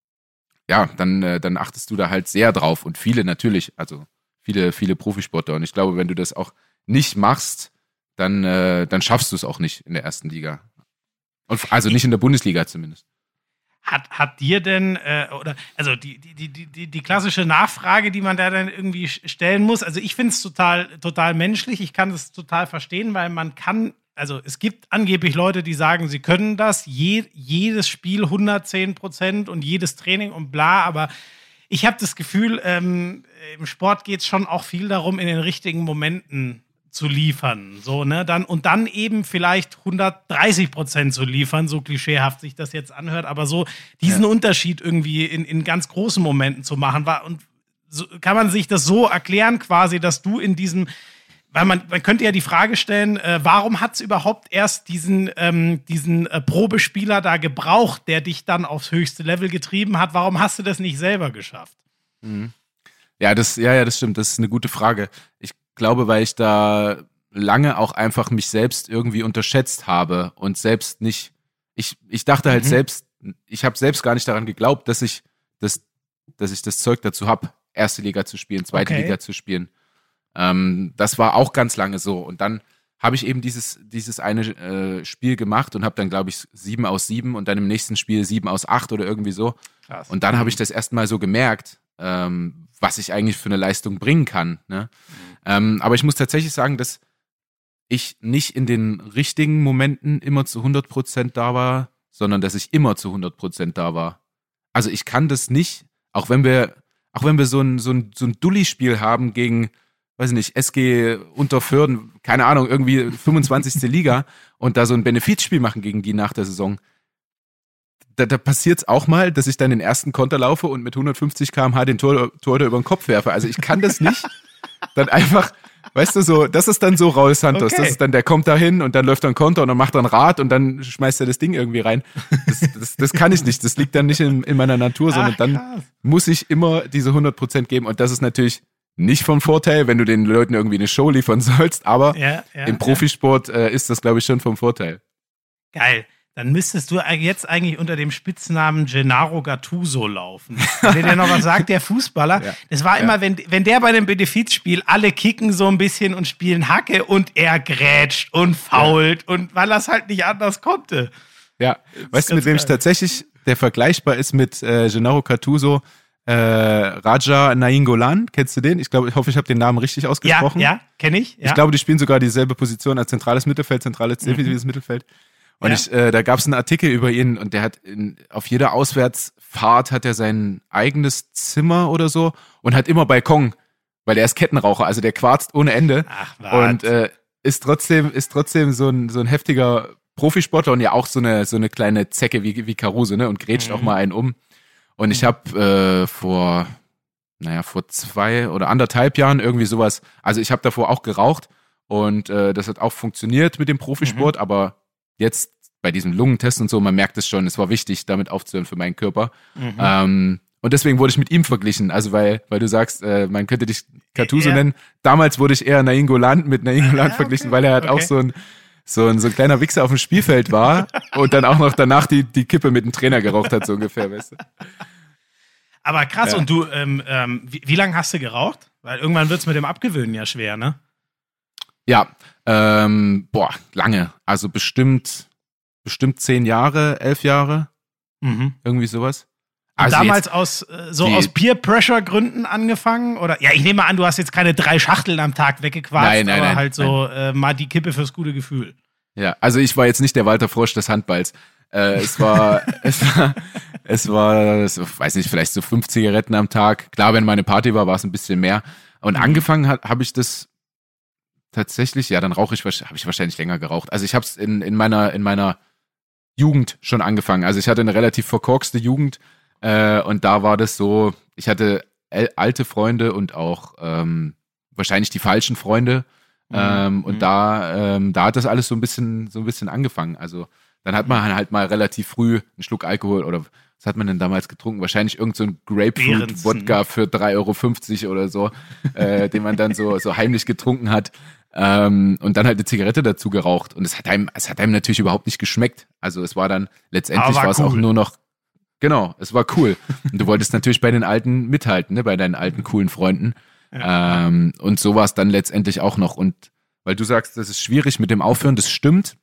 ja, dann, äh, dann achtest du da halt sehr drauf und viele natürlich, also viele, viele Profisportler und ich glaube, wenn du das auch nicht machst, dann, äh, dann schaffst du es auch nicht in der ersten Liga. Und, also nicht in der Bundesliga zumindest. Hat, hat dir denn, äh, oder, also die, die, die, die, die klassische Nachfrage, die man da dann irgendwie stellen muss, also ich finde es total, total menschlich, ich kann das total verstehen, weil man kann, also es gibt angeblich Leute, die sagen, sie können das, je, jedes Spiel hundertzehn Prozent und jedes Training und bla, aber ich habe das Gefühl, ähm, im Sport geht es schon auch viel darum, in den richtigen Momenten zu liefern, so, ne, dann, und dann eben vielleicht hundertdreißig Prozent zu liefern, so klischeehaft sich das jetzt anhört, aber so diesen ja. Unterschied irgendwie in, in ganz großen Momenten zu machen, war, und so, kann man sich das so erklären quasi, dass du in diesem, weil man, man könnte ja die Frage stellen, äh, warum hat es überhaupt erst diesen, ähm, diesen äh, Probespieler da gebraucht, der dich dann aufs höchste Level getrieben hat? Warum hast du das nicht selber geschafft? Mhm. Ja, das, ja, ja, das stimmt. Das ist eine gute Frage. Ich glaube, weil ich da lange auch einfach mich selbst irgendwie unterschätzt habe und selbst nicht, ich, ich dachte halt mhm. selbst, ich habe selbst gar nicht daran geglaubt, dass ich das, dass ich das Zeug dazu habe, erste Liga zu spielen, zweite okay. Liga zu spielen. Ähm, das war auch ganz lange so. Und dann habe ich eben dieses, dieses eine äh, Spiel gemacht und habe dann, glaube ich, sieben aus sieben und dann im nächsten Spiel sieben aus acht oder irgendwie so. Krass. Und dann habe ich das erstmal so gemerkt, ähm, was ich eigentlich für eine Leistung bringen kann. Ne? Mhm. Ähm, aber ich muss tatsächlich sagen, dass ich nicht in den richtigen Momenten immer zu hundert Prozent da war, sondern dass ich immer zu hundert Prozent da war. Also ich kann das nicht, auch wenn wir, auch wenn wir so ein, so ein, so ein Dulli-Spiel haben gegen, weiß ich nicht, S G Unterförden, keine Ahnung, irgendwie fünfundzwanzigste Liga und da so ein Benefizspiel machen gegen die nach der Saison. Da, da passiert es auch mal, dass ich dann den ersten Konter laufe und mit hundertfünfzig Kilometer pro Stunde den Tor, Torhüter über den Kopf werfe. Also ich kann das nicht. Dann einfach, weißt du, so, das ist dann so Raul Santos. Okay. Das ist dann, der kommt da hin und dann läuft er ein Konter und dann macht er ein Rad und dann schmeißt er das Ding irgendwie rein. Das, das, das kann ich nicht. Das liegt dann nicht in, in meiner Natur, sondern Ach, dann muss ich immer diese hundert Prozent geben. Und das ist natürlich nicht vom Vorteil, wenn du den Leuten irgendwie eine Show liefern sollst, aber ja, ja, im Profisport ja. äh, ist das, glaube ich, schon vom Vorteil. Geil. Dann müsstest du jetzt eigentlich unter dem Spitznamen Gennaro Gattuso laufen. Wenn der noch was sagt, der Fußballer. Ja. Das war immer, ja. wenn, wenn der bei dem Benefizspiel, alle kicken so ein bisschen und spielen Hacke und er grätscht und fault ja. und weil er es halt nicht anders konnte. Ja, weißt du, mit wem ich tatsächlich, der vergleichbar ist mit äh, Gennaro Gattuso, äh, Raja Nainggolan, kennst du den? Ich glaube, ich hoffe, ich habe den Namen richtig ausgesprochen. Ja, ja, kenne ich. Ja. Ich glaube, die spielen sogar dieselbe Position als zentrales Mittelfeld, zentrales defensives mhm. Mittelfeld. Und ja. ich, äh, da gab es einen Artikel über ihn und der hat in, auf jeder Auswärtsfahrt hat er sein eigenes Zimmer oder so und hat immer Balkon, weil er ist Kettenraucher, also der quarzt ohne Ende. Ach, was? Und äh, ist trotzdem ist trotzdem so ein so ein heftiger Profisportler und ja auch so eine so eine kleine Zecke wie wie Caruso, ne, und grätscht mhm. auch mal einen um. Und ich habe äh, vor naja vor zwei oder anderthalb Jahren irgendwie sowas, also ich habe davor auch geraucht und äh, das hat auch funktioniert mit dem Profisport, mhm. aber jetzt bei diesem Lungentest und so, man merkt es schon, es war wichtig, damit aufzuhören für meinen Körper. Mhm. Ähm, und deswegen wurde ich mit ihm verglichen. Also weil, weil du sagst, äh, man könnte dich Gattuso ja. nennen. Damals wurde ich eher Nainggolan mit Nainggolan ja, verglichen, okay. weil er halt okay. auch so ein, so ein so ein kleiner Wichser auf dem Spielfeld war und dann auch noch danach die, die Kippe mit dem Trainer geraucht hat, so ungefähr, weißt du. Aber krass, ja. und du, ähm, ähm, wie, wie lange hast du geraucht? Weil irgendwann wird es mit dem Abgewöhnen ja schwer, ne? Ja, ähm, boah, lange. Also bestimmt, bestimmt zehn Jahre, elf Jahre. Mhm. Irgendwie sowas. Also damals aus äh, so aus Peer-Pressure-Gründen angefangen? Oder ja, ich nehme an, du hast jetzt keine drei Schachteln am Tag weggequatscht, nein, nein, aber nein, halt so äh, mal die Kippe fürs gute Gefühl. Ja, also ich war jetzt nicht der Walter Frosch des Handballs. Äh, es war, es war, es war, so, weiß nicht, vielleicht so fünf Zigaretten am Tag. Klar, wenn meine Party war, war es ein bisschen mehr. Und mhm. angefangen hat, habe ich das tatsächlich, ja, dann rauche ich, habe ich wahrscheinlich länger geraucht. Also ich habe es in, in meiner, in meiner Jugend schon angefangen. Also ich hatte eine relativ verkorkste Jugend äh, und da war das so, ich hatte alte Freunde und auch ähm, wahrscheinlich die falschen Freunde mhm. ähm, und mhm. da, ähm, da hat das alles so ein bisschen, so ein bisschen angefangen. Also dann hat man halt mal relativ früh einen Schluck Alkohol oder was hat man denn damals getrunken? Wahrscheinlich irgend so ein Grapefruit-Wodka für drei Euro fünfzig oder so, äh, den man dann so, so heimlich getrunken hat. Ähm, und dann halt eine Zigarette dazu geraucht. Und es hat einem, es hat einem natürlich überhaupt nicht geschmeckt. Also es war dann, letztendlich war, war es cool. auch nur noch, genau, es war cool. Und du wolltest natürlich bei den Alten mithalten, ne, bei deinen alten, coolen Freunden. Ja. Ähm, und so war es dann letztendlich auch noch. Und weil du sagst, das ist schwierig mit dem Aufhören, das stimmt.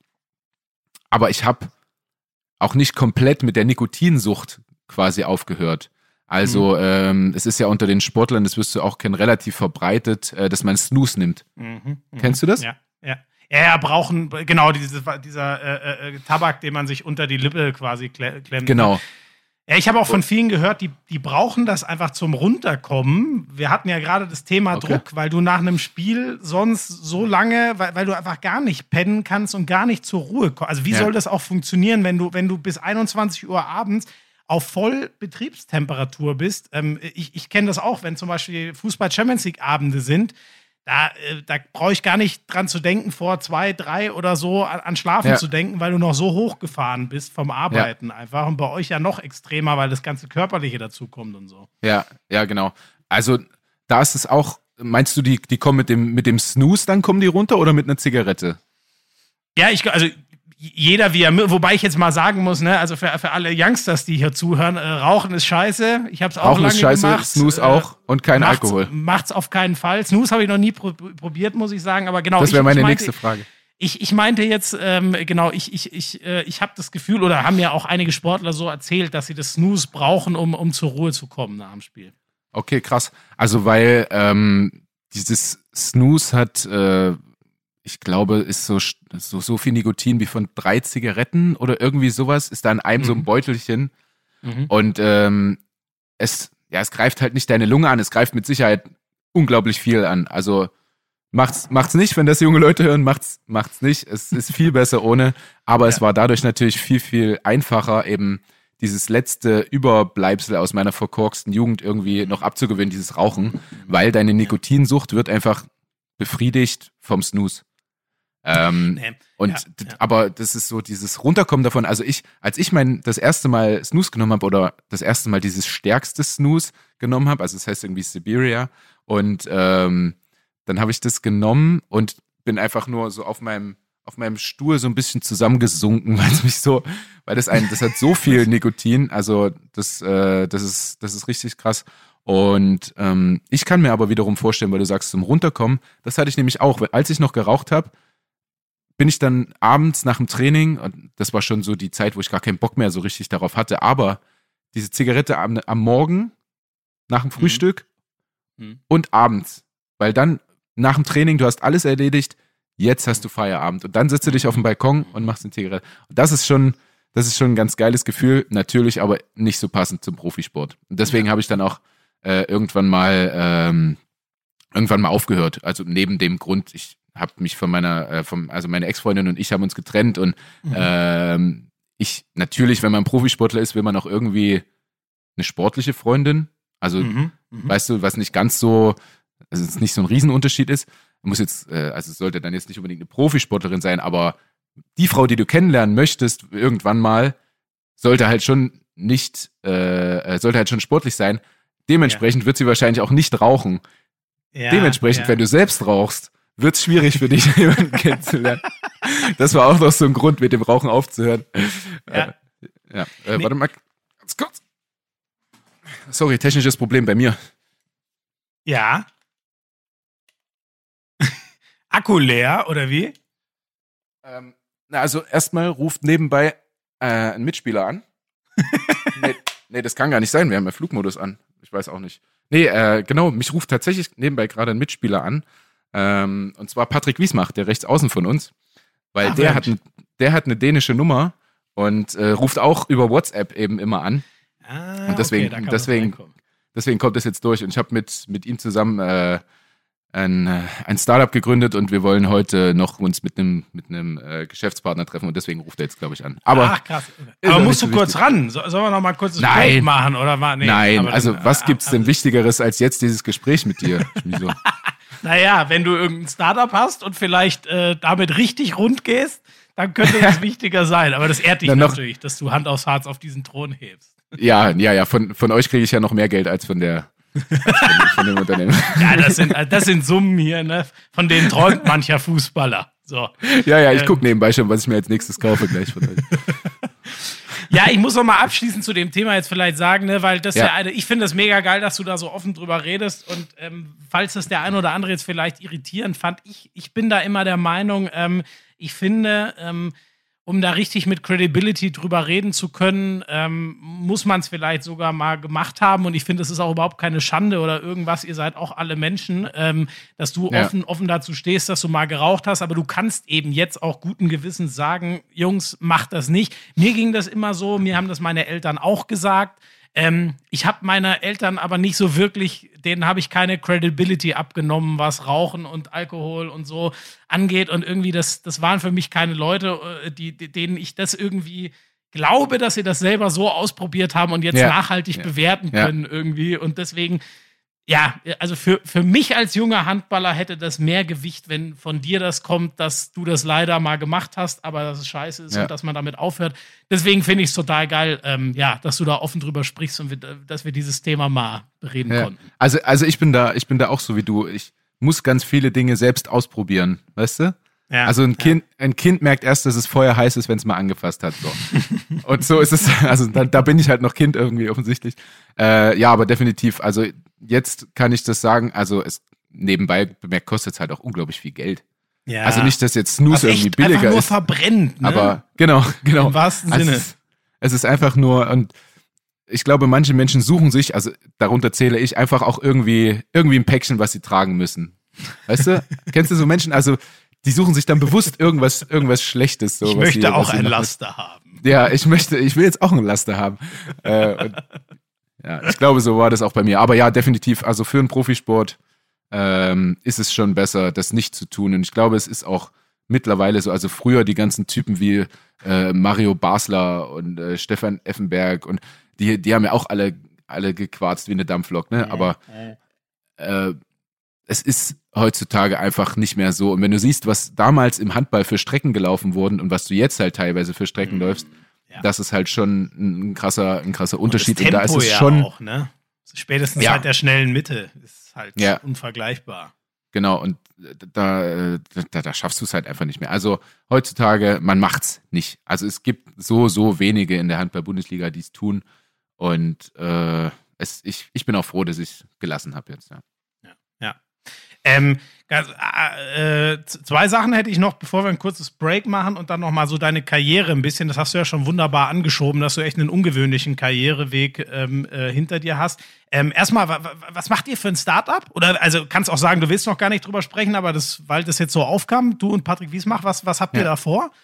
Aber ich habe auch nicht komplett mit der Nikotinsucht quasi aufgehört. Also mhm. ähm, es ist ja unter den Sportlern, das wirst du auch kennen, relativ verbreitet, äh, dass man Snooze nimmt. Mhm, Kennst du das? Ja, ja. Ja, brauchen, genau, diese, dieser äh, äh, Tabak, den man sich unter die Lippe quasi klemmt. Genau. Ja, ich habe auch von vielen gehört, die, die brauchen das einfach zum Runterkommen. Wir hatten ja gerade das Thema okay. Druck, weil du nach einem Spiel sonst so lange, weil, weil du einfach gar nicht pennen kannst und gar nicht zur Ruhe kommst. Also wie ja. soll das auch funktionieren, wenn du, wenn du bis einundzwanzig Uhr abends auf Vollbetriebstemperatur bist? Ähm, ich ich kenne das auch, wenn zum Beispiel Fußball-Champions-League-Abende sind. Da, äh, da brauche ich gar nicht dran zu denken, vor zwei, drei oder so an, an Schlafen ja. zu denken, weil du noch so hochgefahren bist vom Arbeiten ja. einfach. Und bei euch ja noch extremer, weil das ganze Körperliche dazu kommt und so. Ja, ja, genau. Also da ist es auch, meinst du, die, die kommen mit dem, mit dem Snooze, dann kommen die runter oder mit einer Zigarette? Ja, ich, also jeder wie er, wobei ich jetzt mal sagen muss, ne, also für, für alle Youngsters, die hier zuhören, äh, Rauchen ist scheiße. Ich habe es auch Rauchen lange ist scheiße, gemacht. Snooze auch und kein macht's, Alkohol. Macht's auf keinen Fall. Snooze habe ich noch nie pro- probiert, muss ich sagen. Aber genau. Das wäre meine ich meinte, nächste Frage. Ich, ich meinte jetzt, ähm, genau, ich, ich, ich, äh, ich habe das Gefühl, oder haben ja auch einige Sportler so erzählt, dass sie das Snooze brauchen, um, um zur Ruhe zu kommen nach dem Spiel. Okay, krass. Also weil ähm, dieses Snooze hat äh, ich glaube, ist so, so, so viel Nikotin wie von drei Zigaretten oder irgendwie sowas, ist da in einem mhm. so ein Beutelchen. Mhm. Und ähm, es, ja, es greift halt nicht deine Lunge an, es greift mit Sicherheit unglaublich viel an. Also macht's, macht's nicht, wenn das junge Leute hören, macht's, macht's nicht. Es ist viel besser ohne, aber ja. es war dadurch natürlich viel, viel einfacher, eben dieses letzte Überbleibsel aus meiner verkorksten Jugend irgendwie noch abzugewinnen, dieses Rauchen, weil deine Nikotinsucht wird einfach befriedigt vom Snooze. Ähm, nee. Und ja, ja. aber das ist so dieses Runterkommen davon. Also ich, als ich mein das erste Mal Snooze genommen habe oder das erste Mal dieses stärkste Snooze genommen habe, also das heißt irgendwie Siberia, und ähm, dann habe ich das genommen und bin einfach nur so auf meinem auf meinem Stuhl so ein bisschen zusammengesunken, weil es mich so, weil das ein, das hat so viel Nikotin, also das, äh, das ist, das ist richtig krass. Und ähm, ich kann mir aber wiederum vorstellen, weil du sagst, zum Runterkommen, das hatte ich nämlich auch, weil als ich noch geraucht habe, bin ich dann abends nach dem Training, und das war schon so die Zeit, wo ich gar keinen Bock mehr so richtig darauf hatte, aber diese Zigarette am, am Morgen, nach dem Frühstück mhm. und abends, weil dann nach dem Training, du hast alles erledigt, jetzt hast du Feierabend und dann sitzt du dich auf dem Balkon und machst eine Zigarette. Und das ist schon, das ist schon ein ganz geiles Gefühl, natürlich aber nicht so passend zum Profisport. Und deswegen ja. habe ich dann auch äh, irgendwann mal ähm, irgendwann mal aufgehört. Also neben dem Grund, ich habe mich von meiner, äh, vom, also meine Ex-Freundin und ich haben uns getrennt und mhm. ähm, ich, natürlich, wenn man Profisportler ist, will man auch irgendwie eine sportliche Freundin. Also, mhm. Mhm. weißt du, was nicht ganz so, also es nicht so ein Riesenunterschied ist. Muss jetzt, äh, also es sollte dann jetzt nicht unbedingt eine Profisportlerin sein, aber die Frau, die du kennenlernen möchtest, irgendwann mal, sollte halt schon nicht, äh, sollte halt schon sportlich sein. Dementsprechend ja. wird sie wahrscheinlich auch nicht rauchen. Ja, Dementsprechend, ja. wenn du selbst rauchst, wird es schwierig für dich, jemanden kennenzulernen. Das war auch noch so ein Grund, mit dem Rauchen aufzuhören. Ja. Äh, ja. Äh, nee. Warte mal, ganz kurz. Sorry, technisches Problem bei mir. Ja. Akku leer, oder wie? Ähm, na, also erstmal ruft nebenbei äh, ein Mitspieler an. nee, nee, das kann gar nicht sein, wir haben ja Flugmodus an. Ich weiß auch nicht. Nee, äh, genau, mich ruft tatsächlich nebenbei gerade ein Mitspieler an. Ähm, und zwar Patrick Wiesmach, der rechts außen von uns. Weil Ach, der, hat ein, der hat eine dänische Nummer und äh, ruft auch über WhatsApp eben immer an. Ah, und deswegen, okay, deswegen, deswegen kommt das jetzt durch. Und ich habe mit, mit ihm zusammen äh, ein, ein Startup gegründet und wir wollen heute noch uns mit einem mit einem äh, Geschäftspartner treffen und deswegen ruft er jetzt, glaube ich, an. Aber, Ach, krass. Aber musst du so kurz ran? So, sollen wir noch mal kurz das Gespräch machen? Oder mal? Nee, Nein, also dann, was gibt's denn Wichtigeres als jetzt dieses Gespräch mit dir? So. Naja, wenn du irgendein Startup hast und vielleicht äh, damit richtig rund gehst, dann könnte das wichtiger sein. Aber das ehrt dich dann natürlich, noch, dass du Hand aufs Harz auf diesen Thron hebst. Ja, ja, ja. Von, von euch kriege ich ja noch mehr Geld als von der von, von dem Unternehmen. Ja, das sind, das sind Summen hier, ne? Von denen träumt mancher Fußballer. So. Ja, ja, ich ähm, gucke nebenbei schon, was ich mir als nächstes kaufe gleich von euch. Ja, ich muss noch mal abschließend zu dem Thema jetzt vielleicht sagen, ne, weil das ja, ja eine, ich finde das mega geil, dass du da so offen drüber redest und ähm, falls das der eine oder andere jetzt vielleicht irritierend fand, ich, ich bin da immer der Meinung, ähm, ich finde, ähm, um da richtig mit Credibility drüber reden zu können, ähm, muss man es vielleicht sogar mal gemacht haben. Und ich finde, es ist auch überhaupt keine Schande oder irgendwas. Ihr seid auch alle Menschen, ähm, dass du ja. offen, offen dazu stehst, dass du mal geraucht hast. Aber du kannst eben jetzt auch guten Gewissens sagen, Jungs, macht das nicht. Mir ging das immer so, mir haben das meine Eltern auch gesagt. Ähm, ich habe meine Eltern aber nicht so wirklich, denen habe ich keine Credibility abgenommen, was Rauchen und Alkohol und so angeht. Und irgendwie, das, das waren für mich keine Leute, die, die, denen ich das irgendwie glaube, dass sie das selber so ausprobiert haben und jetzt ja. nachhaltig ja. bewerten können ja. irgendwie. Und deswegen, ja, also für, für mich als junger Handballer hätte das mehr Gewicht, wenn von dir das kommt, dass du das leider mal gemacht hast, aber dass es scheiße ist ja. und dass man damit aufhört. Deswegen finde ich es total geil, ähm, ja, dass du da offen drüber sprichst und wir, dass wir dieses Thema mal bereden ja. konnten. Also, also ich bin da, ich bin da auch so wie du. Ich muss ganz viele Dinge selbst ausprobieren, weißt du? Ja, also ein Kind, ja. ein Kind merkt erst, dass es Feuer heiß ist, wenn es mal angefasst hat. So. Und so ist es, also da, da bin ich halt noch Kind irgendwie offensichtlich. Äh, ja, aber definitiv, also jetzt kann ich das sagen, also es nebenbei bemerkt, kostet es halt auch unglaublich viel Geld. Ja. Also nicht, dass jetzt Snooze irgendwie billiger einfach nur ist. verbrennt, ne? Aber genau, genau. Im wahrsten also Sinne. Es ist, es ist einfach nur, und ich glaube, manche Menschen suchen sich, also darunter zähle ich, einfach auch irgendwie, irgendwie ein Päckchen, was sie tragen müssen. Weißt du? Kennst du so Menschen, also die suchen sich dann bewusst irgendwas, irgendwas Schlechtes. So, ich was möchte sie, auch was sie ein noch- Laster haben. Ja, ich möchte, ich will jetzt auch ein Laster haben. äh, und, ja, ich glaube, so war das auch bei mir. Aber ja, definitiv, also für einen Profisport ähm, ist es schon besser, das nicht zu tun. Und ich glaube, es ist auch mittlerweile so, also früher die ganzen Typen wie äh, Mario Basler und äh, Stefan Effenberg und die, die haben ja auch alle, alle gequarzt wie eine Dampflok, ne? Aber äh, es ist heutzutage einfach nicht mehr so. Und wenn du siehst, was damals im Handball für Strecken gelaufen wurden und was du jetzt halt teilweise für Strecken Mhm. läufst, Ja. das ist halt schon ein krasser, ein krasser Und Unterschied. das Und, Tempo da ist es ja schon, auch, ne? Spätestens Ja. seit der schnellen Mitte ist halt Ja. unvergleichbar. genau, und da, da, da schaffst du es halt einfach nicht mehr. Also heutzutage, man macht's nicht. Also es gibt so, so wenige in der Handball-Bundesliga, die es tun. Und äh, es, ich, ich bin auch froh, dass ich es gelassen habe jetzt, ja. Ja. Ähm, ganz, äh, äh, zwei Sachen hätte ich noch, bevor wir ein kurzes Break machen und dann nochmal so deine Karriere ein bisschen. Das hast du ja schon wunderbar angeschoben, dass du echt einen ungewöhnlichen Karriereweg ähm, äh, hinter dir hast. Ähm, erstmal, wa- wa- was macht ihr für ein Startup? Oder also kannst auch sagen, du willst noch gar nicht drüber sprechen, aber das, weil das jetzt so aufkam, du und Patrick Wiesmach, was, was habt ihr Ja. da vor?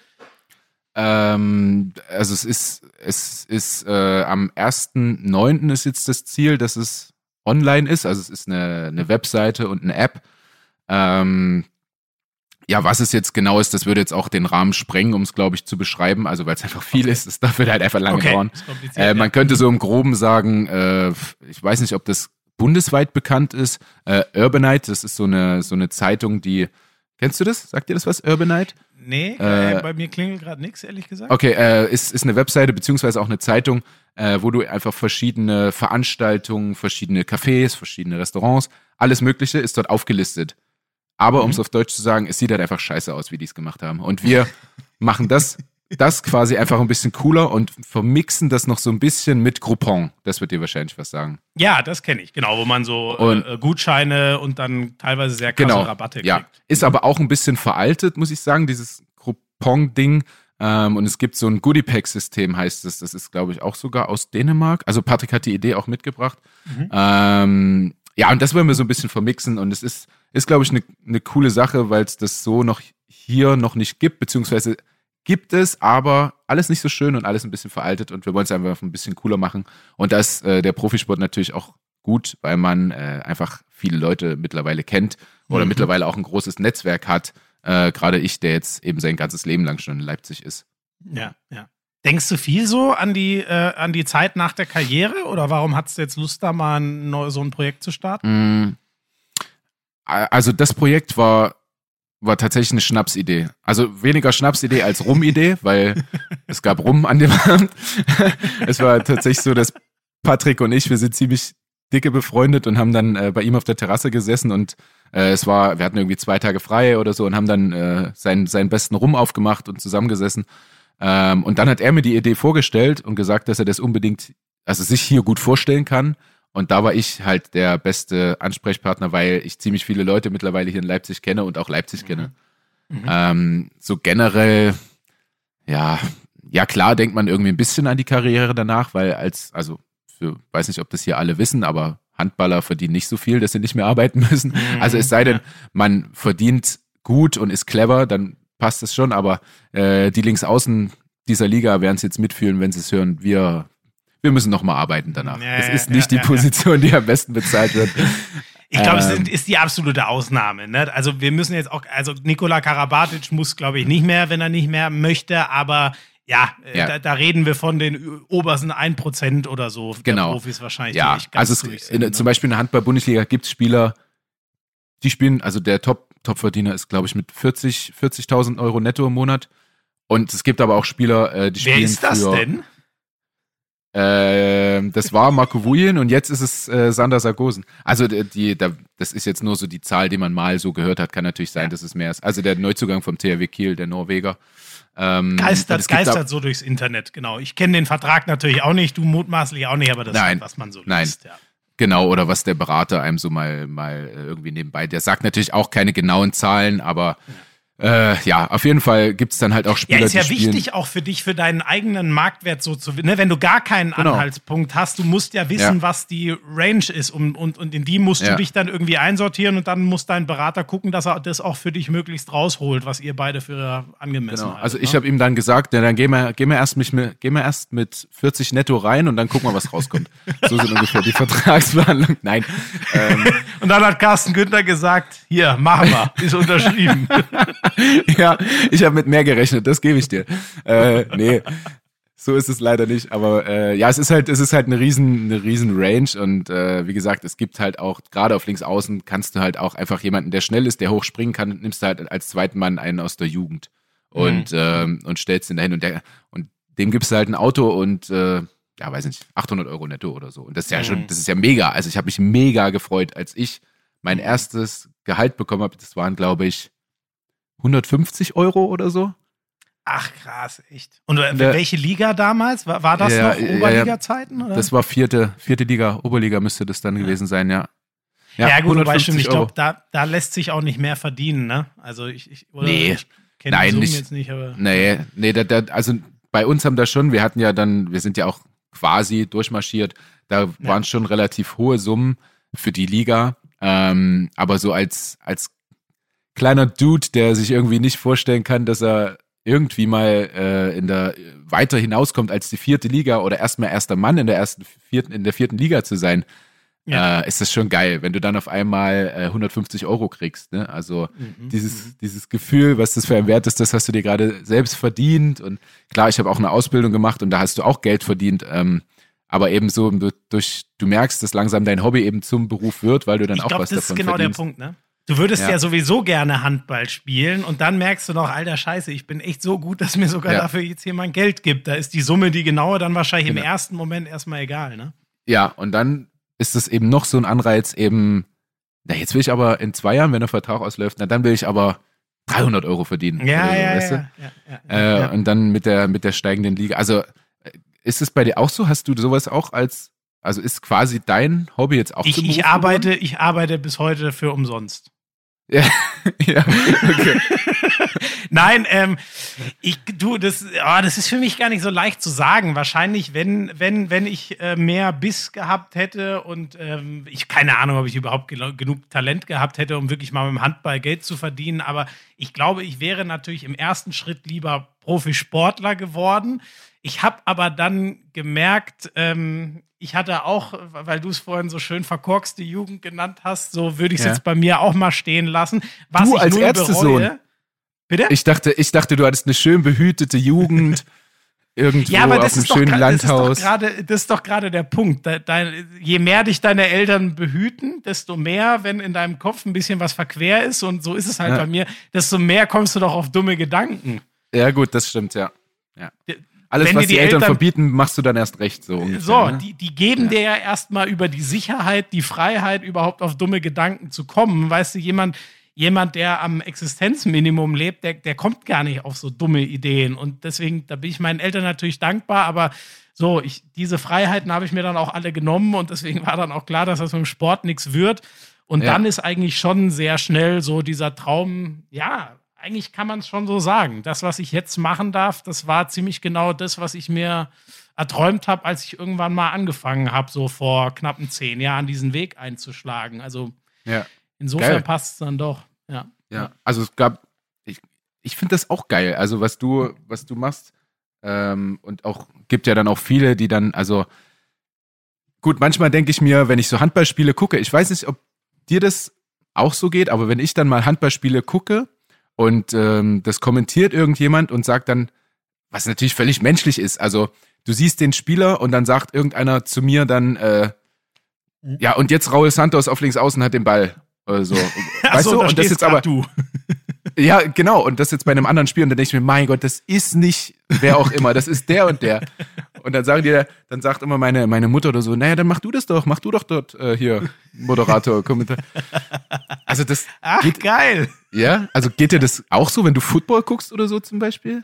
Ähm, also es ist, es ist äh, am ersten neunten ist jetzt das Ziel, dass es online ist. Also es ist eine, eine Webseite und eine App. Ähm, ja, was es jetzt genau ist, das würde jetzt auch den Rahmen sprengen, um es, glaube ich, zu beschreiben. Also weil es einfach viel Okay. ist, es darf halt einfach lange dauern. ist kompliziert, Äh, man ja. könnte so im Groben sagen, äh, ich weiß nicht, ob das bundesweit bekannt ist. Äh, Urbanite, das ist so eine, so eine Zeitung, die, kennst du das? Sagt dir das was, Urbanite? Nee, äh, Äh, bei mir klingelt gerade nichts, ehrlich gesagt. Okay, äh, ist, ist eine Webseite beziehungsweise auch eine Zeitung, äh, wo du einfach verschiedene Veranstaltungen, verschiedene Cafés, verschiedene Restaurants, alles Mögliche ist dort aufgelistet. Aber um es auf Deutsch zu sagen, es sieht halt einfach scheiße aus, wie die es gemacht haben. Und wir machen das, das quasi einfach ein bisschen cooler und vermixen das noch so ein bisschen mit Groupon. Das wird dir wahrscheinlich was sagen. Ja, das kenne ich, genau, wo man so Und- äh, Gutscheine und dann teilweise sehr krasse Genau, Rabatte ja. kriegt. Ist aber auch ein bisschen veraltet, muss ich sagen, dieses Groupon-Ding. Ähm, und es gibt so ein Goodie-Pack-System, heißt es. Das ist, glaube ich, auch sogar aus Dänemark. Also Patrick hat die Idee auch mitgebracht. Mhm. Ähm, ja, und das wollen wir so ein bisschen vermixen. Und es ist, ist glaube ich, eine ne coole Sache, weil es das so noch hier noch nicht gibt, beziehungsweise gibt es, aber alles nicht so schön und alles ein bisschen veraltet. Und wir wollen es einfach ein bisschen cooler machen. Und da ist äh, der Profisport natürlich auch gut, weil man äh, einfach viele Leute mittlerweile kennt oder Mhm. mittlerweile auch ein großes Netzwerk hat. Äh, Gerade ich, der jetzt eben sein ganzes Leben lang schon in Leipzig ist. Ja, ja. Denkst du viel so an die, äh, an die Zeit nach der Karriere oder warum hattest du jetzt Lust, da mal ein neu, so ein Projekt zu starten? Mm, Also das Projekt war, war tatsächlich eine Schnapsidee. Also weniger Schnapsidee als Rum-Idee, weil es gab Rum an dem Abend. Es war tatsächlich so, dass Patrick und ich, wir sind ziemlich dicke befreundet und haben dann äh, bei ihm auf der Terrasse gesessen und äh, es war, wir hatten irgendwie zwei Tage frei oder so und haben dann äh, seinen, seinen besten Rum aufgemacht und zusammengesessen. Ähm, und dann hat er mir die Idee vorgestellt und gesagt, dass er das unbedingt, also sich hier gut vorstellen kann. Und da war ich halt der beste Ansprechpartner, weil ich ziemlich viele Leute mittlerweile hier in Leipzig kenne und auch Leipzig kenne. Mhm. Ähm, so generell, ja, ja klar denkt man irgendwie ein bisschen an die Karriere danach, weil als, also für, weiß nicht, ob das hier alle wissen, aber Handballer verdienen nicht so viel, dass sie nicht mehr arbeiten müssen. Mhm, Also es sei denn, ja. man verdient gut und ist clever, dann passt es schon, aber äh, die Linksaußen dieser Liga werden es jetzt mitfühlen, wenn sie es hören, wir wir müssen nochmal arbeiten danach. Ja, Es ja, ist nicht ja, die ja, Position, die am besten bezahlt wird. Ich glaube, es Ähm. ist, ist die absolute Ausnahme. Ne? Also wir müssen jetzt auch, also Nikola Karabatic muss, glaube ich, nicht mehr, wenn er nicht mehr möchte, aber ja, äh, Ja. Da, da reden wir von den ü- obersten ein Prozent oder so Genau. der Profis wahrscheinlich, die Ja, nicht ganz also es, durch in, sind, zum ne? Beispiel in der Handball-Bundesliga gibt es Spieler, die spielen, also der Top, Top-Verdiener ist, glaube ich, mit vierzig, vierzigtausend Euro netto im Monat. Und es gibt aber auch Spieler, äh, die Wer spielen ist das für, denn? Ähm, das war Marco Vujen und jetzt ist es äh, Sander Sargosen. Also die, die, da, das ist jetzt nur so die Zahl, die man mal so gehört hat. Kann natürlich sein, Ja. dass es mehr ist. Also der Neuzugang vom T H W Kiel, der Norweger. Ähm, und Geistert, es gibt geistert da- so durchs Internet, genau. Ich kenne den Vertrag natürlich auch nicht, du mutmaßlich auch nicht, aber das Nein, ist, was man so nein. liest. Ja. Genau, oder was der Berater einem so mal, mal äh, irgendwie nebenbei, der sagt natürlich auch keine genauen Zahlen, aber Äh, ja, auf jeden Fall gibt's dann halt auch Spieler, ja, ist ja die wichtig spielen. auch für dich, für deinen eigenen Marktwert so zu, ne, wenn du gar keinen Genau. Anhaltspunkt hast, du musst ja wissen, Ja. was die Range ist und, und, und in die musst Ja. du dich dann irgendwie einsortieren und dann muss dein Berater gucken, dass er das auch für dich möglichst rausholt, was ihr beide für angemessen Genau. haltet. Also ich ne? habe ihm dann gesagt, ja, dann gehen wir, gehen wir erst mich mit, gehen wir erst mit vierzig netto rein und dann gucken wir, was rauskommt. So sind ungefähr die Vertragsverhandlungen. Nein. Ähm, Und dann hat Carsten Günther gesagt, hier, machen wir, ist unterschrieben. ja, ich habe mit mehr gerechnet, das gebe ich dir. Äh, nee, so ist es leider nicht. Aber äh, ja, es ist halt, es ist halt eine riesen, eine riesen Range und äh, wie gesagt, es gibt halt auch, gerade auf links außen kannst du halt auch einfach jemanden, der schnell ist, der hoch springen kann, nimmst du halt als zweiten Mann einen aus der Jugend und, mhm. ähm, und stellst ihn dahin und der und dem gibst du halt ein Auto und äh, ja, weiß nicht, achthundert Euro netto oder so. Und das ist ja schon, das ist ja mega. Also ich habe mich mega gefreut, als ich mein erstes Gehalt bekommen habe. Das waren, glaube ich, hundertfünfzig Euro oder so. Ach krass, echt. Und Der, welche Liga damals? War, war das ja, noch Oberliga-Zeiten? Oder? Das war vierte, vierte Liga, Oberliga müsste das dann ja. gewesen sein, ja. Ja, ja gut, wobei stimmt, ich glaube, da, da lässt sich auch nicht mehr verdienen, ne? Also ich, ich, oder nee. ich kenne die Summen jetzt nicht, aber. Nee, nee, da, da, also bei uns haben da schon, wir hatten ja dann, wir sind ja auch quasi durchmarschiert, da ja. waren schon relativ hohe Summen für die Liga. Ähm, aber so als, als kleiner Dude, der sich irgendwie nicht vorstellen kann, dass er irgendwie mal äh, in der weiter hinauskommt als die vierte Liga oder erstmal erster Mann in der ersten vierten in der vierten Liga zu sein, ja. äh, ist das schon geil, wenn du dann auf einmal äh, hundertfünfzig Euro kriegst. Ne? Also mhm. dieses dieses Gefühl, was das für ein Wert ist, das hast du dir gerade selbst verdient. Und klar, ich habe auch eine Ausbildung gemacht und da hast du auch Geld verdient. Ähm, Aber eben so, durch, du merkst, dass langsam dein Hobby eben zum Beruf wird, weil du dann ich auch glaub, was davon verdienst. Ich glaube, das ist genau der Punkt, ne? Du würdest ja. ja sowieso gerne Handball spielen und dann merkst du noch, alter Scheiße, ich bin echt so gut, dass mir sogar ja. dafür jetzt jemand Geld gibt. Da ist die Summe, die genaue, dann wahrscheinlich genau. im ersten Moment erstmal egal, ne? Ja, und dann ist es eben noch so ein Anreiz eben, na jetzt will ich aber in zwei Jahren, wenn der Vertrag ausläuft, na dann will ich aber dreihundert Euro verdienen. Ja, oder so, ja, weißt ja, du? ja, ja, äh, ja. Und dann mit der, mit der steigenden Liga. Also ist es bei dir auch so? Hast du sowas auch als, also ist quasi dein Hobby jetzt auch ich, zum Beruf ich arbeite, geworden? ich arbeite bis heute für umsonst. Ja, ja, okay. Nein, ähm, ich, du, das, oh, das ist für mich gar nicht so leicht zu sagen. Wahrscheinlich, wenn, wenn, wenn ich äh, mehr Biss gehabt hätte und ähm, ich keine Ahnung, ob ich überhaupt gel- genug Talent gehabt hätte, um wirklich mal mit dem Handball Geld zu verdienen. Aber ich glaube, ich wäre natürlich im ersten Schritt lieber Profisportler geworden. Ich habe aber dann gemerkt, ähm, ich hatte auch, weil du es vorhin so schön verkorkste Jugend genannt hast, so würde ich es ja. jetzt bei mir auch mal stehen lassen. Was du ich als null Ärztesohn. Bereue, bitte? Ich dachte, ich dachte, du hattest eine schön behütete Jugend irgendwo ja, aber auf das einem ist schönen doch, Landhaus. Das ist doch gerade der Punkt. Da, da, je mehr dich deine Eltern behüten, desto mehr, wenn in deinem Kopf ein bisschen was verquer ist, und so ist es halt ja. bei mir, desto mehr kommst du doch auf dumme Gedanken. Ja gut, das stimmt, ja. ja. Alles, Wenn was die, die Eltern, Eltern verbieten, machst du dann erst recht so ungefähr. So, ne? die, die geben ja. dir ja erstmal über die Sicherheit, die Freiheit, überhaupt auf dumme Gedanken zu kommen. Weißt du, jemand, jemand der am Existenzminimum lebt, der, der kommt gar nicht auf so dumme Ideen. Und deswegen, da bin ich meinen Eltern natürlich dankbar, aber so, ich, diese Freiheiten habe ich mir dann auch alle genommen und deswegen war dann auch klar, dass das mit dem Sport nichts wird. Und ja. dann ist eigentlich schon sehr schnell so dieser Traum, ja, eigentlich kann man es schon so sagen. Das, was ich jetzt machen darf, das war ziemlich genau das, was ich mir erträumt habe, als ich irgendwann mal angefangen habe, so vor knappen zehn Jahren diesen Weg einzuschlagen. Also ja. insofern passt es dann doch. Ja. ja, also es gab, ich, ich finde das auch geil, also was du, was du machst. Ähm, und auch, gibt ja dann auch viele, die dann, also gut, manchmal denke ich mir, wenn ich so Handballspiele gucke, ich weiß nicht, ob dir das auch so geht, aber wenn ich dann mal Handballspiele gucke, und ähm, das kommentiert irgendjemand und sagt dann, was natürlich völlig menschlich ist. Also du siehst den Spieler und dann sagt irgendeiner zu mir dann, äh, ja, und jetzt Raul Santos auf links außen hat den Ball. Oder so. Weißt so, du? Da und das jetzt aber du. Ja, genau. Und das jetzt bei einem anderen Spiel und dann denke ich mir, mein Gott, das ist nicht wer auch immer, das ist der und der. Und dann sagen die, dann sagt immer meine, meine Mutter oder so, naja, dann mach du das doch, mach du doch dort äh, hier Moderator, Kommentar. Also das Ach, geht, geil. Ja, also geht dir das auch so, wenn du Football guckst oder so zum Beispiel?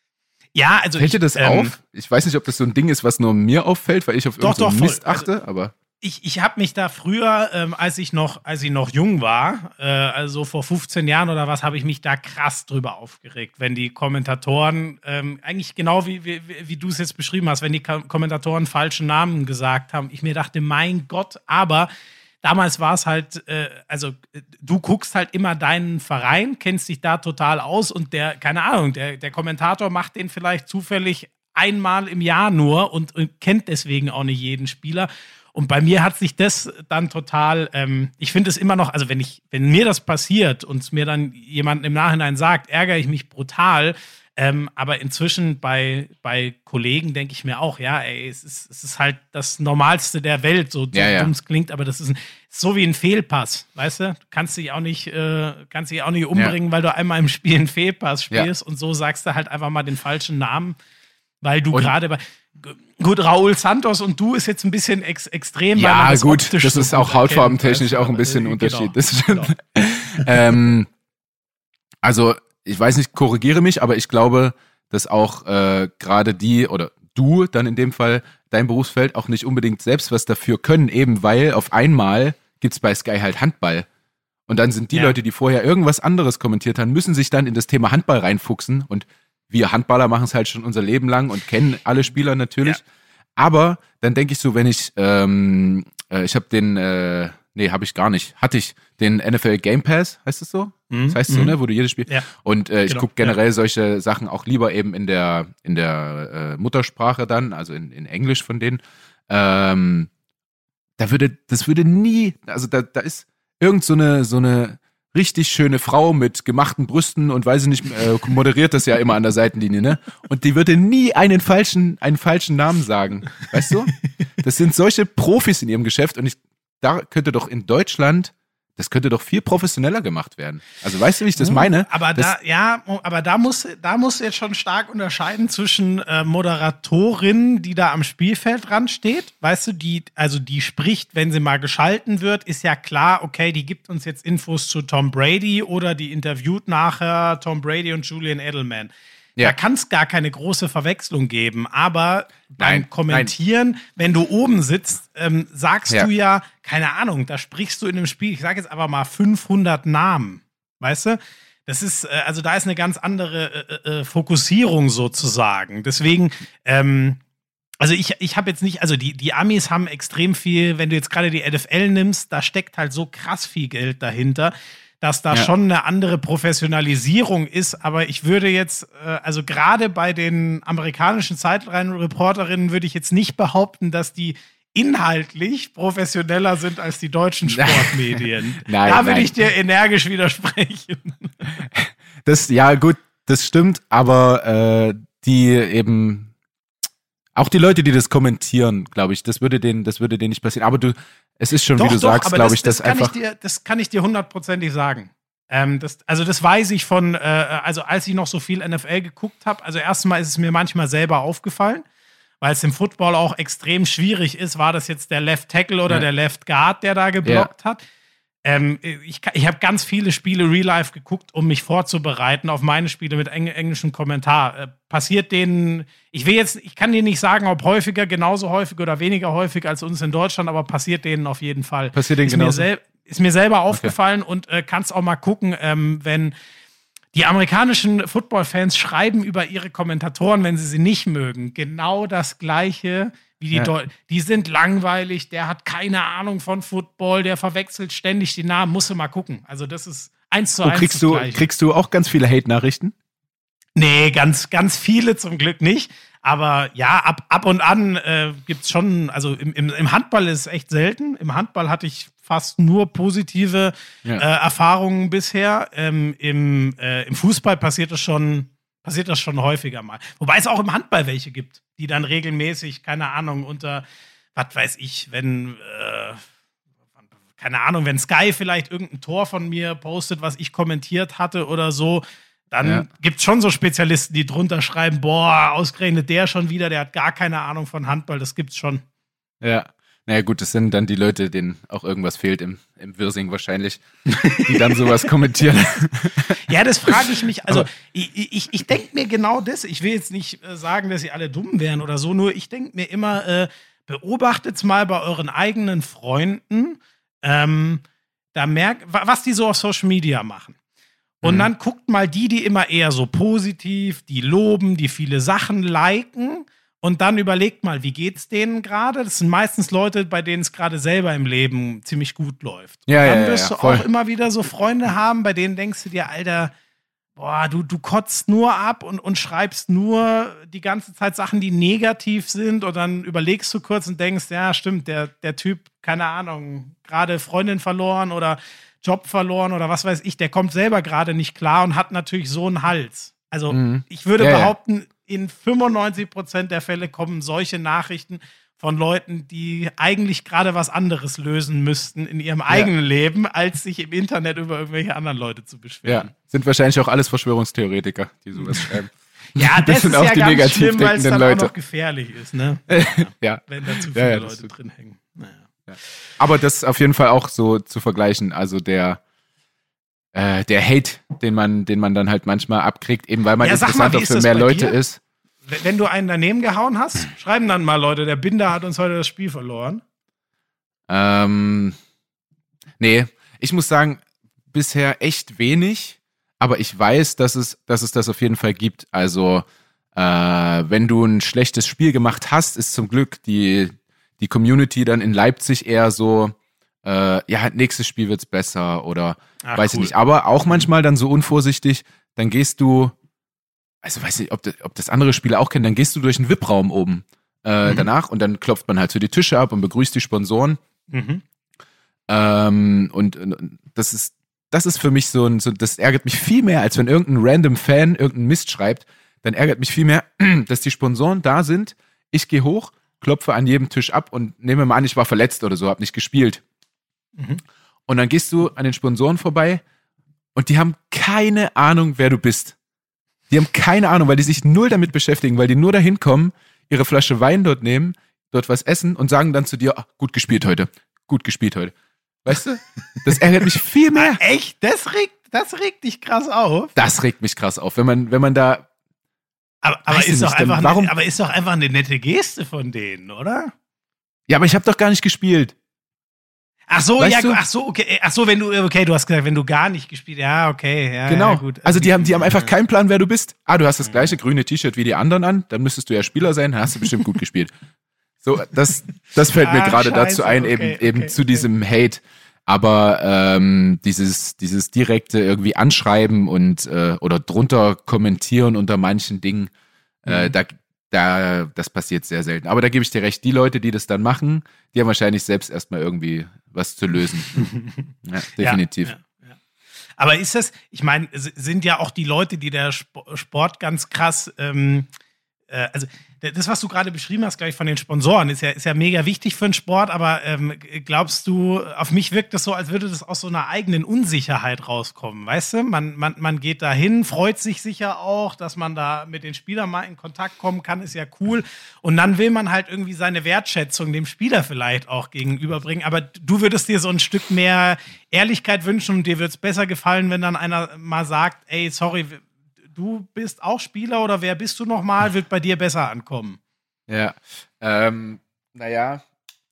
Ja, also Fällt dir das ähm, auf? Ich weiß nicht, ob das so ein Ding ist, was nur mir auffällt, weil ich auf doch, irgendeinen doch, Mist voll. achte, also, aber Ich, ich habe mich da früher, ähm, als ich noch, als ich noch jung war, äh, also vor fünfzehn Jahren oder was, habe ich mich da krass drüber aufgeregt, wenn die Kommentatoren, ähm, eigentlich genau wie, wie, wie du es jetzt beschrieben hast, wenn die Ko- Kommentatoren falsche Namen gesagt haben. Ich mir dachte, mein Gott, aber damals war es halt, äh, also du guckst halt immer deinen Verein, kennst dich da total aus und der, keine Ahnung, der, der Kommentator macht den vielleicht zufällig einmal im Jahr nur und, und kennt deswegen auch nicht jeden Spieler. Und bei mir hat sich das dann total, ähm, ich finde es immer noch, also wenn ich, wenn mir das passiert und mir dann jemand im Nachhinein sagt, ärgere ich mich brutal. Ähm, aber inzwischen bei, bei Kollegen denke ich mir auch, ja, ey, es ist, es ist halt das Normalste der Welt, so, so Ja, ja. dumm es klingt, aber das ist, ein, so wie ein Fehlpass, weißt du? Du kannst dich auch nicht, äh, kannst dich auch nicht umbringen, ja. weil du einmal im Spiel einen Fehlpass spielst, ja. und so sagst du halt einfach mal den falschen Namen, weil du gerade bei. Gut, Raúl Santos und du ist jetzt ein bisschen ex extrem. Ja, weil man das gut, das so ist auch hautfarbentechnisch auch ein bisschen ein Unterschied. Das genau. ähm, also, ich weiß nicht, korrigiere mich, aber ich glaube, dass auch äh, gerade die oder du dann in dem Fall, dein Berufsfeld auch nicht unbedingt selbst was dafür können, eben weil auf einmal gibt's bei Sky halt Handball. Und dann sind die ja. Leute, die vorher irgendwas anderes kommentiert haben, müssen sich dann in das Thema Handball reinfuchsen und wir Handballer machen es halt schon unser Leben lang und kennen alle Spieler natürlich. Ja. Aber dann denke ich so, wenn ich, ähm, äh, ich habe den, äh, nee, habe ich gar nicht, hatte ich den N F L Game Pass, heißt das so? Mhm. Das heißt so, ne, wo du jedes Spiel. Ja. Und äh, ich genau. gucke generell ja. solche Sachen auch lieber eben in der in der äh, Muttersprache dann, also in, in Englisch von denen. Ähm, da würde, das würde nie, also da, da ist irgend so eine so eine richtig schöne Frau mit gemachten Brüsten und weiß ich nicht, äh, moderiert das ja immer an der Seitenlinie, ne? Und die würde nie einen falschen, einen falschen Namen sagen. Weißt du? Das sind solche Profis in ihrem Geschäft und ich, da könnte doch in Deutschland, das könnte doch viel professioneller gemacht werden. Also weißt du, wie ich das meine? Aber das, da, ja, aber da muss, da muss jetzt schon stark unterscheiden zwischen äh, Moderatorin, die da am Spielfeld dran steht, weißt du, die, also die spricht, wenn sie mal geschalten wird, ist ja klar, okay, die gibt uns jetzt Infos zu Tom Brady oder die interviewt nachher Tom Brady und Julian Edelman. Ja. Da kann es gar keine große Verwechslung geben, aber beim nein, Kommentieren, nein. wenn du oben sitzt, ähm, sagst ja. du ja, keine Ahnung, da sprichst du in einem Spiel, ich sage jetzt aber mal fünfhundert Namen, weißt du? Das ist, äh, also da ist eine ganz andere äh, äh, Fokussierung sozusagen. Deswegen, ähm, also ich, ich habe jetzt nicht, also die, die Amis haben extrem viel, wenn du jetzt gerade die N F L nimmst, da steckt halt so krass viel Geld dahinter, dass da ja. schon eine andere Professionalisierung ist, aber ich würde jetzt, äh, also gerade bei den amerikanischen Sideline-Reporterinnen würde ich jetzt nicht behaupten, dass die inhaltlich professioneller sind als die deutschen Sportmedien. Nein, da würde nein. ich dir energisch widersprechen. Das, ja gut, das stimmt, aber äh, die eben auch die Leute, die das kommentieren, glaube ich, das würde denen, das würde denen nicht passieren. Aber du, es ist schon, doch, wie du doch, sagst, glaube ich, das, das einfach. Ich dir, das kann ich dir hundertprozentig sagen. Ähm, das, also das weiß ich von, äh, also als ich noch so viel N F L geguckt habe, also erstmal ist es mir manchmal selber aufgefallen, weil es im Football auch extrem schwierig ist, war das jetzt der Left Tackle oder ja. der Left Guard, der da geblockt ja. hat. Ähm, ich ich habe ganz viele Spiele Real Life geguckt, um mich vorzubereiten auf meine Spiele mit eng englischem Kommentar. Äh, passiert denen, ich will jetzt, ich kann dir nicht sagen, ob häufiger, genauso häufig oder weniger häufig als uns in Deutschland, aber passiert denen auf jeden Fall. Passiert denen ist genauso? Mir ist mir selber aufgefallen okay. und äh, kannst auch mal gucken, ähm, wenn die amerikanischen Football-Fans schreiben über ihre Kommentatoren, wenn sie sie nicht mögen. Genau das Gleiche wie die ja. Deu- Die sind langweilig, der hat keine Ahnung von Football, der verwechselt ständig die Namen. Musst du mal gucken. Also das ist eins zu oh, eins kriegst das du, Gleiche. Kriegst du auch ganz viele Hate-Nachrichten? Nee, ganz, ganz viele zum Glück nicht. Aber ja, ab, ab und an äh, gibt's schon, also im, im, im Handball ist es echt selten. Im Handball hatte ich fast nur positive ja. äh, Erfahrungen bisher. Ähm, im, äh, Im Fußball passiert das schon, passiert das schon häufiger mal. Wobei es auch im Handball welche gibt, die dann regelmäßig, keine Ahnung, unter, was weiß ich, wenn, äh, keine Ahnung, wenn Sky vielleicht irgendein Tor von mir postet, was ich kommentiert hatte oder so, dann ja. gibt es schon so Spezialisten, die drunter schreiben, boah, ausgerechnet der schon wieder, der hat gar keine Ahnung von Handball, das gibt's schon. Ja, naja gut, das sind dann die Leute, denen auch irgendwas fehlt im, im Wirsing wahrscheinlich, die dann sowas kommentieren. Ja, das frage ich mich, also Aber ich, ich, ich denke mir genau das, ich will jetzt nicht äh, sagen, dass sie alle dumm wären oder so, nur ich denke mir immer, äh, beobachtet's mal bei euren eigenen Freunden, ähm, da merkt, was die so auf Social Media machen. Und mhm. dann guckt mal die, die immer eher so positiv, die loben, die viele Sachen liken. Und dann überlegt mal, wie geht's denen gerade? Das sind meistens Leute, bei denen es gerade selber im Leben ziemlich gut läuft. Ja, und dann ja, wirst ja, du voll. auch immer wieder so Freunde haben, bei denen denkst du dir, Alter, boah, du, du kotzt nur ab und, und schreibst nur die ganze Zeit Sachen, die negativ sind. Und dann überlegst du kurz und denkst, ja, stimmt, der, der Typ, keine Ahnung, gerade Freundin verloren oder Job verloren oder was weiß ich, der kommt selber gerade nicht klar und hat natürlich so einen Hals. Also Mhm. ich würde Ja, ja. behaupten, in fünfundneunzig Prozent der Fälle kommen solche Nachrichten von Leuten, die eigentlich gerade was anderes lösen müssten in ihrem eigenen Leben, als sich im Internet über irgendwelche anderen Leute zu beschweren. Ja, sind wahrscheinlich auch alles Verschwörungstheoretiker, die sowas schreiben. Ja, das, Das sind ist auch ja die ganz negativ schlimm, weil es denkenden dann Leute. auch noch gefährlich ist, ne? Ja. Wenn da zu Ja, viele ja, das Leute ist- drin hängen. Naja. Aber das ist auf jeden Fall auch so zu vergleichen. Also der, äh, der Hate, den man, den man dann halt manchmal abkriegt, eben weil man Ja, sag mal, interessanter wie ist für das mehr bei Leute dir? ist. Wenn wenn du einen daneben gehauen hast, schreiben dann mal Leute, der Binder hat uns heute das Spiel verloren. Ähm, nee, ich muss sagen, bisher echt wenig, aber ich weiß, dass es, dass es das auf jeden Fall gibt. Also, äh, wenn du ein schlechtes Spiel gemacht hast, ist zum Glück die, die Community dann in Leipzig eher so, äh, ja, nächstes Spiel wird's besser oder Ach, weiß ich cool. nicht. Aber auch manchmal dann so unvorsichtig, dann gehst du, also weiß nicht, ob das, ob das andere Spieler auch kennen, dann gehst du durch einen V I P-Raum oben äh, Mhm. danach und dann klopft man halt so die Tische ab und begrüßt die Sponsoren. Mhm. Ähm, und, und das ist, das ist für mich so ein, so, das ärgert mich viel mehr, als wenn irgendein random Fan irgendeinen Mist schreibt. Dann ärgert mich viel mehr, dass die Sponsoren da sind. Ich gehe hoch, klopfe an jedem Tisch ab und nehme mal an, ich war verletzt oder so, hab nicht gespielt. Mhm. Und dann gehst du an den Sponsoren vorbei und die haben keine Ahnung, wer du bist. Die haben keine Ahnung, weil die sich null damit beschäftigen, weil die nur dahin kommen, ihre Flasche Wein dort nehmen, dort was essen und sagen dann zu dir, ah, gut gespielt heute, gut gespielt heute. Weißt du? Das ärgert mich viel mehr. Echt? Das regt, das regt dich krass auf. Das regt mich krass auf, wenn man, wenn man da, Aber, aber, Weiß ich ist doch nicht, dann einfach warum- eine, aber ist doch einfach eine nette Geste von denen, oder? ja, aber ich habe doch gar nicht gespielt. Ach so, Weißt ja, du? ach so, okay, ach so, wenn du, okay, du hast gesagt, wenn du gar nicht gespielt, ja, okay, ja, Genau. ja, gut. Also die haben, die haben einfach Ja. keinen Plan, wer du bist. Ah, du hast das gleiche grüne T-Shirt wie die anderen an, dann müsstest du ja Spieler sein, dann hast du bestimmt gut gespielt. So, das, das fällt mir Ach, gerade scheiße, dazu ein, okay, eben, eben okay, zu okay. diesem Hate. Aber ähm, dieses, dieses direkte irgendwie anschreiben und äh, oder drunter kommentieren unter manchen Dingen, äh, Mhm. da, da, das passiert sehr selten. Aber da gebe ich dir recht, die Leute, die das dann machen, die haben wahrscheinlich selbst erstmal irgendwie was zu lösen. Ja, definitiv. Ja, ja, ja. Aber ist das, ich meine, es sind ja auch die Leute, die der Sp- Sport ganz krass, ähm, äh, also das, was du gerade beschrieben hast, glaube ich, von den Sponsoren, ist ja, ist ja mega wichtig für den Sport, aber ähm, glaubst du, auf mich wirkt das so, als würde das aus so einer eigenen Unsicherheit rauskommen, weißt du? Man, man, man geht da hin, freut sich sicher auch, dass man da mit den Spielern mal in Kontakt kommen kann, ist ja cool. Und dann will man halt irgendwie seine Wertschätzung dem Spieler vielleicht auch gegenüberbringen. Aber du würdest dir so ein Stück mehr Ehrlichkeit wünschen und dir würde es besser gefallen, wenn dann einer mal sagt, ey, sorry, du bist auch Spieler oder wer bist du nochmal, wird bei dir besser ankommen. Ja, ähm, naja.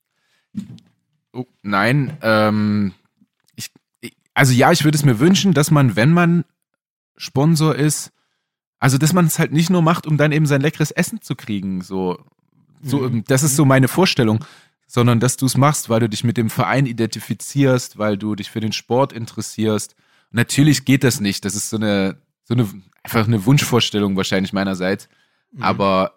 Oh, nein, ähm, ich, ich, also ja, ich würde es mir wünschen, dass man, wenn man Sponsor ist, also dass man es halt nicht nur macht, um dann eben sein leckeres Essen zu kriegen, so, so Mhm. das ist so meine Vorstellung, sondern dass du es machst, weil du dich mit dem Verein identifizierst, weil du dich für den Sport interessierst. Und natürlich geht das nicht, das ist so eine, so eine, einfach eine Wunschvorstellung wahrscheinlich meinerseits, Mhm. aber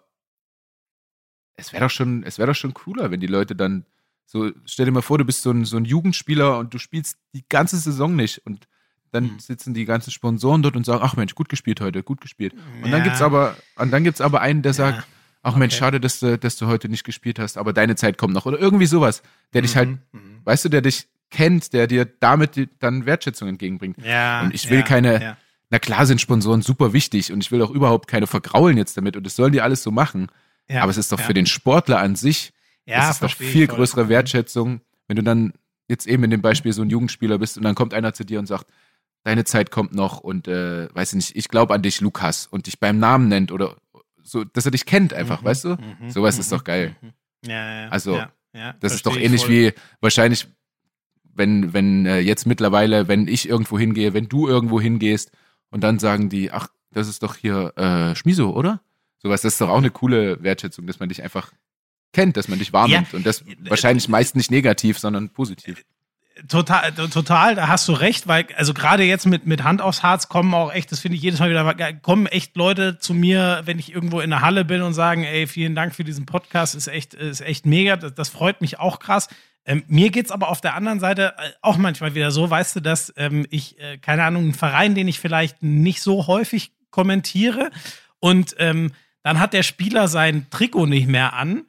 es wäre doch schon, es wäre doch schon cooler, wenn die Leute dann so, stell dir mal vor, du bist so ein, so ein Jugendspieler und du spielst die ganze Saison nicht und dann Mhm. sitzen die ganzen Sponsoren dort und sagen, ach Mensch, gut gespielt heute, gut gespielt. Und dann Ja. gibt's aber, und dann gibt's aber einen, der sagt, Ja. ach Mensch, Okay. schade, dass du, dass du heute nicht gespielt hast, aber deine Zeit kommt noch. Oder irgendwie sowas, der dich halt, Mhm. Mhm. weißt du, der dich kennt, der dir damit die, dann Wertschätzung entgegenbringt. Ja, Und ich will ja, keine, ja. na klar sind Sponsoren super wichtig und ich will auch überhaupt keine vergraulen jetzt damit und das sollen die alles so machen. Ja, Aber es ist doch ja. für den Sportler an sich, Ja, es ist doch verstehe ich viel voll. größere Wertschätzung, wenn du dann jetzt eben in dem Beispiel so ein Jugendspieler bist und dann kommt einer zu dir und sagt, deine Zeit kommt noch und äh, weiß ich nicht, ich glaube an dich, Lukas, und dich beim Namen nennt oder so, dass er dich kennt einfach, Mhm, weißt du? mhm, Sowas mhm, ist doch geil. mhm. Ja, ja, also ja, ja, das ist doch verstehe ich ähnlich voll. wie wahrscheinlich, wenn, wenn äh, jetzt mittlerweile, wenn ich irgendwo hingehe, wenn du irgendwo hingehst und dann sagen die, ach, das ist doch hier äh, Schmiso, oder? Sowas, das ist doch auch eine coole Wertschätzung, dass man dich einfach kennt, dass man dich wahrnimmt. Ja, Und das wahrscheinlich meist nicht negativ, sondern positiv. Total, total, da hast du recht, weil, also gerade jetzt mit, mit Hand aufs Harz kommen auch echt, das finde ich jedes Mal wieder, kommen echt Leute zu mir, wenn ich irgendwo in der Halle bin und sagen, ey, vielen Dank für diesen Podcast, ist echt, ist echt mega, das, das freut mich auch krass. Ähm, mir geht's aber auf der anderen Seite auch manchmal wieder so, weißt du, dass ähm, ich, äh, keine Ahnung, einen Verein, den ich vielleicht nicht so häufig kommentiere und ähm, dann hat der Spieler sein Trikot nicht mehr an.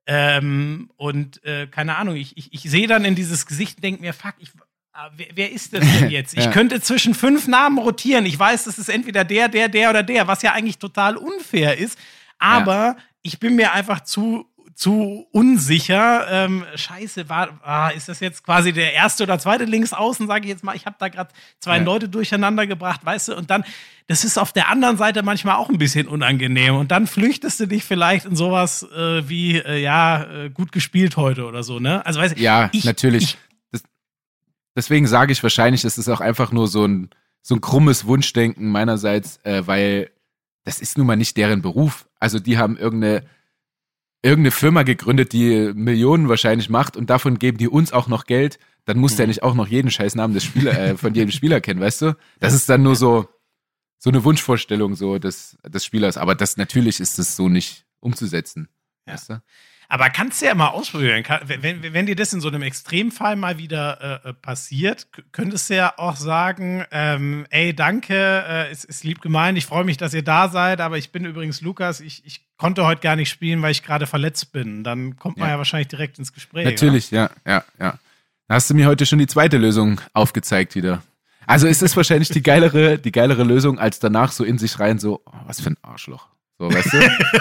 Ähm, und äh, keine Ahnung, ich, ich, ich sehe dann in dieses Gesicht und denke mir, fuck, ich, wer, wer ist das denn jetzt? Ich Ja. könnte zwischen fünf Namen rotieren. Ich weiß, das ist entweder der, der, der oder der, was ja eigentlich total unfair ist. Aber ja. ich bin mir einfach zu zu unsicher. Ähm, scheiße, war, ah, ist das jetzt quasi der erste oder zweite Linksaußen, sage ich jetzt mal. Ich habe da gerade zwei ja. Leute durcheinander gebracht, weißt du, und dann, das ist auf der anderen Seite manchmal auch ein bisschen unangenehm. Und dann flüchtest du dich vielleicht in sowas äh, wie, äh, ja, äh, gut gespielt heute oder so, ne? Also, weißt du, ja, ich, natürlich. Ich, das, deswegen sage ich wahrscheinlich, das ist auch einfach nur so ein, so ein krummes Wunschdenken meinerseits, äh, weil das ist nun mal nicht deren Beruf. Also die haben irgendeine irgendeine Firma gegründet, die Millionen wahrscheinlich macht und davon geben die uns auch noch Geld, dann muss mhm. der nicht auch noch jeden scheiß Namen des Spieler, äh, von jedem Spieler kennen, weißt du? Das ist dann nur so, so eine Wunschvorstellung so des, des Spielers, aber das natürlich ist es so nicht umzusetzen, ja. weißt du? Aber kannst du ja mal ausprobieren. Wenn, wenn, wenn dir das in so einem Extremfall mal wieder äh, passiert, könntest du ja auch sagen, ähm, ey, danke, äh, es ist lieb gemeint, ich freue mich, dass ihr da seid, aber ich bin übrigens Lukas, ich, ich konnte heute gar nicht spielen, weil ich gerade verletzt bin. Dann kommt man ja, ja wahrscheinlich direkt ins Gespräch. Natürlich, oder? ja, ja, ja. Da hast du mir heute schon die zweite Lösung aufgezeigt wieder. Also es ist wahrscheinlich die geilere, die geilere Lösung, als danach so in sich rein so, oh, was für ein Arschloch. So, weißt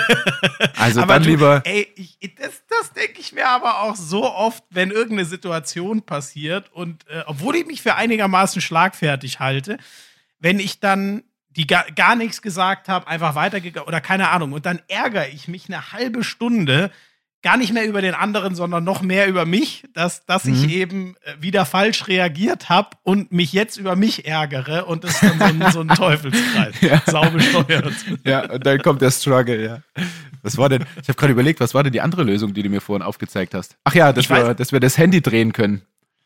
du? Also aber dann du, lieber. Ey, ich, das, das denke ich mir aber auch so oft, wenn irgendeine Situation passiert und äh, obwohl ich mich für einigermaßen schlagfertig halte, wenn ich dann die gar, gar nichts gesagt habe, einfach weitergegangen oder keine Ahnung und dann ärgere ich mich eine halbe Stunde gar nicht mehr über den anderen, sondern noch mehr über mich, dass, dass mhm. ich eben wieder falsch reagiert habe und mich jetzt über mich ärgere und das ist dann so ein, so ein Teufelskreis. Ja. Saubesteuert. Ja, und dann kommt der Struggle, ja. Was war denn, ich habe gerade überlegt, was war denn die andere Lösung, die du mir vorhin aufgezeigt hast? Ach ja, dass, wir, dass wir das Handy drehen können.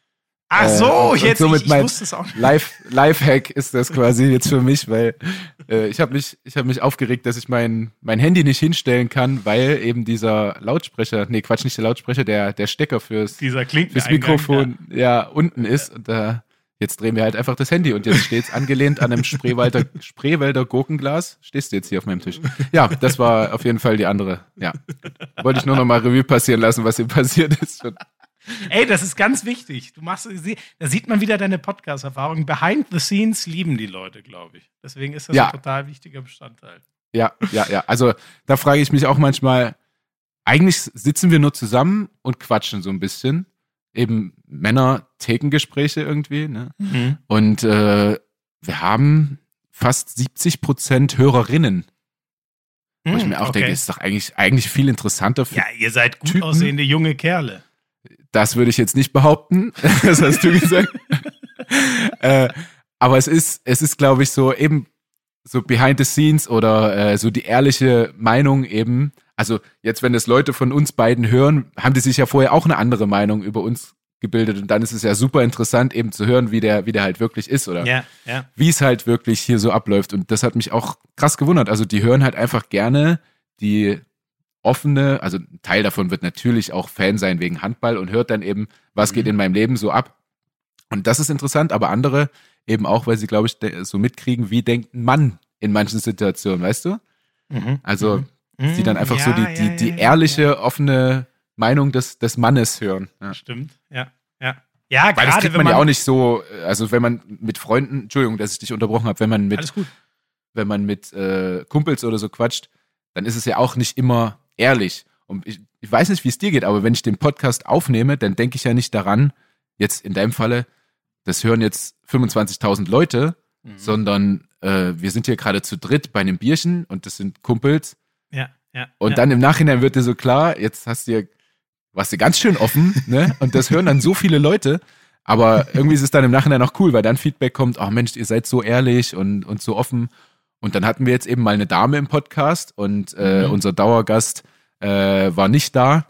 Ach so, äh, und, jetzt, und ich, ich, ich wusste es auch nicht. Live, Live-Hack ist das quasi jetzt für mich, weil äh, ich habe mich, ich hab mich aufgeregt, dass ich mein, mein Handy nicht hinstellen kann, weil eben dieser Lautsprecher, nee, Quatsch, nicht der Lautsprecher, der, der Stecker fürs, Dieser fürs Mikrofon ja. ja unten ist. Und da jetzt drehen wir halt einfach das Handy und jetzt steht es angelehnt an einem Spreewälder, Spreewälder Gurkenglas. Stehst du jetzt hier auf meinem Tisch? Ja, das war auf jeden Fall die andere. Ja, wollte ich nur noch mal Revue passieren lassen, was hier passiert ist. Ey, das ist ganz wichtig. Du machst, da sieht man wieder deine Podcast-Erfahrung. Behind the scenes lieben die Leute, glaube ich. Deswegen ist das ja. ein total wichtiger Bestandteil. Ja, ja, ja. Also da frage ich mich auch manchmal, eigentlich sitzen wir nur zusammen und quatschen so ein bisschen. Eben Männer-Thekengespräche irgendwie. Ne? Mhm. Und äh, wir haben fast siebzig Prozent Hörerinnen. Wo mhm, ich mir auch okay. denke, ist doch eigentlich, eigentlich viel interessanter für Ja, ihr seid gut Typen. aussehende junge Kerle. Das würde ich jetzt nicht behaupten. Das hast du gesagt. äh, aber es ist, es ist, glaube ich, so eben so behind the scenes oder äh, so die ehrliche Meinung eben. Also jetzt, wenn das Leute von uns beiden hören, haben die sich ja vorher auch eine andere Meinung über uns gebildet und dann ist es ja super interessant eben zu hören, wie der, wie der halt wirklich ist oder ja, ja. wie es halt wirklich hier so abläuft. Und das hat mich auch krass gewundert. Also die hören halt einfach gerne die offene, also ein Teil davon wird natürlich auch Fan sein wegen Handball und hört dann eben, was mhm. geht in meinem Leben so ab. Und das ist interessant, aber andere eben auch, weil sie, glaube ich, so mitkriegen, wie denkt ein Mann in manchen Situationen, weißt du? Mhm. Also mhm. sie dann einfach ja, so die, die, ja, die ehrliche, ja. offene Meinung des, des Mannes hören. Ja. Stimmt, ja, ja. Ja, weil das kriegt man, man ja auch nicht so, also wenn man mit Freunden, Entschuldigung, dass ich dich unterbrochen habe, wenn man mit, Alles gut. wenn man mit äh, Kumpels oder so quatscht, dann ist es ja auch nicht immer ehrlich. Und ich, ich weiß nicht, wie es dir geht, aber wenn ich den Podcast aufnehme, dann denke ich ja nicht daran, jetzt in deinem Falle, das hören jetzt fünfundzwanzigtausend Leute, mhm. sondern äh, wir sind hier gerade zu dritt bei einem Bierchen und das sind Kumpels. Ja, ja. Und ja. dann im Nachhinein wird dir so klar, jetzt hast du dir warst du ganz schön offen, ne? Und das hören dann so viele Leute. Aber irgendwie ist es dann im Nachhinein auch cool, weil dann Feedback kommt, ach Mensch, ihr seid so ehrlich und, und so offen. Und dann hatten wir jetzt eben mal eine Dame im Podcast und äh, mhm. unser Dauergast äh, war nicht da.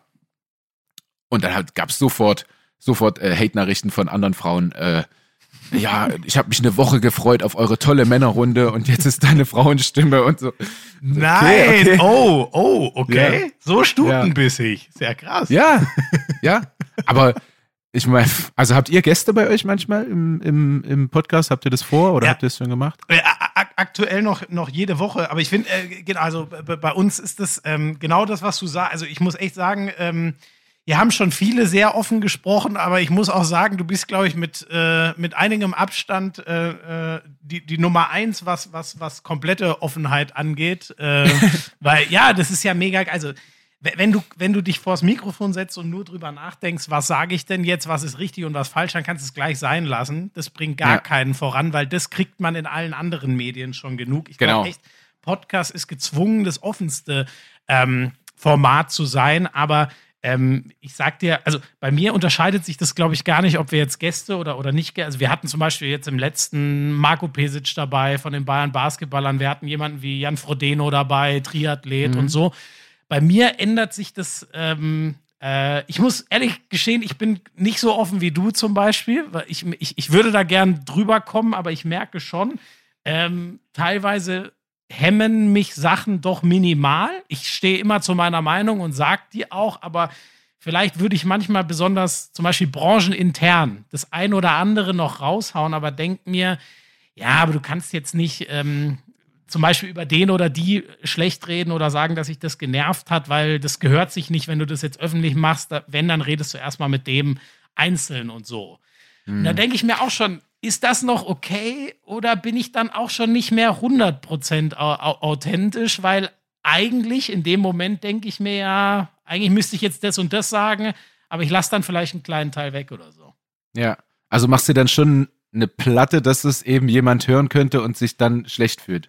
Und dann gab es sofort, sofort äh, Hate-Nachrichten von anderen Frauen. Äh, ja, ich habe mich eine Woche gefreut auf eure tolle Männerrunde und jetzt ist da eine Frauenstimme und so. Nein, okay, okay. oh, oh, okay. Ja. So stutenbissig. Sehr krass. Ja, ja. Aber ich meine, also habt ihr Gäste bei euch manchmal im, im, im Podcast? Habt ihr das vor oder ja. habt ihr das schon gemacht? Aktuell noch, noch jede Woche, aber ich finde, äh, also bei uns ist das ähm, genau das, was du sagst. Also ich muss echt sagen, ähm, wir haben schon viele sehr offen gesprochen, aber ich muss auch sagen, du bist, glaube ich, mit, äh, mit einigem Abstand äh, die, die Nummer eins, was, was, was komplette Offenheit angeht. Äh, weil, ja, das ist ja mega, also wenn du, wenn du dich vors Mikrofon setzt und nur drüber nachdenkst, was sage ich denn jetzt, was ist richtig und was falsch, dann kannst du es gleich sein lassen. Das bringt gar ja. keinen voran, weil das kriegt man in allen anderen Medien schon genug. Ich genau. glaube echt, Podcast ist gezwungen, das offenste ähm, Format zu sein, aber Ähm, ich sag dir, also bei mir unterscheidet sich das, glaube ich, gar nicht, ob wir jetzt Gäste oder, oder nicht, also wir hatten zum Beispiel jetzt im letzten Marco Pesic dabei von den Bayern Basketballern, wir hatten jemanden wie Jan Frodeno dabei, Triathlet mhm. und so. Bei mir ändert sich das, ähm, äh, ich muss ehrlich gestehen, ich bin nicht so offen wie du zum Beispiel, weil ich, ich, ich würde da gern drüber kommen, aber ich merke schon, ähm, teilweise hemmen mich Sachen doch minimal. Ich stehe immer zu meiner Meinung und sage die auch, aber vielleicht würde ich manchmal besonders zum Beispiel branchenintern das ein oder andere noch raushauen, aber denk mir, ja, aber du kannst jetzt nicht ähm, zum Beispiel über den oder die schlecht reden oder sagen, dass sich das genervt hat, weil das gehört sich nicht, wenn du das jetzt öffentlich machst. Wenn, dann redest du erstmal mit dem einzeln und so. Mhm. Und da denke ich mir auch schon, ist das noch okay oder bin ich dann auch schon nicht mehr hundert Prozent authentisch? Weil eigentlich in dem Moment denke ich mir ja, eigentlich müsste ich jetzt das und das sagen, aber ich lasse dann vielleicht einen kleinen Teil weg oder so. Ja, also machst du dann schon eine Platte, dass es eben jemand hören könnte und sich dann schlecht fühlt?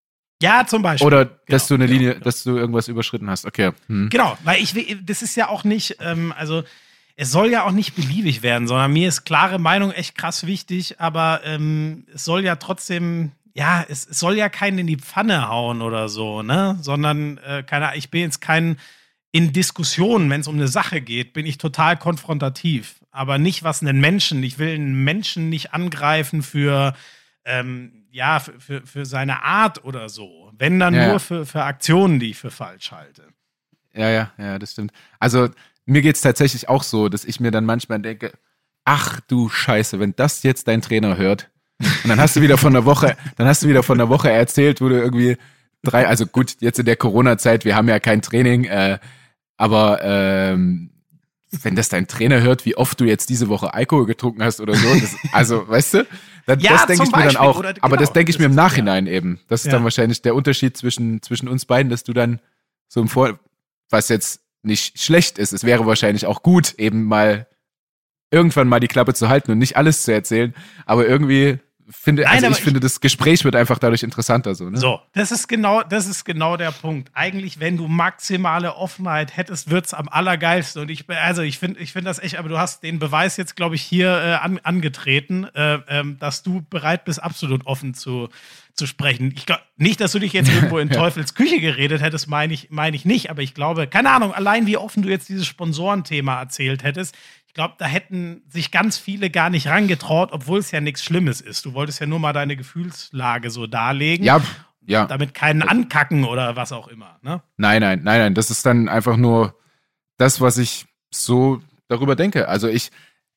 Ja, zum Beispiel. Oder dass genau, du eine genau, Linie, genau. dass du irgendwas überschritten hast. Okay. Hm. Genau, weil ich, das ist ja auch nicht, ähm, also es soll ja auch nicht beliebig werden, sondern mir ist klare Meinung echt krass wichtig, aber ähm, es soll ja trotzdem, ja, es, es soll ja keinen in die Pfanne hauen oder so, ne? Sondern, äh, keine, ich bin jetzt kein, in Diskussionen, wenn es um eine Sache geht, bin ich total konfrontativ. Aber nicht was einen Menschen, ich will einen Menschen nicht angreifen für, ähm, ja, für, für, für seine Art oder so. Wenn dann ja, nur ja. für, für Aktionen, die ich für falsch halte. Ja, ja, ja, das stimmt. Also mir geht's tatsächlich auch so, dass ich mir dann manchmal denke, ach du Scheiße, wenn das jetzt dein Trainer hört. Und dann hast du wieder von der Woche, dann hast du wieder von der Woche erzählt, wo du irgendwie drei, also gut, jetzt in der Corona-Zeit, wir haben ja kein Training, äh, aber ähm, wenn das dein Trainer hört, wie oft du jetzt diese Woche Alkohol getrunken hast oder so, das, also weißt du, dann, ja, das denke ich mir dann auch. Oder, aber genau, das denke ich mir im Nachhinein ja. eben. Das ist ja. dann wahrscheinlich der Unterschied zwischen, zwischen uns beiden, dass du dann so im Vor, was jetzt nicht schlecht ist. Es wäre wahrscheinlich auch gut, eben mal irgendwann mal die Klappe zu halten und nicht alles zu erzählen. Aber irgendwie finde, Nein, also aber ich finde, das Gespräch wird einfach dadurch interessanter so, ne? So, das ist genau, das ist genau der Punkt. Eigentlich, wenn du maximale Offenheit hättest, wird's am allergeilsten. Und ich, also ich finde, ich finde das echt, aber du hast den Beweis jetzt, glaube ich, hier äh, an, angetreten, äh, ähm, dass du bereit bist, absolut offen zu, zu sprechen. Ich glaube nicht, dass du dich jetzt irgendwo in Teufels Küche geredet hättest, meine ich, meine ich nicht. Aber ich glaube, keine Ahnung, allein wie offen du jetzt dieses Sponsorenthema erzählt hättest, ich glaube, da hätten sich ganz viele gar nicht rangetraut, obwohl es ja nichts Schlimmes ist. Du wolltest ja nur mal deine Gefühlslage so darlegen. Ja, ja. Damit keinen ankacken oder was auch immer, ne? Nein, nein, nein, nein. Das ist dann einfach nur das, was ich so darüber denke. Also ich,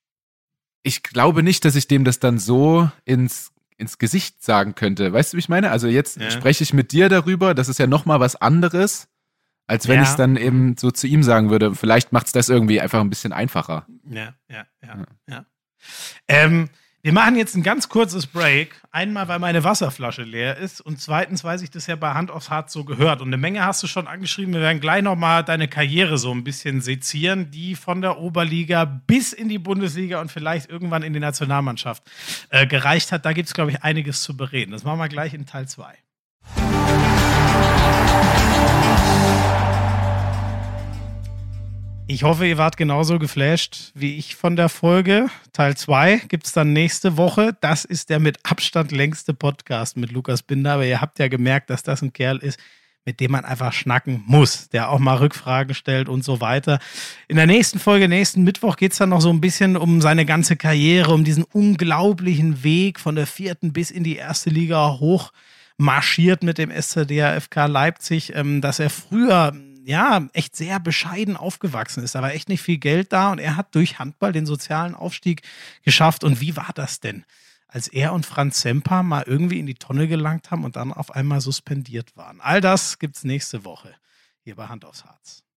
ich glaube nicht, dass ich dem das dann so ins, ins Gesicht sagen könnte. Weißt du, wie ich meine? Also jetzt ja. spreche ich mit dir darüber. Das ist ja nochmal was anderes, als wenn ja. ich es dann eben so zu ihm sagen würde. Vielleicht macht es das irgendwie einfach ein bisschen einfacher. Ja, ja, ja, ja. ja. Ähm, wir machen jetzt ein ganz kurzes Break. Einmal, weil meine Wasserflasche leer ist und zweitens, weil sich das ja bei Hand aufs Harz so gehört. Und eine Menge hast du schon angeschrieben. Wir werden gleich nochmal deine Karriere so ein bisschen sezieren, die von der Oberliga bis in die Bundesliga und vielleicht irgendwann in die Nationalmannschaft äh, gereicht hat. Da gibt es, glaube ich, einiges zu bereden. Das machen wir gleich in Teil zwei. Ich hoffe, ihr wart genauso geflasht wie ich von der Folge. Teil zwei gibt es dann nächste Woche. Das ist der mit Abstand längste Podcast mit Lukas Binder. Aber ihr habt ja gemerkt, dass das ein Kerl ist, mit dem man einfach schnacken muss, der auch mal Rückfragen stellt und so weiter. In der nächsten Folge, nächsten Mittwoch, geht es dann noch so ein bisschen um seine ganze Karriere, um diesen unglaublichen Weg von der vierten bis in die erste Liga hoch marschiert mit dem S C D F K Leipzig, ähm, dass er früher ja echt sehr bescheiden aufgewachsen ist. Da war echt nicht viel Geld da und er hat durch Handball den sozialen Aufstieg geschafft. Und wie war das denn, als er und Franz Semper mal irgendwie in die Tonne gelangt haben und dann auf einmal suspendiert waren? All das gibt's nächste Woche hier bei Hand aufs Harz.